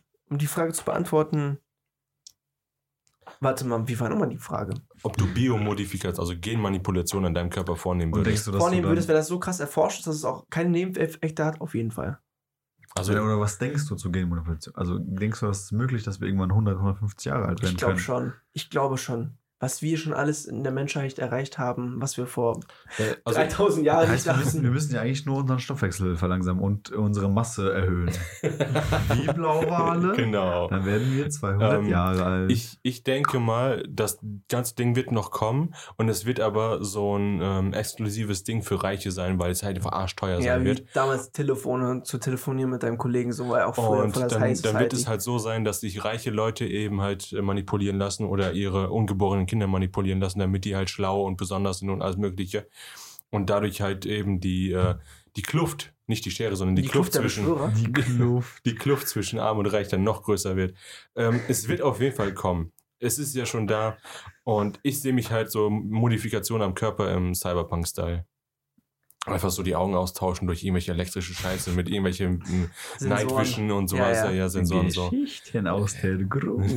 Warte mal, wie war nochmal die Frage? Ob du Biomodifikation, also Genmanipulation an deinem Körper vornehmen Und würdest. denkst du, dass Vornehmen du würdest, dann, wenn das so krass erforscht ist, dass es auch keine Nebeneffekte hat, auf jeden Fall. Also oder was denkst du zu Genmanipulation? Also denkst du, dass es möglich, dass wir irgendwann 100, 150 Jahre alt werden Ich glaube können? schon. Ich glaube schon. Was wir schon alles in der Menschheit erreicht haben, was wir vor also 3000 Jahren Heißt, nicht wir dachten. müssen ja eigentlich nur unseren Stoffwechsel verlangsamen und unsere Masse erhöhen. Wie Blauwale? genau. Dann werden wir 200 Jahre alt. Ich denke mal, das ganze Ding wird noch kommen und es wird aber so ein exklusives Ding für Reiche sein, weil es halt einfach arschteuer Ja, sein wie wird. damals Telefone zu telefonieren mit deinem Kollegen, so war er auch früher Und von der dann High wird Society. es halt so sein, dass sich reiche Leute eben halt manipulieren lassen oder ihre ungeborenen Kinder manipulieren lassen, damit die halt schlau und besonders sind und alles Mögliche. Und dadurch halt eben die Kluft, nicht die Schere, sondern die Kluft der zwischen Beschwörer. Die Kluft. die Kluft zwischen Arm und Reich dann noch größer wird. Es wird auf jeden Fall kommen. Es ist ja schon da. Und ich sehe mich halt so Modifikation am Körper im Cyberpunk-Style. Einfach so die Augen austauschen durch irgendwelche elektrische Scheiße mit irgendwelchen Sensoren. Night Vision und sowas. Ja, Ja, Sensoren so. Geschichten aus der Gruppe.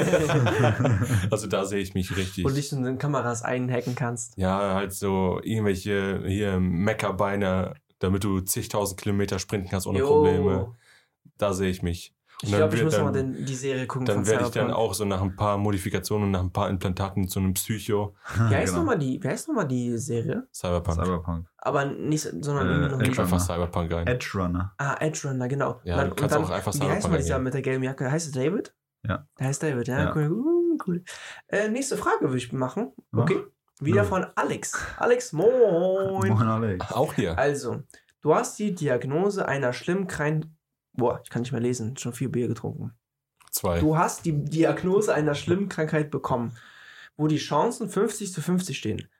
Also da sehe ich mich richtig. Und dich in den Kameras einhacken kannst. Ja, halt so irgendwelche hier Meckerbeine, damit du zigtausend Kilometer sprinten kannst ohne Jo. Probleme. Da sehe ich mich. Und Ich dann glaube, ich wird muss dann- mal die Serie gucken Dann von werde ich dann Cyberpunk. auch so nach ein paar Modifikationen und nach ein paar Implantaten zu einem Psycho Wie heißt Genau. nochmal die Serie? Cyberpunk. Cyberpunk. Aber nicht, sondern irgendwie noch Gib nicht. einfach Runner. Cyberpunk rein. Edge Runner. Edge Runner, genau. Ja, du kannst auch einfach Wie heißt Cyberpunk mal dieser eingeben. mit der gelben Jacke? Heißt es David? Ja. Der heißt David, ja. Ja. Cool. Nächste Frage würde ich machen. Ja. Okay. Wieder Ja. von Alex. Alex, moin. Moin Alex. Auch hier. Also, du hast die Diagnose einer schlimmen Boah, ich kann nicht mehr lesen. Schon 4 Bier getrunken. 2. Du hast die Diagnose einer schlimmen Krankheit bekommen, wo die Chancen 50-50 stehen.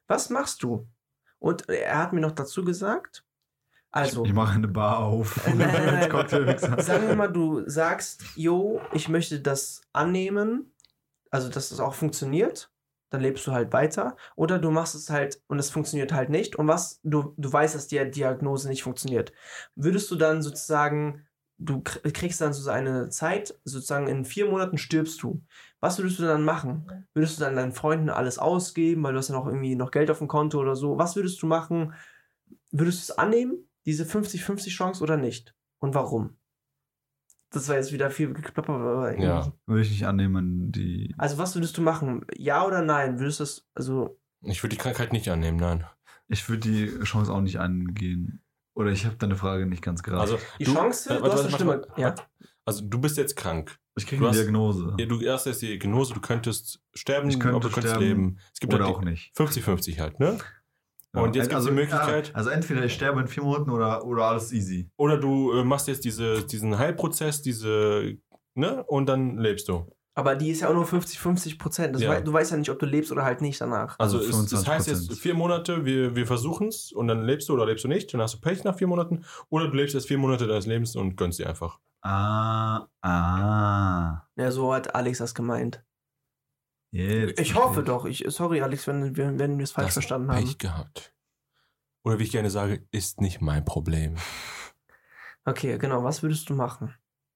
Was machst du? Und er hat mir noch dazu gesagt, also, Ich mache eine Bar auf. nein. Als Cocktailmixer. sagen wir mal, du sagst, jo, ich möchte das annehmen, also dass es auch funktioniert, dann lebst du halt weiter. Oder du machst es halt und es funktioniert halt nicht. Und du weißt, dass die Diagnose nicht funktioniert. Würdest du dann sozusagen, du kriegst dann so eine Zeit, sozusagen in 4 Monaten stirbst du. Was würdest du dann machen? Würdest du dann deinen Freunden alles ausgeben, weil du hast ja noch irgendwie noch Geld auf dem Konto oder so? Was würdest du machen? Würdest du es annehmen, diese 50-50 Chance oder nicht? Und warum? Das war jetzt wieder viel geklapper, aber irgendwie. Ja. Würde ich nicht annehmen, die. Also was würdest du machen? Ja oder nein? Würdest du das, also... Ich würde die Krankheit nicht annehmen, nein. Ich würde die Chance auch nicht angehen. Oder ich habe deine Frage nicht ganz gerade. Also, Die Chance, du hast eine Stimme. Ja. Also du bist jetzt krank. ich kriege du eine hast- Diagnose. Ja, du hast jetzt die Diagnose, du könntest sterben, Ich könnte aber du könntest sterben leben. Es gibt Oder halt auch nicht. 50-50 halt, ne? Ja. Und jetzt gibt es die Möglichkeit, Also entweder ich sterbe in 4 Monaten oder alles easy. oder du machst jetzt diesen Heilprozess, ne? Und dann lebst du. Aber die ist ja auch nur 50-50%. Ja. Du weißt ja nicht, ob du lebst oder halt nicht danach. Also Also das heißt jetzt 25%. 4 Monate, wir versuchen es und dann lebst du oder lebst du nicht, dann hast du Pech nach 4 Monaten. Oder du lebst jetzt 4 Monate deines Lebens und gönnst dir einfach. Ah. Ja, so hat Alex das gemeint. Jetzt Ich hoffe doch. Sorry, Alex, wenn wir es falsch Das verstanden Pech haben. gehabt. Oder wie ich gerne sage, ist nicht mein Problem. Okay, genau. Was würdest du machen?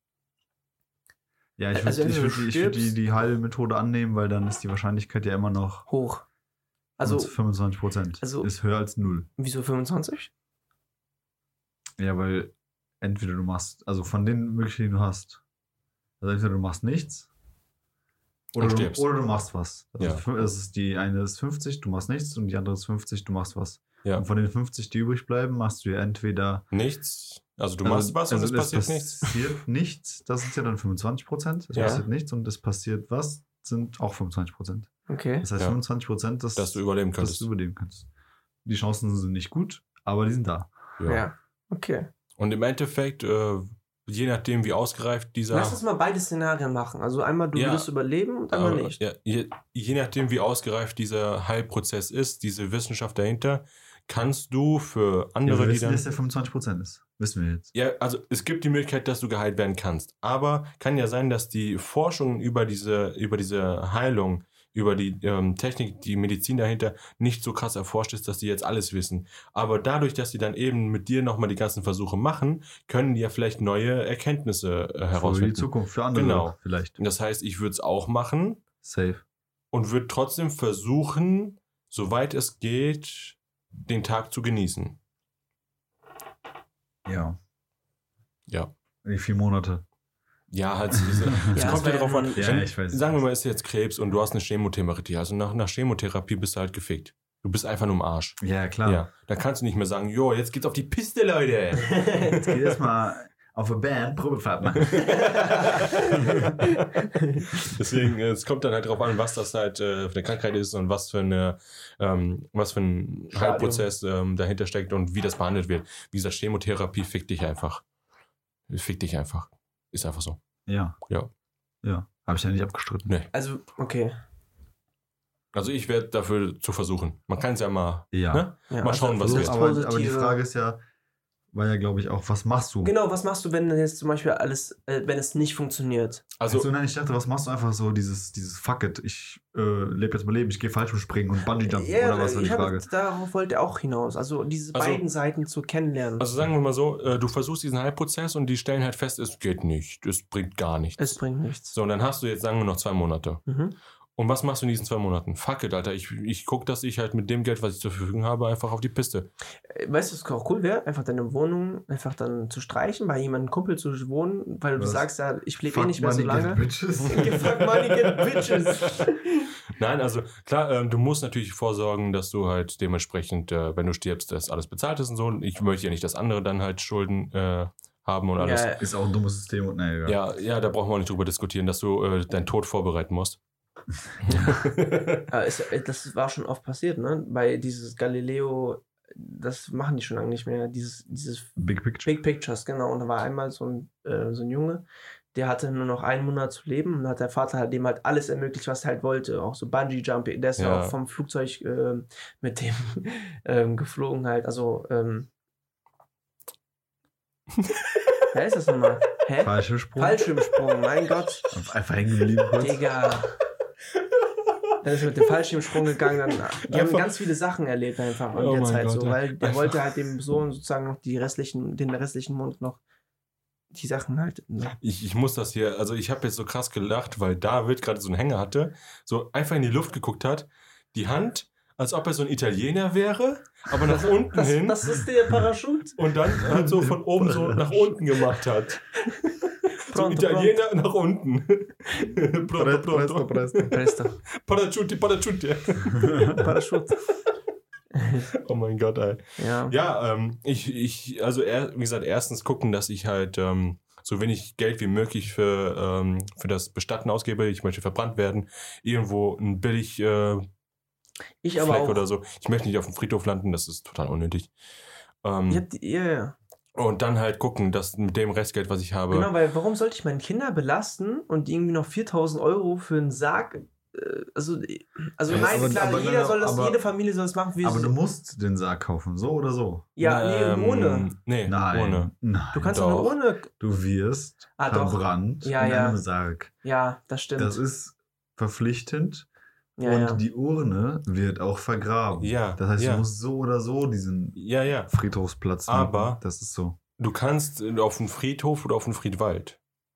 Ja, ich Also würde entweder du würd stirbst- die Heilmethode annehmen, weil dann ist die Wahrscheinlichkeit ja immer noch Hoch. Also, 25%. also- ist höher als 0. wieso 25? Ja, weil entweder du machst, also von den Möglichkeiten, die du hast, also entweder du machst nichts Und stirbst. oder du machst was. Also Ja. das ist die eine ist 50, du machst nichts und die andere ist 50, du machst was. Ja. Und von den 50, die übrig bleiben, machst du ja entweder Nichts. Also du machst was und es passiert nichts. passiert nichts, das sind ja dann 25%. Es Ja. passiert nichts und es passiert was, sind auch 25%. Okay. Das heißt Ja. 25%, Dass du überleben dass könntest. du überleben kannst. Die Chancen sind nicht gut, aber die sind da. Ja. Okay. Und im Endeffekt, je nachdem, wie ausgereift dieser. Lass uns mal beide Szenarien machen. Also einmal, du Ja. würdest überleben und einmal nicht. Ja, je nachdem, wie ausgereift dieser Heilprozess ist, diese Wissenschaft dahinter, kannst du für andere, wir die wissen, dann. dass der 25% ist. Wissen wir jetzt. Ja, also es gibt die Möglichkeit, dass du geheilt werden kannst. Aber kann ja sein, dass die Forschung über diese Heilung, über die Technik, die Medizin dahinter nicht so krass erforscht ist, dass die jetzt alles wissen. Aber dadurch, dass die dann eben mit dir nochmal die ganzen Versuche machen, können die ja vielleicht neue Erkenntnisse Für die herausfinden. Zukunft, für andere Genau. vielleicht. Das heißt, ich würde es auch machen Safe. und würde trotzdem versuchen, soweit es geht, den Tag zu genießen. Ja. Ja. Die 4 Monate. Ja, halt diese. Es Ja, kommt das ja war drauf ja an. nun- Ja, Wenn- ich weiß. Sagen wir mal, ist jetzt Krebs und du hast eine Chemotherapie. Also nach Chemotherapie bist du halt gefickt. Du bist einfach nur im Arsch. Ja, klar. Ja. Dann kannst du nicht mehr sagen, jo, jetzt geht's auf die Piste, Leute. Jetzt geht erstmal auf eine Band Probefahrt machen. Deswegen, es kommt dann halt drauf an, was das halt für eine Krankheit ist und was für ein Heilprozess dahinter steckt und wie das behandelt wird. Wie gesagt, Chemotherapie fickt dich einfach. Fickt dich einfach. Ist einfach so. Ja. Ja. Ja. Habe ich ja nicht abgestritten. Nee. Also, okay. Also ich werde dafür zu versuchen. Man kann es ja mal. Ja. Ne? Ja, Mal schauen, was also wird. das Aber die Positive- Frage ist ja, war ja, glaube ich, auch, was machst du? Genau, was machst du, wenn jetzt zum Beispiel alles, wenn es nicht funktioniert? Also, Also, nein, ich dachte, was machst du einfach so, dieses Fuck it, ich lebe jetzt mein Leben, ich gehe Fallschirmspringen und Bungee-Jumpen oder was war die Frage? Darauf wollte er auch hinaus. Also diese Also- beiden Seiten zu kennenlernen. also sagen wir mal so, du versuchst diesen Heilprozess und die stellen halt fest, es geht nicht. Es bringt gar nichts. Es bringt nichts. So, und dann hast du jetzt, sagen wir, noch 2 Monate. Mhm. Und was machst du in diesen 2 Monaten? Fuck it, Alter. Ich gucke, dass ich halt mit dem Geld, was ich zur Verfügung habe, einfach auf die Piste. Weißt du, was auch cool wäre? Einfach deine Wohnung einfach dann zu streichen, bei jemandem Kumpel zu wohnen, weil du Was? sagst ja, ich lebe Fuck nicht mehr so money, get lange. bitches. Fuck money, get bitches. Nein, also klar, du musst natürlich vorsorgen, dass du halt dementsprechend, wenn du stirbst, dass alles bezahlt ist und so. Ich möchte ja nicht, dass andere dann halt Schulden haben und alles. Ja, Ist auch ein dummes System und naja. Ja, da brauchen wir auch nicht drüber diskutieren, dass du deinen Tod vorbereiten musst. das war schon oft passiert, ne? Bei dieses Galileo, das machen die schon lange nicht mehr, dieses Big Picture. Big Pictures, genau. Und da war einmal so ein Junge, der hatte nur noch 1 Monat zu leben und hat der Vater halt dem halt alles ermöglicht, was er halt wollte. Auch so Bungee-Jumping, der ist ja auch vom Flugzeug mit dem geflogen halt. Also, wer ist das nochmal? Hä? Fallschirmsprung, mein Gott. Einfach hängen geblieben kurz. Digga. Dann ist er mit dem Fallschirmsprung gegangen. Die haben ganz viele Sachen erlebt einfach in der Zeit so, weil der wollte halt dem Sohn sozusagen noch den restlichen Mund noch die Sachen halt. So. Ich muss das hier, also ich habe jetzt so krass gelacht, weil David gerade so einen Hänger hatte, so einfach in die Luft geguckt hat, die Hand, als ob er so ein Italiener wäre, aber nach unten hin. Das ist der Parachut. Und dann halt so von oben so nach unten gemacht hat. So Italiener nach unten. Presto. Parachute. Parachut. Oh mein Gott, ey. Ja, wie gesagt, erstens gucken, dass ich halt so wenig Geld wie möglich für das Bestatten ausgebe. Ich möchte verbrannt werden. Irgendwo ein billig ich aber Fleck auch. oder so. Ich möchte nicht auf dem Friedhof landen, das ist total unnötig. Ja. Und dann halt gucken, dass mit dem Restgeld, was ich habe. Genau, weil warum sollte ich meine Kinder belasten und irgendwie noch 4.000 € für einen Sarg? Also nein, klar, jede Familie soll das machen, wie aber du musst den Sarg kaufen, so oder so. Ja, nee, ohne. Ohne. Nein. Du kannst auch nur ohne. Du wirst verbrannt in einem Sarg. Ja, das stimmt. Das ist verpflichtend. Ja, und die Urne wird auch vergraben. Ja. Das heißt, du musst so oder so diesen Friedhofsplatz nehmen. Aber das ist so. Du kannst auf den Friedhof oder auf den Friedwald.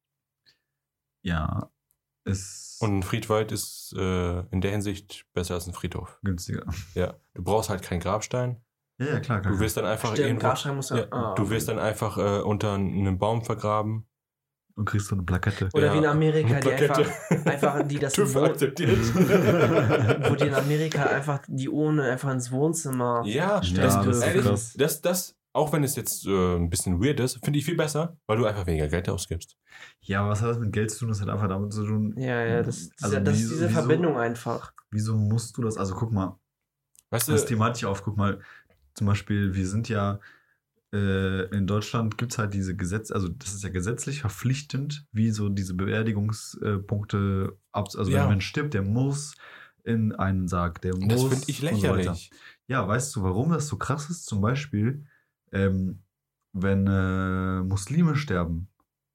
Ja. Und ein Friedwald ist in der Hinsicht besser als ein Friedhof. Günstiger. Ja. Du brauchst halt keinen Grabstein. Ja, klar. Du wirst dann einfach Grabstein muss du wirst dann einfach unter einem Baum vergraben. Und kriegst so eine Plakette. Oder wie in Amerika, die einfach die das TÜV akzeptiert. Wo die in Amerika einfach die Urne einfach ins Wohnzimmer stellen dürfen. Das, auch wenn es jetzt ein bisschen weird ist, finde ich viel besser, weil du einfach weniger Geld ausgibst. Ja, aber was hat das mit Geld zu tun? Das hat einfach damit zu tun. Ja, das ist diese Verbindung einfach. Wieso musst du das? Also guck mal, weißt das thematisch auf. Guck mal, zum Beispiel, wir sind ja in Deutschland gibt es halt diese Gesetze, also das ist ja gesetzlich verpflichtend, wie so diese Beerdigungspunkte, also wenn man stirbt, der muss in einen Sarg, der muss. Das finde ich lächerlich. So ja, weißt du, warum das so krass ist? Zum Beispiel, wenn Muslime sterben,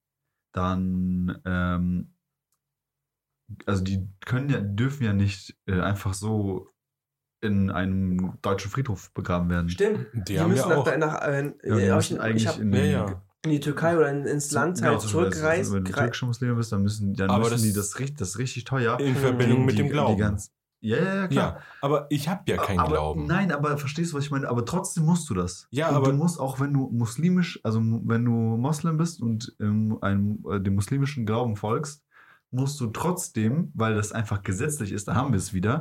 dann, also die dürfen ja nicht einfach so in einem deutschen Friedhof begraben werden. Stimmt. Die haben müssen auch. In die Türkei oder ins Land halt zurückreisen. Wenn du türkische Muslime bist, dann müssen die das ist richtig teuer. In Verbindung mit dem Glauben. Ja, klar. Ja, aber ich habe ja keinen Glauben. Nein, aber verstehst du, was ich meine? Aber trotzdem musst du das. Ja, und aber du musst auch, wenn du muslimisch, also wenn du Moslem bist und dem muslimischen Glauben folgst, musst du trotzdem, weil das einfach gesetzlich ist, da haben wir es wieder,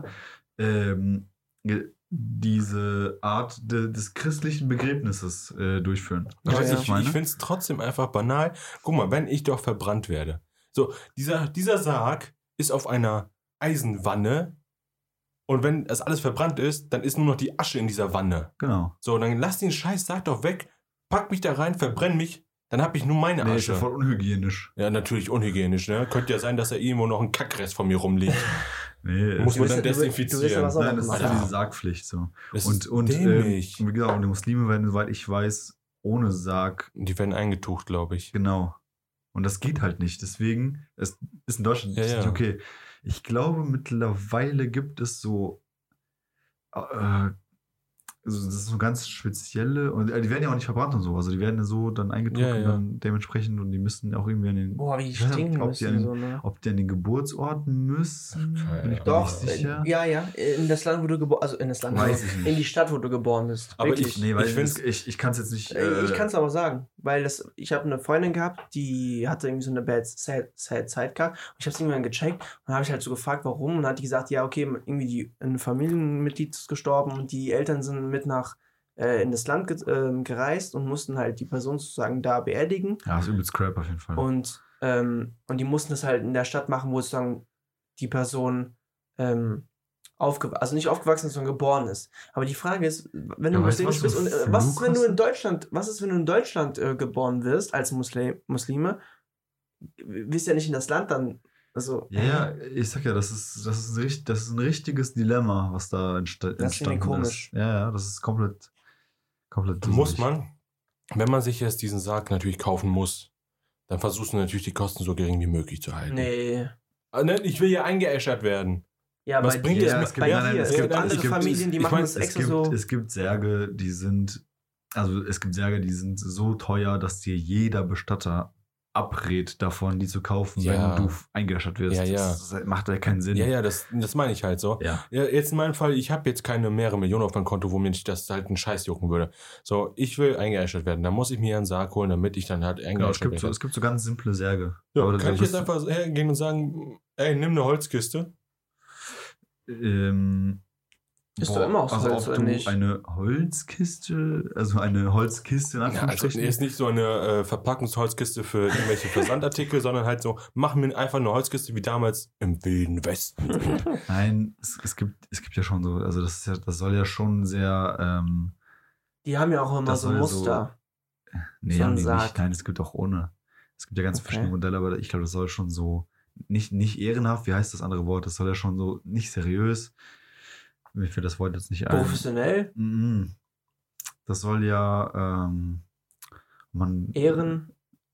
diese Art des christlichen Begräbnisses durchführen. Ich finde es trotzdem einfach banal. Guck mal, wenn ich doch verbrannt werde. So, dieser Sarg ist auf einer Eisenwanne und wenn das alles verbrannt ist, dann ist nur noch die Asche in dieser Wanne. Genau. So, dann lass den Scheiß Sarg doch weg, pack mich da rein, verbrenn mich, dann habe ich nur meine Asche. Ist ja voll unhygienisch. Ja, natürlich unhygienisch, ne? Könnte ja sein, dass da irgendwo noch ein Kackrest von mir rumliegt. Nee, muss man dann desinfizieren. Nein, das ist ja diese Sargpflicht so. Und dämlich. wie gesagt, die Muslime werden, soweit ich weiß, ohne Sarg. Die werden eingetucht, glaube ich. Genau. Und das geht halt nicht. Deswegen, es ist in Deutschland nicht okay. Ich glaube, mittlerweile gibt es so also das ist so ganz spezielle, und die werden ja auch nicht verbrannt und so, also die werden ja so dann eingetucht und dann dementsprechend, und die müssen auch irgendwie an den, wie stinken müssen, ob die an den Geburtsort müssen, bin ich mir nicht sicher. Ja, in das Land, wo du geboren, also in das Land, weiß ich nicht. In die Stadt, wo du geboren bist. Aber ich kann es jetzt nicht. Ich kann es aber sagen, weil ich habe eine Freundin gehabt, die hatte irgendwie so eine sad Zeit gehabt, und ich habe es irgendwann gecheckt, und dann habe ich halt so gefragt, warum, und dann hat die gesagt, ja, okay, irgendwie ein Familienmitglied ist gestorben und die Eltern sind mit in das Land gereist und mussten halt die Person sozusagen da beerdigen. Ja, das ist übelst crap auf jeden Fall. Und die mussten das halt in der Stadt machen, wo sozusagen die Person also nicht aufgewachsen ist, sondern geboren ist. Aber die Frage ist, wenn du muslimisch bist, und was ist, wenn du in Deutschland geboren wirst als Muslime, willst ja nicht in das Land dann. Also, Ja, ich sag ja, das ist ein richtiges Dilemma, was da entstanden ist. komisch. Ja, das ist komplett Muss duselig. man, wenn man sich jetzt diesen Sarg natürlich kaufen muss, dann versuchst du natürlich die Kosten so gering wie möglich zu halten. Nee. Ich will ja eingeäschert werden. Ja, Was bei bringt dir, es mir? bei Ja, dir. es Es gibt- gibt andere es gibt- Familien, die ich machen mein, das Es extra gibt, so. es gibt Särge, die sind so teuer, dass dir jeder Bestatter abrät davon, die zu kaufen, Ja. wenn du eingeäschert wirst. Ja, ja. Das macht ja keinen Sinn. Ja, das meine ich halt so. Ja. Ja, jetzt in meinem Fall, ich habe jetzt keine mehrere Millionen auf meinem Konto, wo mir das halt einen Scheiß jucken würde. So, ich will eingeäschert werden. Da muss ich mir einen Sarg holen, damit ich dann halt Genau, eingeäschert werde. es gibt so ganz simple Särge. Ja, Aber kann ich jetzt einfach hergehen und sagen, ey, nimm eine Holzkiste? Ist doch immer aus also Holz, ob oder du nicht? eine Holzkiste in Ja, also Anführungsstrichen. ist nicht so eine Verpackungsholzkiste für irgendwelche Versandartikel, sondern halt so, mach mir einfach eine Holzkiste wie damals im Wilden Westen. Nein, es gibt ja schon so, also das soll ja schon sehr, Die haben ja auch immer Das so soll Muster. nee, So ein haben die Sarg. nicht. Nein, es gibt auch ohne. Es gibt ja ganz Okay. verschiedene Modelle, aber ich glaube, das soll schon so, nicht ehrenhaft, wie heißt das andere Wort? Das soll ja schon so, nicht seriös. Mir fällt das Wort jetzt nicht ein. Professionell, Mhm. Das soll ja, man. Ehren.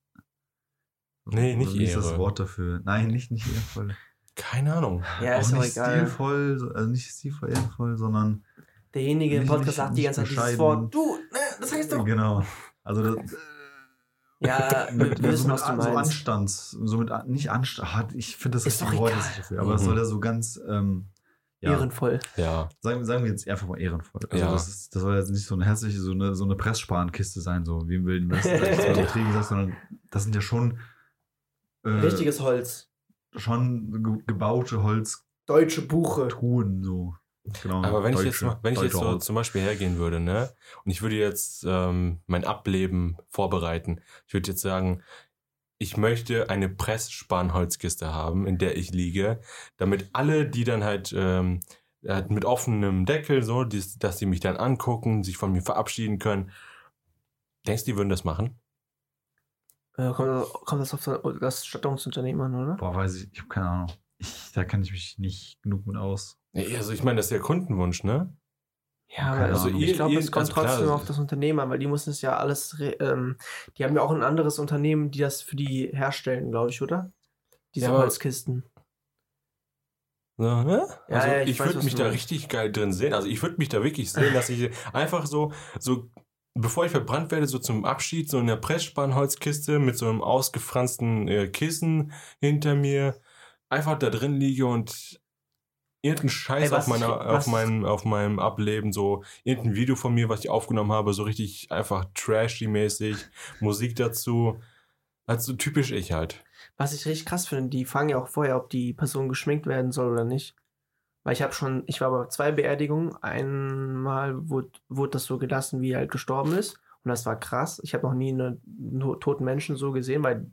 Nee, nicht Wie ist das Ehre. Wort dafür? Nein, nicht ehrenvoll. Keine Ahnung. Ja, auch ist doch nicht egal. stilvoll, also nicht stilvoll, ehrenvoll, sondern Derjenige im Nicht- Podcast nicht- sagt die nicht ganze Zeit dieses bescheiden. Wort. Du, ne, das heißt doch. genau. Also das, Ja, wir mit, wissen, so was du so meinst. Anstands, so mit nicht Anstand, ich finde das Ist doch richtige Wort egal. jetzt nicht dafür, aber Mhm. es soll ja so ganz, ja, Ehrenvoll. Ja. sagen wir jetzt einfach mal ehrenvoll. Also Ja. das soll jetzt nicht so eine herzliche, so eine Presssparenkiste sein, so wie im Wilden Westen, sag ich jetzt mal übertrieben gesagt, sondern das sind ja schon Richtiges Holz. schon gebaute Holztruhen, Deutsche Buche. so. Genau, Aber wenn ich jetzt deutsche so Holz. zum Beispiel hergehen würde, ne, und ich würde jetzt mein Ableben vorbereiten, ich würde jetzt sagen, ich möchte eine Pressspanholzkiste haben, in der ich liege, damit alle, die dann halt mit offenem Deckel, so, dass sie mich dann angucken, sich von mir verabschieden können. Denkst du, die würden das machen? Kommt das auf das Stattungsunternehmen an, oder? Boah, weiß ich habe keine Ahnung. Da kann ich mich nicht genug mit aus. Nee, also ich meine, das ist ja Kundenwunsch, ne? Ja, Keine aber Ahnung. ich glaube, es also kommt klar, trotzdem auf das Unternehmen an, weil die müssen es ja alles, die haben ja auch ein anderes Unternehmen, die das für die herstellen, glaube ich, oder? Diese Ja, aber- Holzkisten. Ja, ne? Ja, Also ja, ich ich weiß, würde was mich du da meinst. richtig geil drin sehen. Also ich würde mich da wirklich sehen, dass ich einfach so, bevor ich verbrannt werde, so zum Abschied, so in der Pressspanholzkiste mit so einem ausgefransten Kissen hinter mir, einfach da drin liege und irgendeinen Scheiß Ey, auf meinem Ableben, so irgendein Video von mir, was ich aufgenommen habe, so richtig einfach trashy-mäßig, Musik dazu. Also typisch ich halt. Was ich richtig krass finde, die fragen ja auch vorher, ob die Person geschminkt werden soll oder nicht. Weil ich war bei 2 Beerdigungen. Einmal wurde das so gelassen, wie er halt gestorben ist. Und das war krass. Ich habe noch nie einen toten Menschen so gesehen, weil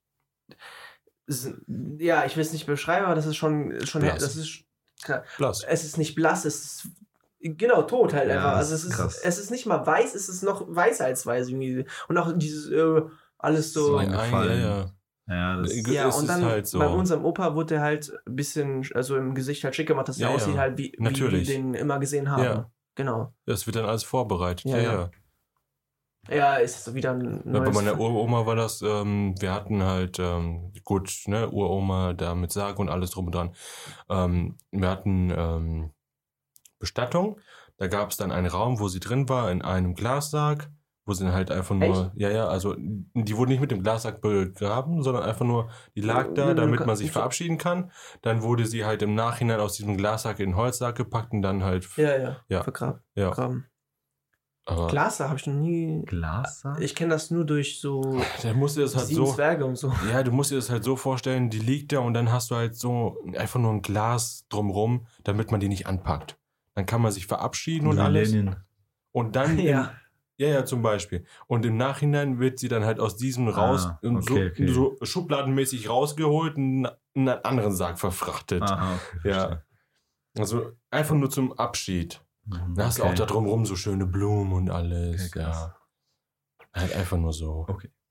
ja, ich will es nicht beschreiben, aber das ist schon Blass. das ist Blass. es ist nicht blass, es ist genau tot halt Ja, einfach. das Also ist krass. es ist nicht mal weiß, es ist noch weißer als weiß irgendwie. Und auch dieses alles so. So eingefallen. Ja. Ja, das Ja, Es und ist dann halt so. bei unserem Opa wurde er halt ein bisschen, also im Gesicht halt schick gemacht, dass er Ja, aussieht ja. halt wie wir Natürlich. den immer gesehen haben. Ja. Genau. Das wird dann alles vorbereitet. Ja, ja. Ja, ist so wieder ein Ja, bei neues. meiner Uroma war das, wir hatten halt, gut, ne, Uroma da mit Sarg und alles drum und dran. Wir hatten Bestattung, da gab es dann einen Raum, wo sie drin war, in einem Glassarg, wo sie dann halt einfach nur, also die wurde nicht mit dem Glassack begraben, sondern einfach nur, die lag da, damit man sich verabschieden kann. Dann wurde sie halt im Nachhinein aus diesem Glassack in den Holzsack gepackt und dann halt, Ja. Vergraben. ja, aber Glas, da habe ich noch nie. Glassack? Ich kenne das nur durch so da musst du das halt 7 so, Zwerge und so. ja, du musst dir das halt so vorstellen, die liegt da und dann hast du halt so einfach nur ein Glas drumrum, damit man die nicht anpackt. Dann kann man sich verabschieden und Wie alles. Lenin. Und dann, Ja. ja, zum Beispiel. Und im Nachhinein wird sie dann halt aus diesem raus, okay. so schubladenmäßig rausgeholt und in einen anderen Sarg verfrachtet. Aha, okay, Ja. Also einfach nur zum Abschied. verstehe. Da hast du auch da drumrum so schöne Blumen und alles. Okay, krass. Ja. Halt einfach nur so. Okay.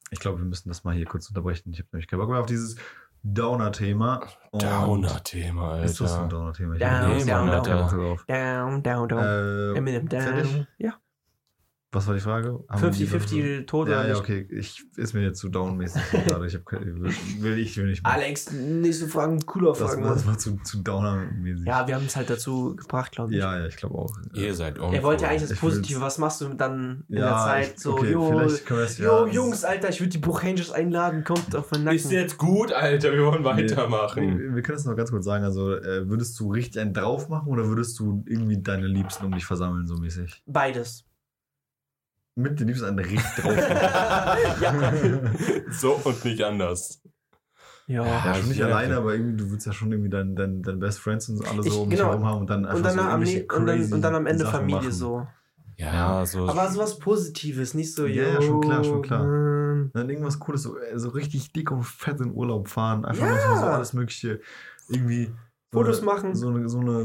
Ich glaube, wir müssen das mal hier kurz unterbrechen. Ich habe nämlich keinen Bock mehr auf dieses Downer-Thema. Und Downer-Thema, Alter. Ist das ein Downer-Thema? Ich Down, hab down, keinen down. Bock drauf. Down. Eminem down. fertig? Ja. Was war die Frage? Haben die- 50-50 tot Ja, oder ja, nicht? okay. Ist mir jetzt zu down-mäßig gerade. Ich will nicht mehr. Alex, nächste Fragen, cooler Das Fragen. war zu Downer-mäßig. Ja, wir haben es halt dazu gebracht, glaube ich. Ja, ich glaube auch. Ihr seid Er wollte ja eigentlich das Ich Positive. will's- Was machst du dann in Ja, der Zeit? So, okay, jo, vielleicht können wir es jo, ja- Jungs, Alter, ich würde die Bruch Rangers einladen. Kommt auf meinen Nacken. Ist jetzt gut, Alter, wir wollen weitermachen. Wir können es noch ganz kurz sagen. Also, würdest du richtig einen drauf machen oder würdest du irgendwie deine Liebsten um dich versammeln, so mäßig? Beides. Mit den Liebsten einen richtig drauf machen. Ja. So und nicht anders. Ja. Ja, schon nicht Ja, alleine, okay. aber irgendwie, du willst ja schon irgendwie dein Best Friends und so alle so um dich Genau. herum haben und dann einfach Und dann, so irgendwelche und dann am Ende Sachen Familie machen. so. Ja, so. Aber sowas Positives, nicht so, Ja, ja, yo, schon klar. Mann. Dann irgendwas Cooles, so richtig dick und fett in Urlaub fahren, einfach Ja. mal so alles Mögliche. Irgendwie so Fotos eine, machen. So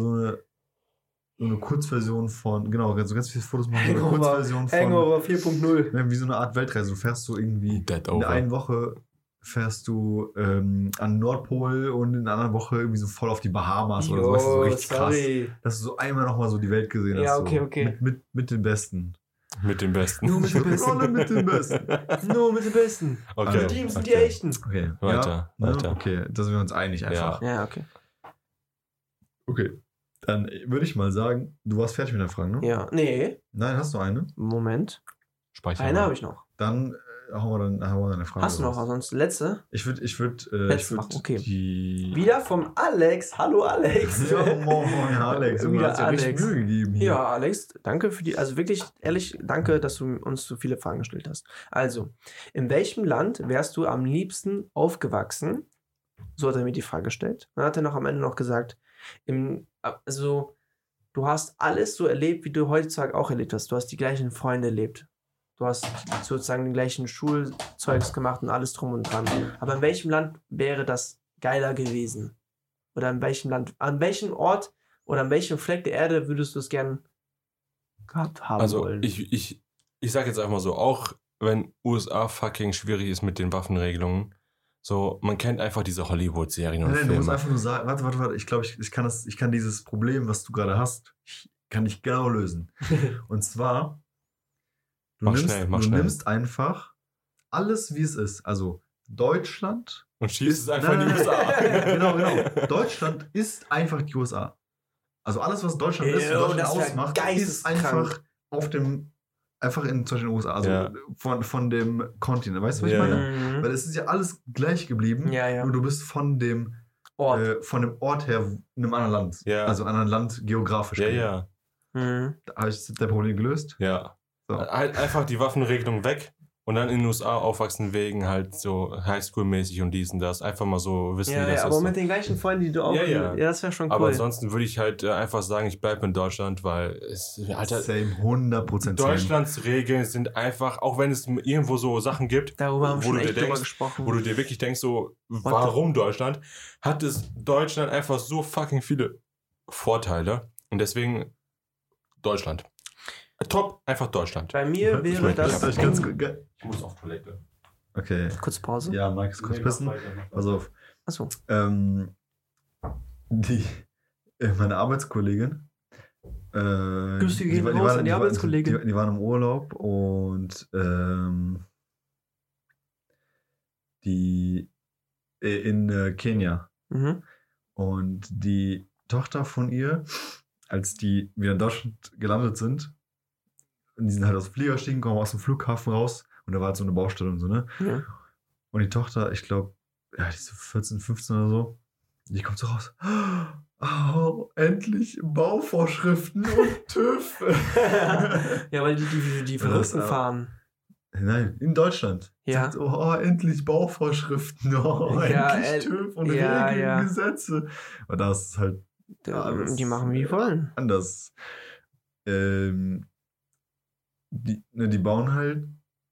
eine Kurzversion von, genau, so ganz viele Fotos machen. So eine Hangover, Kurzversion von, Hangover 4.0. wie so eine Art Weltreise. Du fährst so irgendwie Dead in over. der einen Woche fährst du an den Nordpol und in der anderen Woche irgendwie so voll auf die Bahamas oder so. Weißt du, so richtig krass. Dass du so einmal nochmal so die Welt gesehen Ja, hast. okay, so. okay. Mit den Besten. Mit dem Besten. Nur mit den Besten. Alle mit den Besten. Nur mit den Besten. Okay. Die Teams sind die okay. Echten. Okay. Weiter, ja, weiter. Okay, da sind wir uns einig einfach. Ja, okay. Okay. Dann würde ich mal sagen, du warst fertig mit deinen Fragen, ne? Ja, nee, Nein, hast du eine? Moment. Speicher. Eine habe ich noch. Dann hauen wir deine Frage Hast du noch raus. sonst letzte? Ich würde Letzte machen, okay. die... Wieder vom Alex. Hallo Alex. Ja, moin, Alex. Du Wieder hast ja richtig Alex. Mühe gegeben hier. Ja, Alex, danke für die, also wirklich ehrlich, danke, dass du uns so viele Fragen gestellt hast. Also, in welchem Land wärst du am liebsten aufgewachsen? So hat er mir die Frage gestellt. Dann hat er noch am Ende noch gesagt, also, du hast alles so erlebt, wie du heutzutage auch erlebt hast. Du hast die gleichen Freunde erlebt. Du hast sozusagen den gleichen Schulzeugs gemacht und alles drum und dran. Aber in welchem Land wäre das geiler gewesen? Oder in welchem Land, an welchem Ort oder an welchem Fleck der Erde würdest du es gern gehabt haben Also, wollen? ich sag jetzt einfach mal so, auch wenn USA fucking schwierig ist mit den Waffenregelungen, so, man kennt einfach diese Hollywood-Serien und Nein, du musst Filme. einfach nur sagen, warte, ich glaube, ich kann dieses Problem, was du gerade hast, kann ich genau lösen. Und zwar, Mach schnell. nimmst einfach alles, wie es ist. Also Deutschland. Und schießt es einfach in die Nein, USA. genau. Deutschland ist einfach die USA. Also alles, was Deutschland ist und Ew, Deutschland das wär ausmacht, ist geisteskrank. einfach in zum Beispiel den USA, also Ja. von dem Kontinent. Weißt du, was ich Ja, meine? Mhm. Weil es ist ja alles gleich geblieben. Ja, ja. Nur du bist von dem Ort. Ort her in einem anderen Land. Ja. Also in einem anderen Land geografisch. Ja, gesehen. ja, Mhm. Da habe ich das Problem gelöst. ja. So. Halt einfach die Waffenregelung weg und dann in den USA aufwachsen wegen halt so Highschool-mäßig und dies und das. Einfach mal so wissen, Ja, wie das ja, ist. aber so. mit den gleichen Freunden, die du auch. Ja. Das wäre schon cool. Aber ansonsten würde ich halt einfach sagen, ich bleibe in Deutschland, weil es, Alter, Same, 100% same. Deutschlands Regeln sind einfach, auch wenn es irgendwo so Sachen gibt, Darüber haben wir wo schon du dir echt drüber denkst, gesprochen. wo du dir wirklich denkst, so, warum Deutschland, hat es Deutschland einfach so fucking viele Vorteile und deswegen Deutschland. Top, einfach Deutschland. Bei mir wäre das. Ich ganz gut. Ich muss auf Toilette. Okay. Kurz Pause. Ja, Max, kurz pissen. Pass auf. Achso. Meine Arbeitskollegin. Grüße gehen raus an die Arbeitskollegin. Die waren im Urlaub und die in Kenia. Mhm. Und die Tochter von ihr, als die wieder in Deutschland gelandet sind, und die sind halt aus dem Flieger gestiegen, kommen aus dem Flughafen raus und da war halt so eine Baustelle und so, ne? Ja. Und die Tochter, ich glaube, ja, die ist so 14, 15 oder so, die kommt so raus. Oh, endlich Bauvorschriften und TÜV. Ja, weil die Verrückten Das, fahren. Nein, in Deutschland. Ja. Sagt, oh, endlich Bauvorschriften, oh, Ja, endlich TÜV und ja, Regeln, ja. Gesetze. Und das ist halt Die machen wie die wollen. anders. Die bauen halt.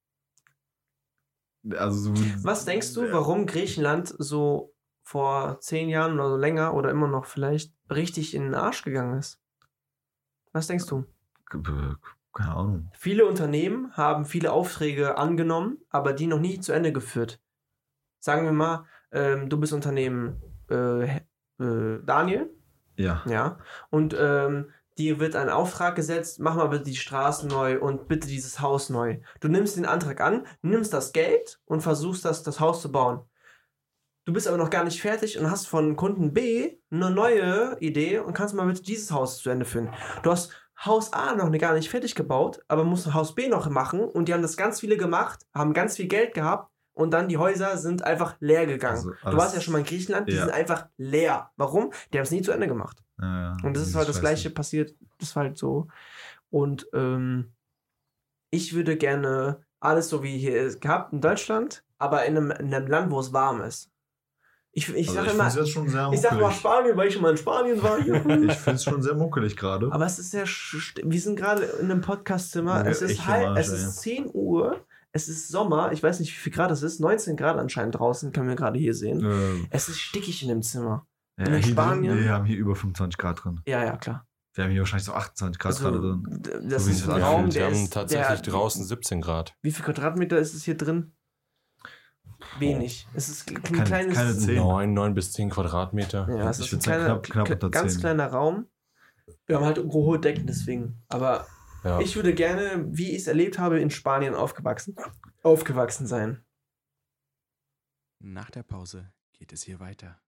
Also so. Was denkst du, warum Griechenland so vor 10 Jahren oder so länger oder immer noch vielleicht richtig in den Arsch gegangen ist? Was denkst du? Keine Ahnung. Viele Unternehmen haben viele Aufträge angenommen, aber die noch nie zu Ende geführt. Sagen wir mal, du bist Unternehmen Daniel, Ja. ja, und dir wird ein Auftrag gesetzt, mach mal bitte die Straßen neu und bitte dieses Haus neu. Du nimmst den Antrag an, nimmst das Geld und versuchst das Haus zu bauen. Du bist aber noch gar nicht fertig und hast von Kunden B eine neue Idee und kannst mal bitte dieses Haus zu Ende führen. Du hast Haus A noch gar nicht fertig gebaut, aber musst Haus B noch machen und die haben das ganz viele gemacht, haben ganz viel Geld gehabt und dann die Häuser sind einfach leer gegangen. Also Du warst ja schon mal in Griechenland, die sind einfach leer. Warum? Die haben es nie zu Ende gemacht. Ja. Und das ist halt das Gleiche passiert. Das war halt so. Und ich würde gerne alles so wie hier ist, gehabt in Deutschland, aber in einem Land, wo es warm ist. Ich sage immer, jetzt schon sehr ich sag mal muckelig. Spanien, weil ich schon mal in Spanien war. Ich finde es schon sehr muckelig gerade. Aber es ist sehr, wir sind gerade in einem Podcastzimmer. Ja, Es ist echt im Arsch, es ist 10 Uhr. Es ist Sommer. Ich weiß nicht, wie viel Grad es ist. 19 Grad anscheinend draußen, können wir gerade hier sehen. Es ist stickig in dem Zimmer. in hier Spanien. Wir haben hier über 25 Grad drin. Ja, klar. Wir haben hier wahrscheinlich so 28 Grad gerade drin. Das So wie ist es ein anfühlt. Raum, Wir der haben ist tatsächlich der, draußen 17 Grad. Wie viel Quadratmeter ist es hier drin? Wenig. Es ist ein kleines... keine 10. 9 bis 10 Quadratmeter. Ja, es Ich ist ein würd sagen, kleiner, knapp unter ganz 10. kleiner Raum. Wir haben halt hohe Decken deswegen. Aber Ja. ich würde gerne, wie ich es erlebt habe, in Spanien aufgewachsen sein. Nach der Pause geht es hier weiter.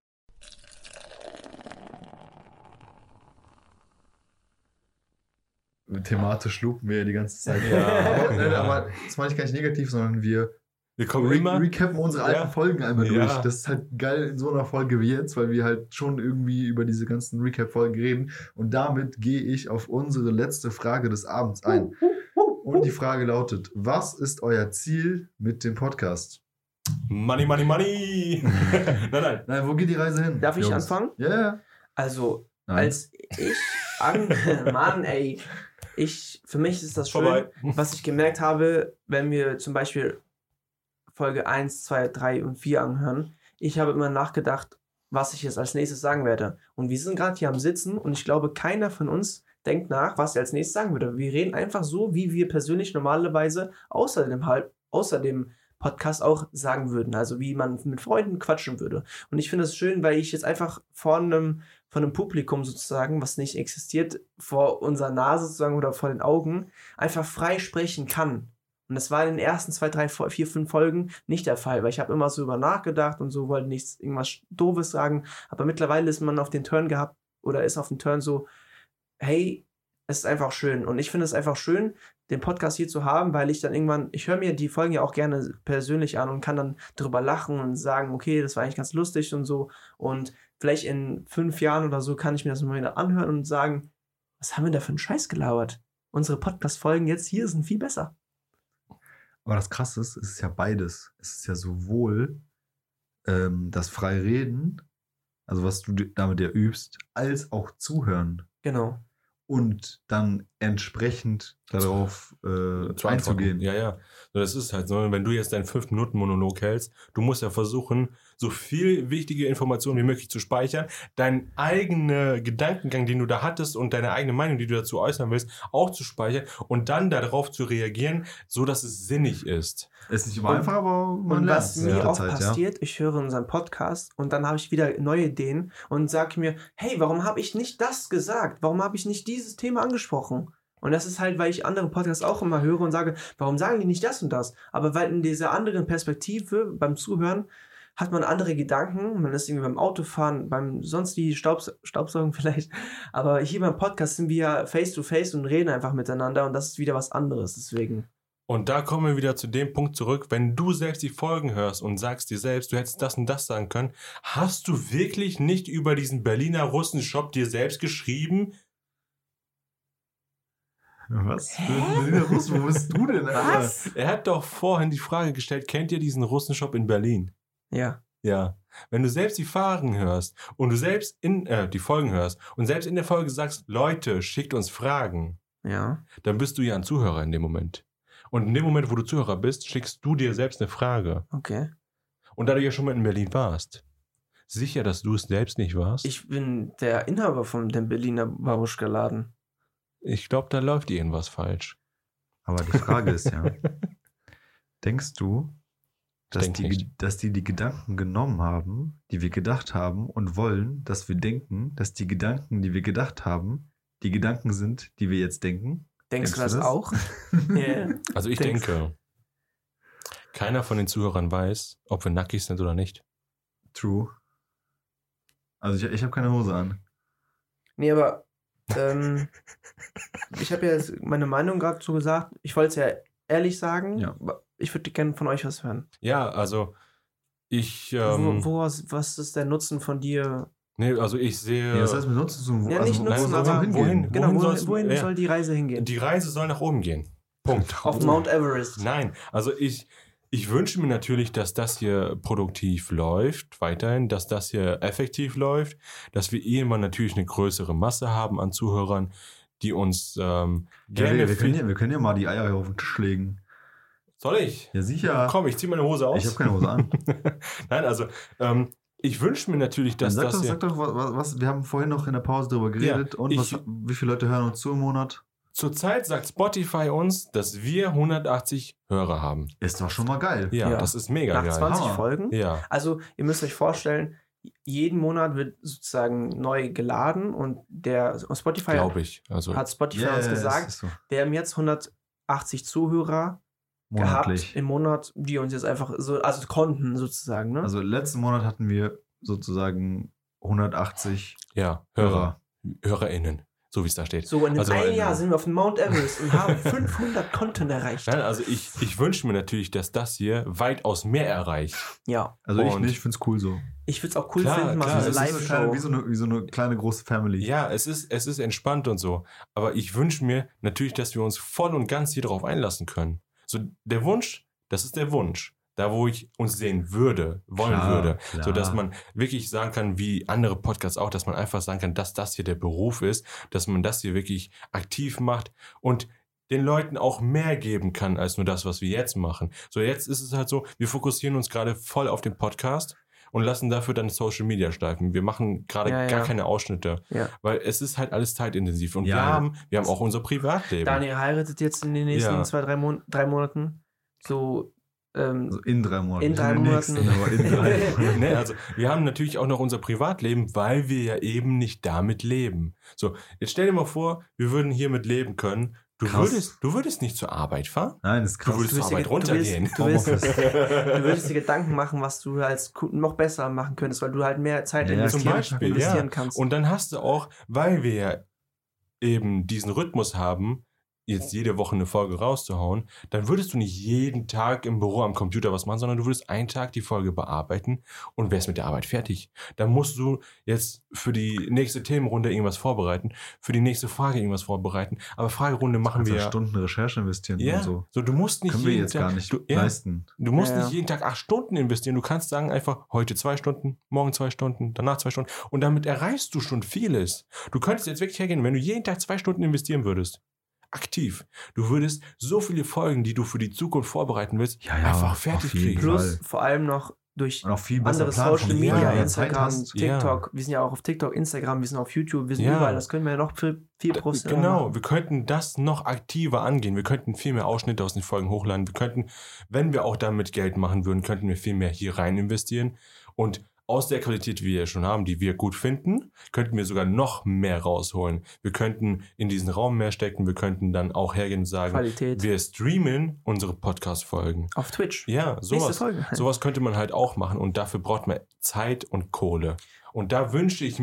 Thematisch lupen wir ja die ganze Zeit. Ja. Aber das meine ich gar nicht negativ, sondern wir Wir kommen immer. recappen unsere alten Ja. Folgen einmal Ja. durch. Das ist halt geil in so einer Folge wie jetzt, weil wir halt schon irgendwie über diese ganzen Recap-Folgen reden. Und damit gehe ich auf unsere letzte Frage des Abends ein. Und die Frage lautet: Was ist euer Ziel mit dem Podcast? Money, money, money. Nein. Nein, wo geht die Reise hin? Darf ich Jungs? anfangen? Ja, ja. Also, Nein. als ich Mann, ey. Für mich ist das schön, Vorbei. was ich gemerkt habe, wenn wir zum Beispiel Folge 1, 2, 3 und 4 anhören. Ich habe immer nachgedacht, was ich jetzt als nächstes sagen werde. Und wir sind gerade hier am Sitzen und ich glaube, keiner von uns denkt nach, was er als nächstes sagen würde. Wir reden einfach so, wie wir persönlich normalerweise außer dem Podcast auch sagen würden. Also wie man mit Freunden quatschen würde. Und ich finde es schön, weil ich jetzt einfach von einem Publikum sozusagen, was nicht existiert, vor unserer Nase sozusagen oder vor den Augen, einfach frei sprechen kann. Und das war in den ersten 2, 3, 4, 5 Folgen nicht der Fall, weil ich habe immer so über nachgedacht und so wollte nichts, irgendwas Doofes sagen. Aber mittlerweile ist man auf den Turn gehabt oder ist auf den Turn so, hey, es ist einfach schön. Und ich finde es einfach schön, den Podcast hier zu haben, weil ich dann irgendwann, ich höre mir die Folgen ja auch gerne persönlich an und kann dann drüber lachen und sagen, okay, das war eigentlich ganz lustig und so. Und vielleicht in 5 Jahren oder so kann ich mir das mal wieder anhören und sagen, was haben wir da für einen Scheiß gelabert? Unsere Podcast-Folgen jetzt hier sind viel besser. Aber das Krasse ist, es ist ja beides. Es ist ja sowohl das freie Reden, also was du damit ja übst, als auch Zuhören. Genau. Und dann entsprechend darauf einzugehen. Ja. Das ist halt so, wenn du jetzt deinen 5-Minuten-Monolog hältst, du musst ja versuchen, so viel wichtige Informationen wie möglich zu speichern, deinen eigenen Gedankengang, den du da hattest und deine eigene Meinung, die du dazu äußern willst, auch zu speichern und dann darauf zu reagieren, so dass es sinnig ist. Ist nicht immer einfach, aber man Und lernt was es mir mit der auch Zeit, passiert, ich höre unseren Podcast und dann habe ich wieder neue Ideen und sage mir, hey, warum habe ich nicht das gesagt? Warum habe ich nicht dieses Thema angesprochen? Und das ist halt, weil ich andere Podcasts auch immer höre und sage, warum sagen die nicht das und das? Aber weil in dieser anderen Perspektive beim Zuhören hat man andere Gedanken, man ist irgendwie beim Autofahren, beim sonst die Staubsaugen vielleicht, aber hier beim Podcast sind wir ja face to face und reden einfach miteinander und das ist wieder was anderes, deswegen. Und da kommen wir wieder zu dem Punkt zurück, wenn du selbst die Folgen hörst und sagst dir selbst, du hättest das und das sagen können, hast du wirklich nicht über diesen Berliner Russenshop dir selbst geschrieben? Was? Russ, wo bist du denn, Alter? Was? Er hat doch vorhin die Frage gestellt, kennt ihr diesen Russenshop in Berlin? Ja. Ja. Wenn du selbst die Fragen hörst und du selbst die Folgen hörst und selbst in der Folge sagst, Leute, schickt uns Fragen, Ja. dann bist du ja ein Zuhörer in dem Moment. Und in dem Moment, wo du Zuhörer bist, schickst du dir selbst eine Frage. Okay. Und da du ja schon mal in Berlin warst, sicher, dass du es selbst nicht warst? Ich bin der Inhaber von dem Berliner Babuschka-Laden. Ich glaube, da läuft irgendwas falsch. Aber die Frage ist ja, denkst du, dass denk die Gedanken genommen haben, die wir gedacht haben und wollen, dass wir denken, dass die Gedanken, die wir gedacht haben, die Gedanken sind, die wir jetzt denken? Denkst du Denkst das du das? auch? Yeah. Also ich Denkst- denke, keiner von den Zuhörern weiß, ob wir nackig sind oder nicht. True. Also ich habe keine Hose an. Nee, aber ich habe ja jetzt meine Meinung gerade so gesagt. Ich wollte es ja ehrlich sagen. Ja. Aber ich würde gerne von euch was hören. Ja, also ich, Was ist der Nutzen von dir? nee, also ich sehe, Ja, das heißt, wir nutzen so Ja, nicht nein, nutzen, wo aber soll man hingehen? Genau, soll's- wohin ja, soll die Reise hingehen? die Reise soll nach oben gehen. Punkt. Auf Mount Everest. Nein, also ich wünsche mir natürlich, dass das hier produktiv läuft, weiterhin, dass das hier effektiv läuft, dass wir irgendwann natürlich eine größere Masse haben an Zuhörern, die uns gerne... wir können ja mal die Eier auf den Tisch legen. Soll ich? Ja, sicher. Komm, ich ziehe meine Hose aus. Ich habe keine Hose an. Nein, also ich wünsche mir natürlich, dass Dann das hier... sag doch, was, wir haben vorhin noch in der Pause darüber geredet. Und wie viele Leute hören uns zu im Monat? Zurzeit sagt Spotify uns, dass wir 180 Hörer haben. Ist doch schon mal geil. Ja, Ja. das ist mega Nach geil. 20 Hammer. Folgen. Ja, Also, ihr müsst euch vorstellen, jeden Monat wird sozusagen neu geladen und Spotify glaube ich. Also hat Spotify Ja, uns ja, gesagt, ist so. wir haben jetzt 180 Zuhörer Monatlich. gehabt im Monat, die uns jetzt einfach so, also konnten sozusagen, ne? Also letzten Monat hatten wir sozusagen 180 ja, HörerInnen, so wie es da steht. so in also, einem Jahr sind wir auf dem Mount Everest und haben 500 Content erreicht. Nein, also ich wünsche mir natürlich, dass das hier weitaus mehr erreicht. Ja, Also ich Und- nicht, ich finde es cool so. ich würde es auch cool Klar, finden, mal klar, so eine es ist Das ist so kleine, Live-Show. wie so eine kleine große Family. Ja, es ist entspannt und so. Aber ich wünsche mir natürlich, dass wir uns voll und ganz hier drauf einlassen können. So der Wunsch, das ist der Wunsch. Da, wo ich uns sehen wollen würde. klar. So dass man wirklich sagen kann, wie andere Podcasts auch, dass man einfach sagen kann, dass das hier der Beruf ist, dass man das hier wirklich aktiv macht und den Leuten auch mehr geben kann, als nur das, was wir jetzt machen. So, jetzt ist es halt so, wir fokussieren uns gerade voll auf den Podcast und lassen dafür dann Social Media schleifen. Wir machen gerade Ja, gar ja. keine Ausschnitte, Ja. weil es ist halt alles zeitintensiv. Und Ja. wir haben auch unser Privatleben. Daniel heiratet jetzt in den nächsten Ja. 3 Monaten. So, Also in 3 Monaten. In 3 den Monaten. nächsten, aber in 3 Monaten. Ne, also wir haben natürlich auch noch unser Privatleben, weil wir ja eben nicht damit leben. So, jetzt stell dir mal vor, wir würden hiermit leben können. Krass. Du würdest nicht zur Arbeit fahren? Nein, das ist Du krass. würdest zur dir- Arbeit runtergehen. du würdest dir Gedanken machen, was du als Kunden noch besser machen könntest, weil du halt mehr Zeit Ja, Zum Beispiel, investieren ja. kannst. Und dann hast du auch, weil wir ja eben diesen Rhythmus haben, jetzt jede Woche eine Folge rauszuhauen, dann würdest du nicht jeden Tag im Büro am Computer was machen, sondern du würdest einen Tag die Folge bearbeiten und wärst mit der Arbeit fertig. Dann musst du jetzt für die nächste Themenrunde irgendwas vorbereiten, für die nächste Frage irgendwas vorbereiten. Aber Fragerunde machen Kannst wir ja ja. Stunden Recherche investieren Ja, und so. so du musst nicht Können wir jeden jetzt Tag, gar nicht du leisten. musst Ja, nicht ja. jeden Tag 8 Stunden investieren. Du kannst sagen einfach, heute 2 Stunden, morgen 2 Stunden, danach 2 Stunden. Und damit erreichst du schon vieles. Du könntest jetzt wirklich hergehen, wenn du jeden Tag 2 Stunden investieren würdest. Aktiv. Du würdest so viele Folgen, die du für die Zukunft vorbereiten willst, Ja, einfach auf fertig jeden kriegen. Fall. Plus vor allem noch durch Und auch viel besser andere planen, Social von wie Media, du Zeit Instagram, hast. TikTok. Wir sind ja auch auf TikTok, Instagram, wir sind auf YouTube, wir sind Ja. überall. Das können wir ja noch viel professioneller Genau, machen. wir könnten das noch aktiver angehen. Wir könnten viel mehr Ausschnitte aus den Folgen hochladen. Wir könnten, wenn wir auch damit Geld machen würden, könnten wir viel mehr hier rein investieren. Und aus der Qualität, die wir schon haben, die wir gut finden, könnten wir sogar noch mehr rausholen. Wir könnten in diesen Raum mehr stecken. Wir könnten dann auch hergehen und sagen, Qualität. wir streamen unsere Podcast-Folgen. Auf Twitch. Ja, Nächste sowas. Folge. Sowas könnte man halt auch machen und dafür braucht man Zeit und Kohle. Und da wünsche ich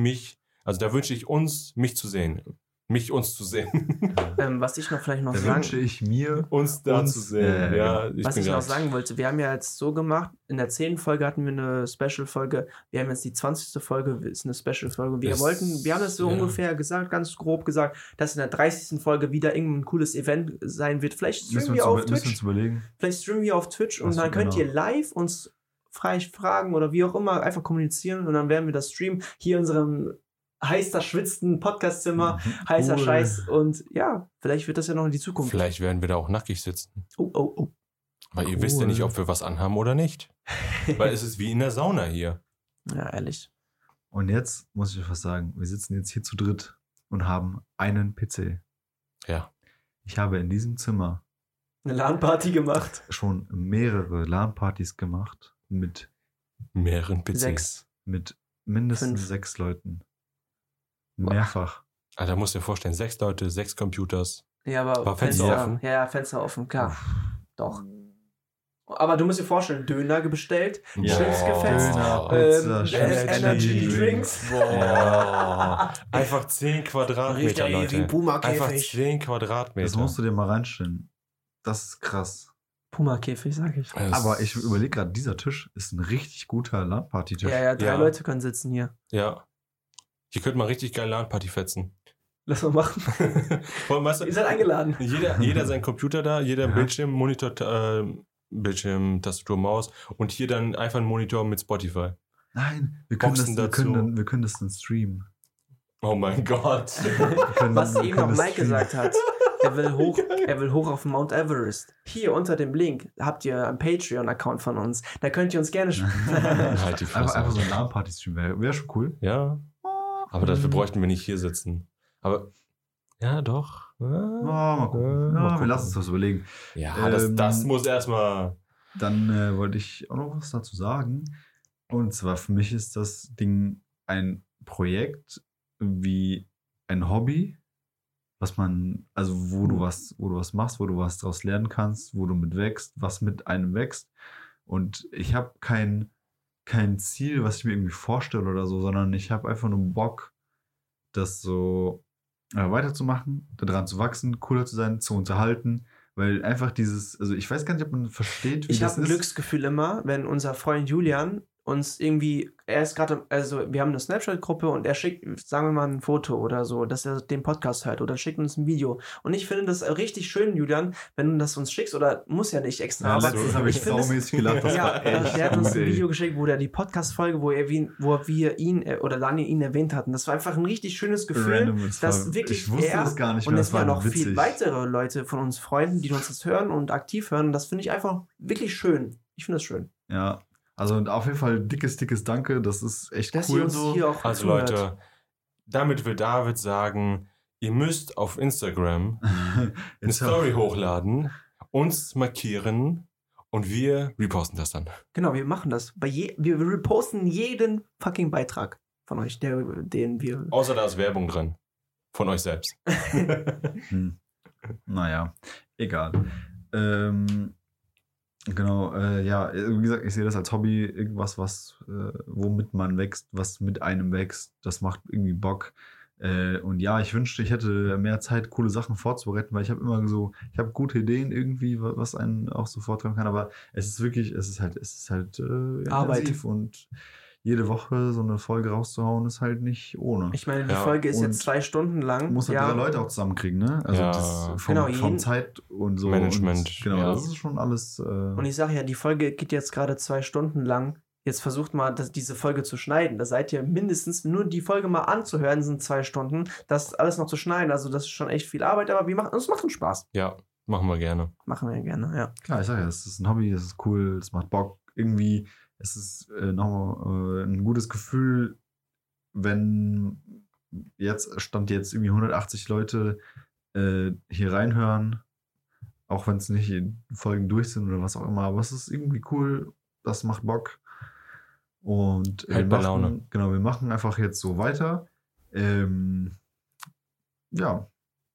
uns, mich zu sehen. Uns zu sehen. Was ich noch vielleicht noch Da sagen, wünsche ich mir. uns da Uns, zu sehen. Ja, was ich noch grad- sagen wollte, wir haben ja jetzt so gemacht, in der 10. Folge hatten wir eine Special-Folge, wir haben jetzt die 20. Folge, ist eine Special-Folge. Wir haben das so ja. ungefähr gesagt, ganz grob gesagt, dass in der 30. Folge wieder irgendein cooles Event sein wird. Vielleicht streamen wir auf Müssen wir uns Twitch. überlegen. Vielleicht streamen wir auf Twitch und Ach so, dann könnt genau. ihr live uns frei fragen oder wie auch immer einfach kommunizieren und dann werden wir das streamen. Hier in unserem heiß schwitzten Podcastzimmer, heißer Cool. Scheiß und ja, vielleicht wird das ja noch in die Zukunft. Vielleicht werden wir da auch nackig sitzen. Oh. Weil ihr Cool. wisst ja nicht, ob wir was anhaben oder nicht. Weil es ist wie in der Sauna hier. Ja, ehrlich. Und jetzt muss ich euch was sagen. Wir sitzen jetzt hier zu dritt und haben einen PC. Ja. Ich habe in diesem Zimmer Eine LAN-Party gemacht. schon mehrere LAN-Partys gemacht mit Mehreren PCs. 6. mindestens 5. 6 Leuten. Mehrfach. Da musst du dir vorstellen, 6 Leute, 6 Computers. Ja, aber War Fenster offen? Ja, Fenster offen, klar. Doch. Aber du musst dir vorstellen, Döner bestellt, Ja. Chips gefetzt, Boah. Pizza, Energy Drinks. Boah. Einfach 10 Quadratmeter, Richtig, wie Leute. Einfach Puma-Käfig. 10 Das Quadratmeter. musst du dir mal reinstellen. Das ist krass. Puma-Käfig, sag ich. Aber ich überlege gerade, dieser Tisch ist ein richtig guter LAN-Party-Tisch. Ja, 3 Ja. Leute können sitzen hier. Ja. Hier könnte man richtig geil LAN-Party fetzen. Lass mal machen. Vor allem, weißt Ihr du, seid eingeladen. jeder sein Computer da, jeder Ja. Bildschirm, Monitor, Bildschirm, Tastatur, Maus und hier dann einfach ein Monitor mit Spotify. Nein, wir können, Boxen wir dazu. können das dann streamen. Oh mein Gott. Was wir eben können noch das Mike streamen. gesagt hat. Er will hoch auf Mount Everest. Hier unter dem Link habt ihr einen Patreon-Account von uns. Da könnt ihr uns gerne Halt die Fresse. Einfach so ein LAN-Party-Stream wäre schon cool. Ja. Aber dafür bräuchten wir nicht hier sitzen. Aber, ja, doch. Mal gucken. Wir lassen uns was überlegen. Ja, das muss erstmal. Dann wollte ich auch noch was dazu sagen. Und zwar für mich ist das Ding ein Projekt wie ein Hobby, was man, also wo du was machst, wo du was draus lernen kannst, wo du mit wächst, was mit einem wächst. Und ich habe kein Ziel, was ich mir irgendwie vorstelle oder so, sondern ich habe einfach nur Bock, das so weiterzumachen, daran zu wachsen, cooler zu sein, zu unterhalten, weil einfach also ich weiß gar nicht, ob man versteht, wie Ich das habe ein ist. Glücksgefühl immer, wenn unser Freund Julian uns irgendwie, er ist gerade, also wir haben eine Snapchat-Gruppe und er schickt, sagen wir mal, ein Foto oder so, dass er den Podcast hört oder schickt uns ein Video. Und ich finde das richtig schön, Julian, wenn du das uns schickst oder muss ja nicht extra. Ja, aber letztens habe ich finde es- saumäßig gelacht, das ja, war echt der hat uns gut, ein ey. Video geschickt, wo der die Podcast-Folge, wo wir ihn oder Lani ihn erwähnt hatten. Das war einfach ein richtig schönes Gefühl, Random, es dass war- wirklich ich wusste er das gar nicht und mehr, es das war waren noch witzig. viel weitere Leute von uns Freunden, die uns das hören und aktiv hören. Und das finde ich einfach wirklich schön. Ich finde das schön. Ja, also und auf jeden Fall dickes Danke, das ist echt Dass ihr cool uns so. hier auch Also zuhört. Leute, damit will David sagen, ihr müsst auf Instagram eine Jetzt Story hochladen, uns markieren und wir reposten das dann. Genau, wir machen das. Wir reposten jeden fucking Beitrag von euch, den wir. Außer da ist Werbung drin. Von euch selbst. Naja, egal. Genau, ja, wie gesagt, ich sehe das als Hobby, irgendwas, womit man wächst, was mit einem wächst, das macht irgendwie Bock. Und ja, ich wünschte, ich hätte mehr Zeit, coole Sachen vorzubereiten, weil ich habe immer so, ich habe gute Ideen irgendwie, was einen auch so vortragen kann, aber es ist halt Arbeit. intensiv und jede Woche so eine Folge rauszuhauen, ist halt nicht ohne. Ich meine, die Ja, Folge ist und jetzt 2 Stunden lang. Muss halt 3 Leute auch zusammenkriegen, ne? Also Ja. das vom, Genau, vom jeden- Zeit und so. Management, Und, genau, ja. das ist schon alles. Und ich sage ja, die Folge geht jetzt gerade 2 Stunden lang. Jetzt versucht mal, diese Folge zu schneiden. Da seid ihr mindestens, nur die Folge mal anzuhören, sind 2 Stunden. Das alles noch zu schneiden, also das ist schon echt viel Arbeit, aber es macht uns Spaß. Ja, machen wir gerne. Machen wir gerne, ja. Klar, ich sage ja, es ist ein Hobby, es ist cool, es macht Bock. Irgendwie, es ist nochmal ein gutes Gefühl, wenn Stand jetzt irgendwie 180 Leute hier reinhören, auch wenn es nicht Folgen durch sind oder was auch immer, aber es ist irgendwie cool, das macht Bock. Und Hält bei Laune. Genau, wir machen einfach jetzt so weiter. Ja.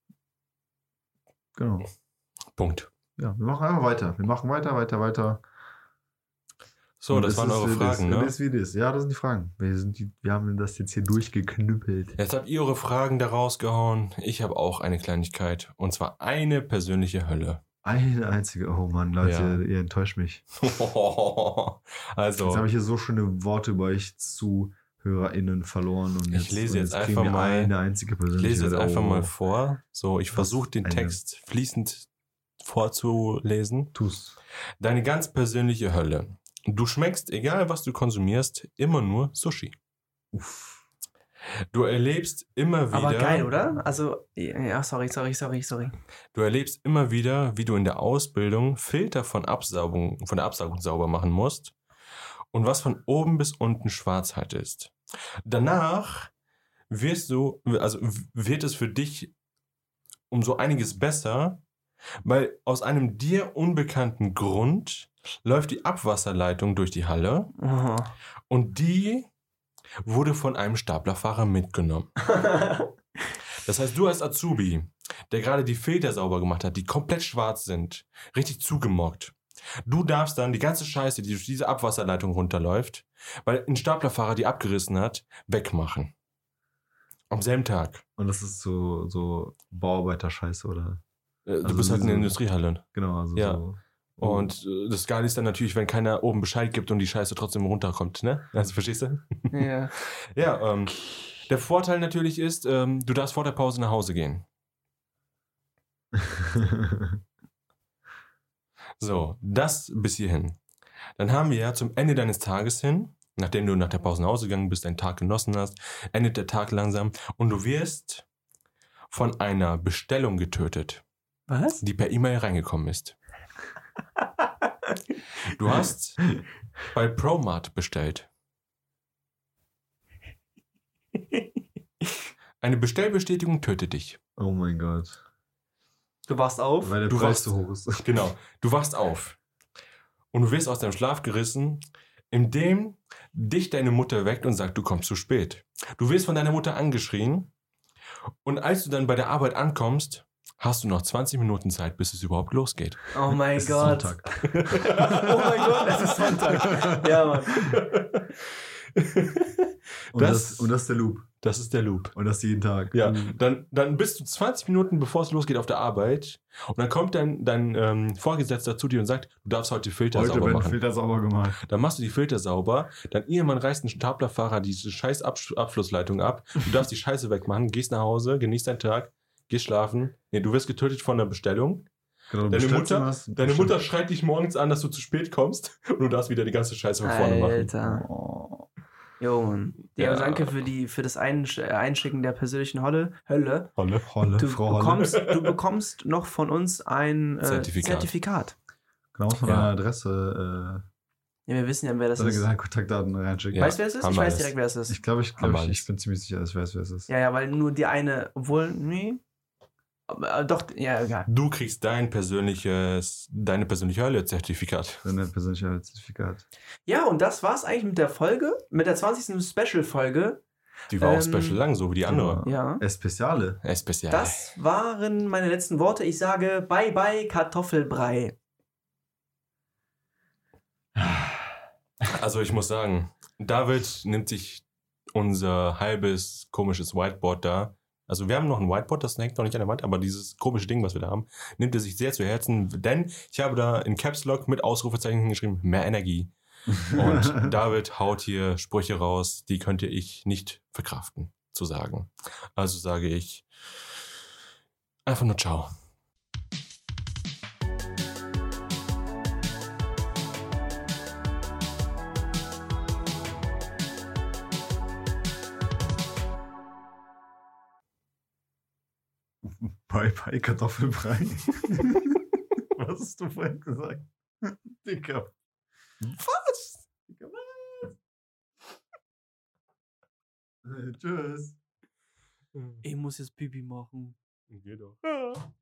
Genau. Punkt. Ja, wir machen einfach weiter. Wir machen weiter. So, Und das es waren ist, eure wie es Fragen, ist, ne? Es ist, wie es ist. Ja, das sind die Fragen. Wir haben das jetzt hier durchgeknüppelt. Jetzt habt ihr eure Fragen da rausgehauen. Ich habe auch eine Kleinigkeit. Und zwar eine persönliche Hölle. Eine einzige. Oh Mann, Leute, Ja. ihr enttäuscht mich. Also, Jetzt habe ich hier so schöne Worte über euch ZuhörerInnen verloren. Und Ich lese jetzt kriegen einfach wir mal- eine einzige ich persönliche lese jetzt Hölle. einfach Oh. mal vor. So, ich Was versuche den eine- Text fließend vorzulesen. Tu's. Deine ganz persönliche Hölle. Du schmeckst, egal was du konsumierst, immer nur Sushi. Uff. Du erlebst immer wieder. Aber geil, oder? Also, ja, sorry. Du erlebst immer wieder, wie du in der Ausbildung Filter von der Absaugung sauber machen musst und was von oben bis unten Schwarzheit ist. Danach wird es für dich um so einiges besser, Weil aus einem dir unbekannten Grund läuft die Abwasserleitung durch die Halle Oh. und die wurde von einem Staplerfahrer mitgenommen. Das heißt, du als Azubi, der gerade die Filter sauber gemacht hat, die komplett schwarz sind, richtig zugemockt. Du darfst dann die ganze Scheiße, die durch diese Abwasserleitung runterläuft, weil ein Staplerfahrer die abgerissen hat, wegmachen. Am selben Tag. Und das ist so Bauarbeiter-Scheiße, oder? Du Also bist halt in der diese- Industriehalle. Genau, also Ja. so. Und das Geile ist dann natürlich, wenn keiner oben Bescheid gibt und die Scheiße trotzdem runterkommt, ne? Also verstehst du? Ja. Ja, der Vorteil natürlich ist, du darfst vor der Pause nach Hause gehen. So, das bis hierhin. Dann haben wir ja zum Ende deines Tages hin, nachdem du nach der Pause nach Hause gegangen bist, deinen Tag genossen hast, endet der Tag langsam und du wirst von einer Bestellung getötet, Was? die per E-Mail reingekommen ist. Du hast bei ProMart bestellt. Eine Bestellbestätigung tötet dich. Oh mein Gott. Du wachst auf. Weil der Du Preis wachst- so hoch ist. Genau. Du wachst auf und du wirst aus deinem Schlaf gerissen, indem dich deine Mutter weckt und sagt, du kommst zu spät. Du wirst von deiner Mutter angeschrien und als du dann bei der Arbeit ankommst, hast du noch 20 Minuten Zeit, bis es überhaupt losgeht. Oh mein Es ist Gott. Sonntag. Oh mein Gott, es ist Sonntag. Ja, Mann. Und das ist der Loop. Das ist der Loop. Und das jeden Tag. Ja, dann bist du 20 Minuten, bevor es losgeht, auf der Arbeit und dann kommt dein Vorgesetzter zu dir und sagt, du darfst heute Filter Heute sauber werden machen. Filter sauber gemacht. Dann machst du die Filter sauber, dann irgendwann reißt ein Staplerfahrer diese scheiß Abflussleitung ab, du darfst die Scheiße wegmachen, gehst nach Hause, genießt deinen Tag, gehst schlafen. Nee, du wirst getötet von der Bestellung. Genau, du Deine bestellst Mutter- was, Deine Mutter schreit dich morgens an, dass du zu spät kommst und du darfst wieder die ganze Scheiße von vorne machen. Alter. Oh. Jo, Mann. Ja, Ja. danke für das Einschicken der persönlichen Hölle. Holle. Holle, Du Frau Holle. bekommst noch von uns ein Zertifikat. Genau, von Ja. deiner Adresse, Ja, wir wissen ja, wer das deine ist. Kontaktdaten reinschicken. Ja. Weißt du, wer es ist? haben Ich wir weiß alles. direkt, wer es ist. Ich glaube, Haben wir alles. ich bin ziemlich sicher, dass ich weiß, wer es ist. Ja, ja, weil nur die eine, obwohl, nee. Aber, doch, ja, egal. Du kriegst deine persönliche Hölle-Zertifikat. Dein persönlicher Zertifikat. Ja, und das war's eigentlich mit der Folge, mit der 20. Special-Folge. Die war auch Ähm, special lang, so wie die andere. Ja. Especiale. Especial. Das waren meine letzten Worte. Ich sage bye bye Kartoffelbrei. Also ich muss sagen, David nimmt sich unser halbes komisches Whiteboard da. Also wir haben noch ein Whiteboard, das hängt noch nicht an der Wand, aber dieses komische Ding, was wir da haben, nimmt er sich sehr zu Herzen, denn ich habe da in Caps Lock mit Ausrufezeichen geschrieben, mehr Energie. Und David haut hier Sprüche raus, die könnte ich nicht verkraften, zu sagen. Also sage ich einfach nur ciao. Bye bye Kartoffelbrei. Was hast du vorhin gesagt? Digga. Was? Digga, was? Tschüss. Ich muss jetzt Pipi machen. Geh doch.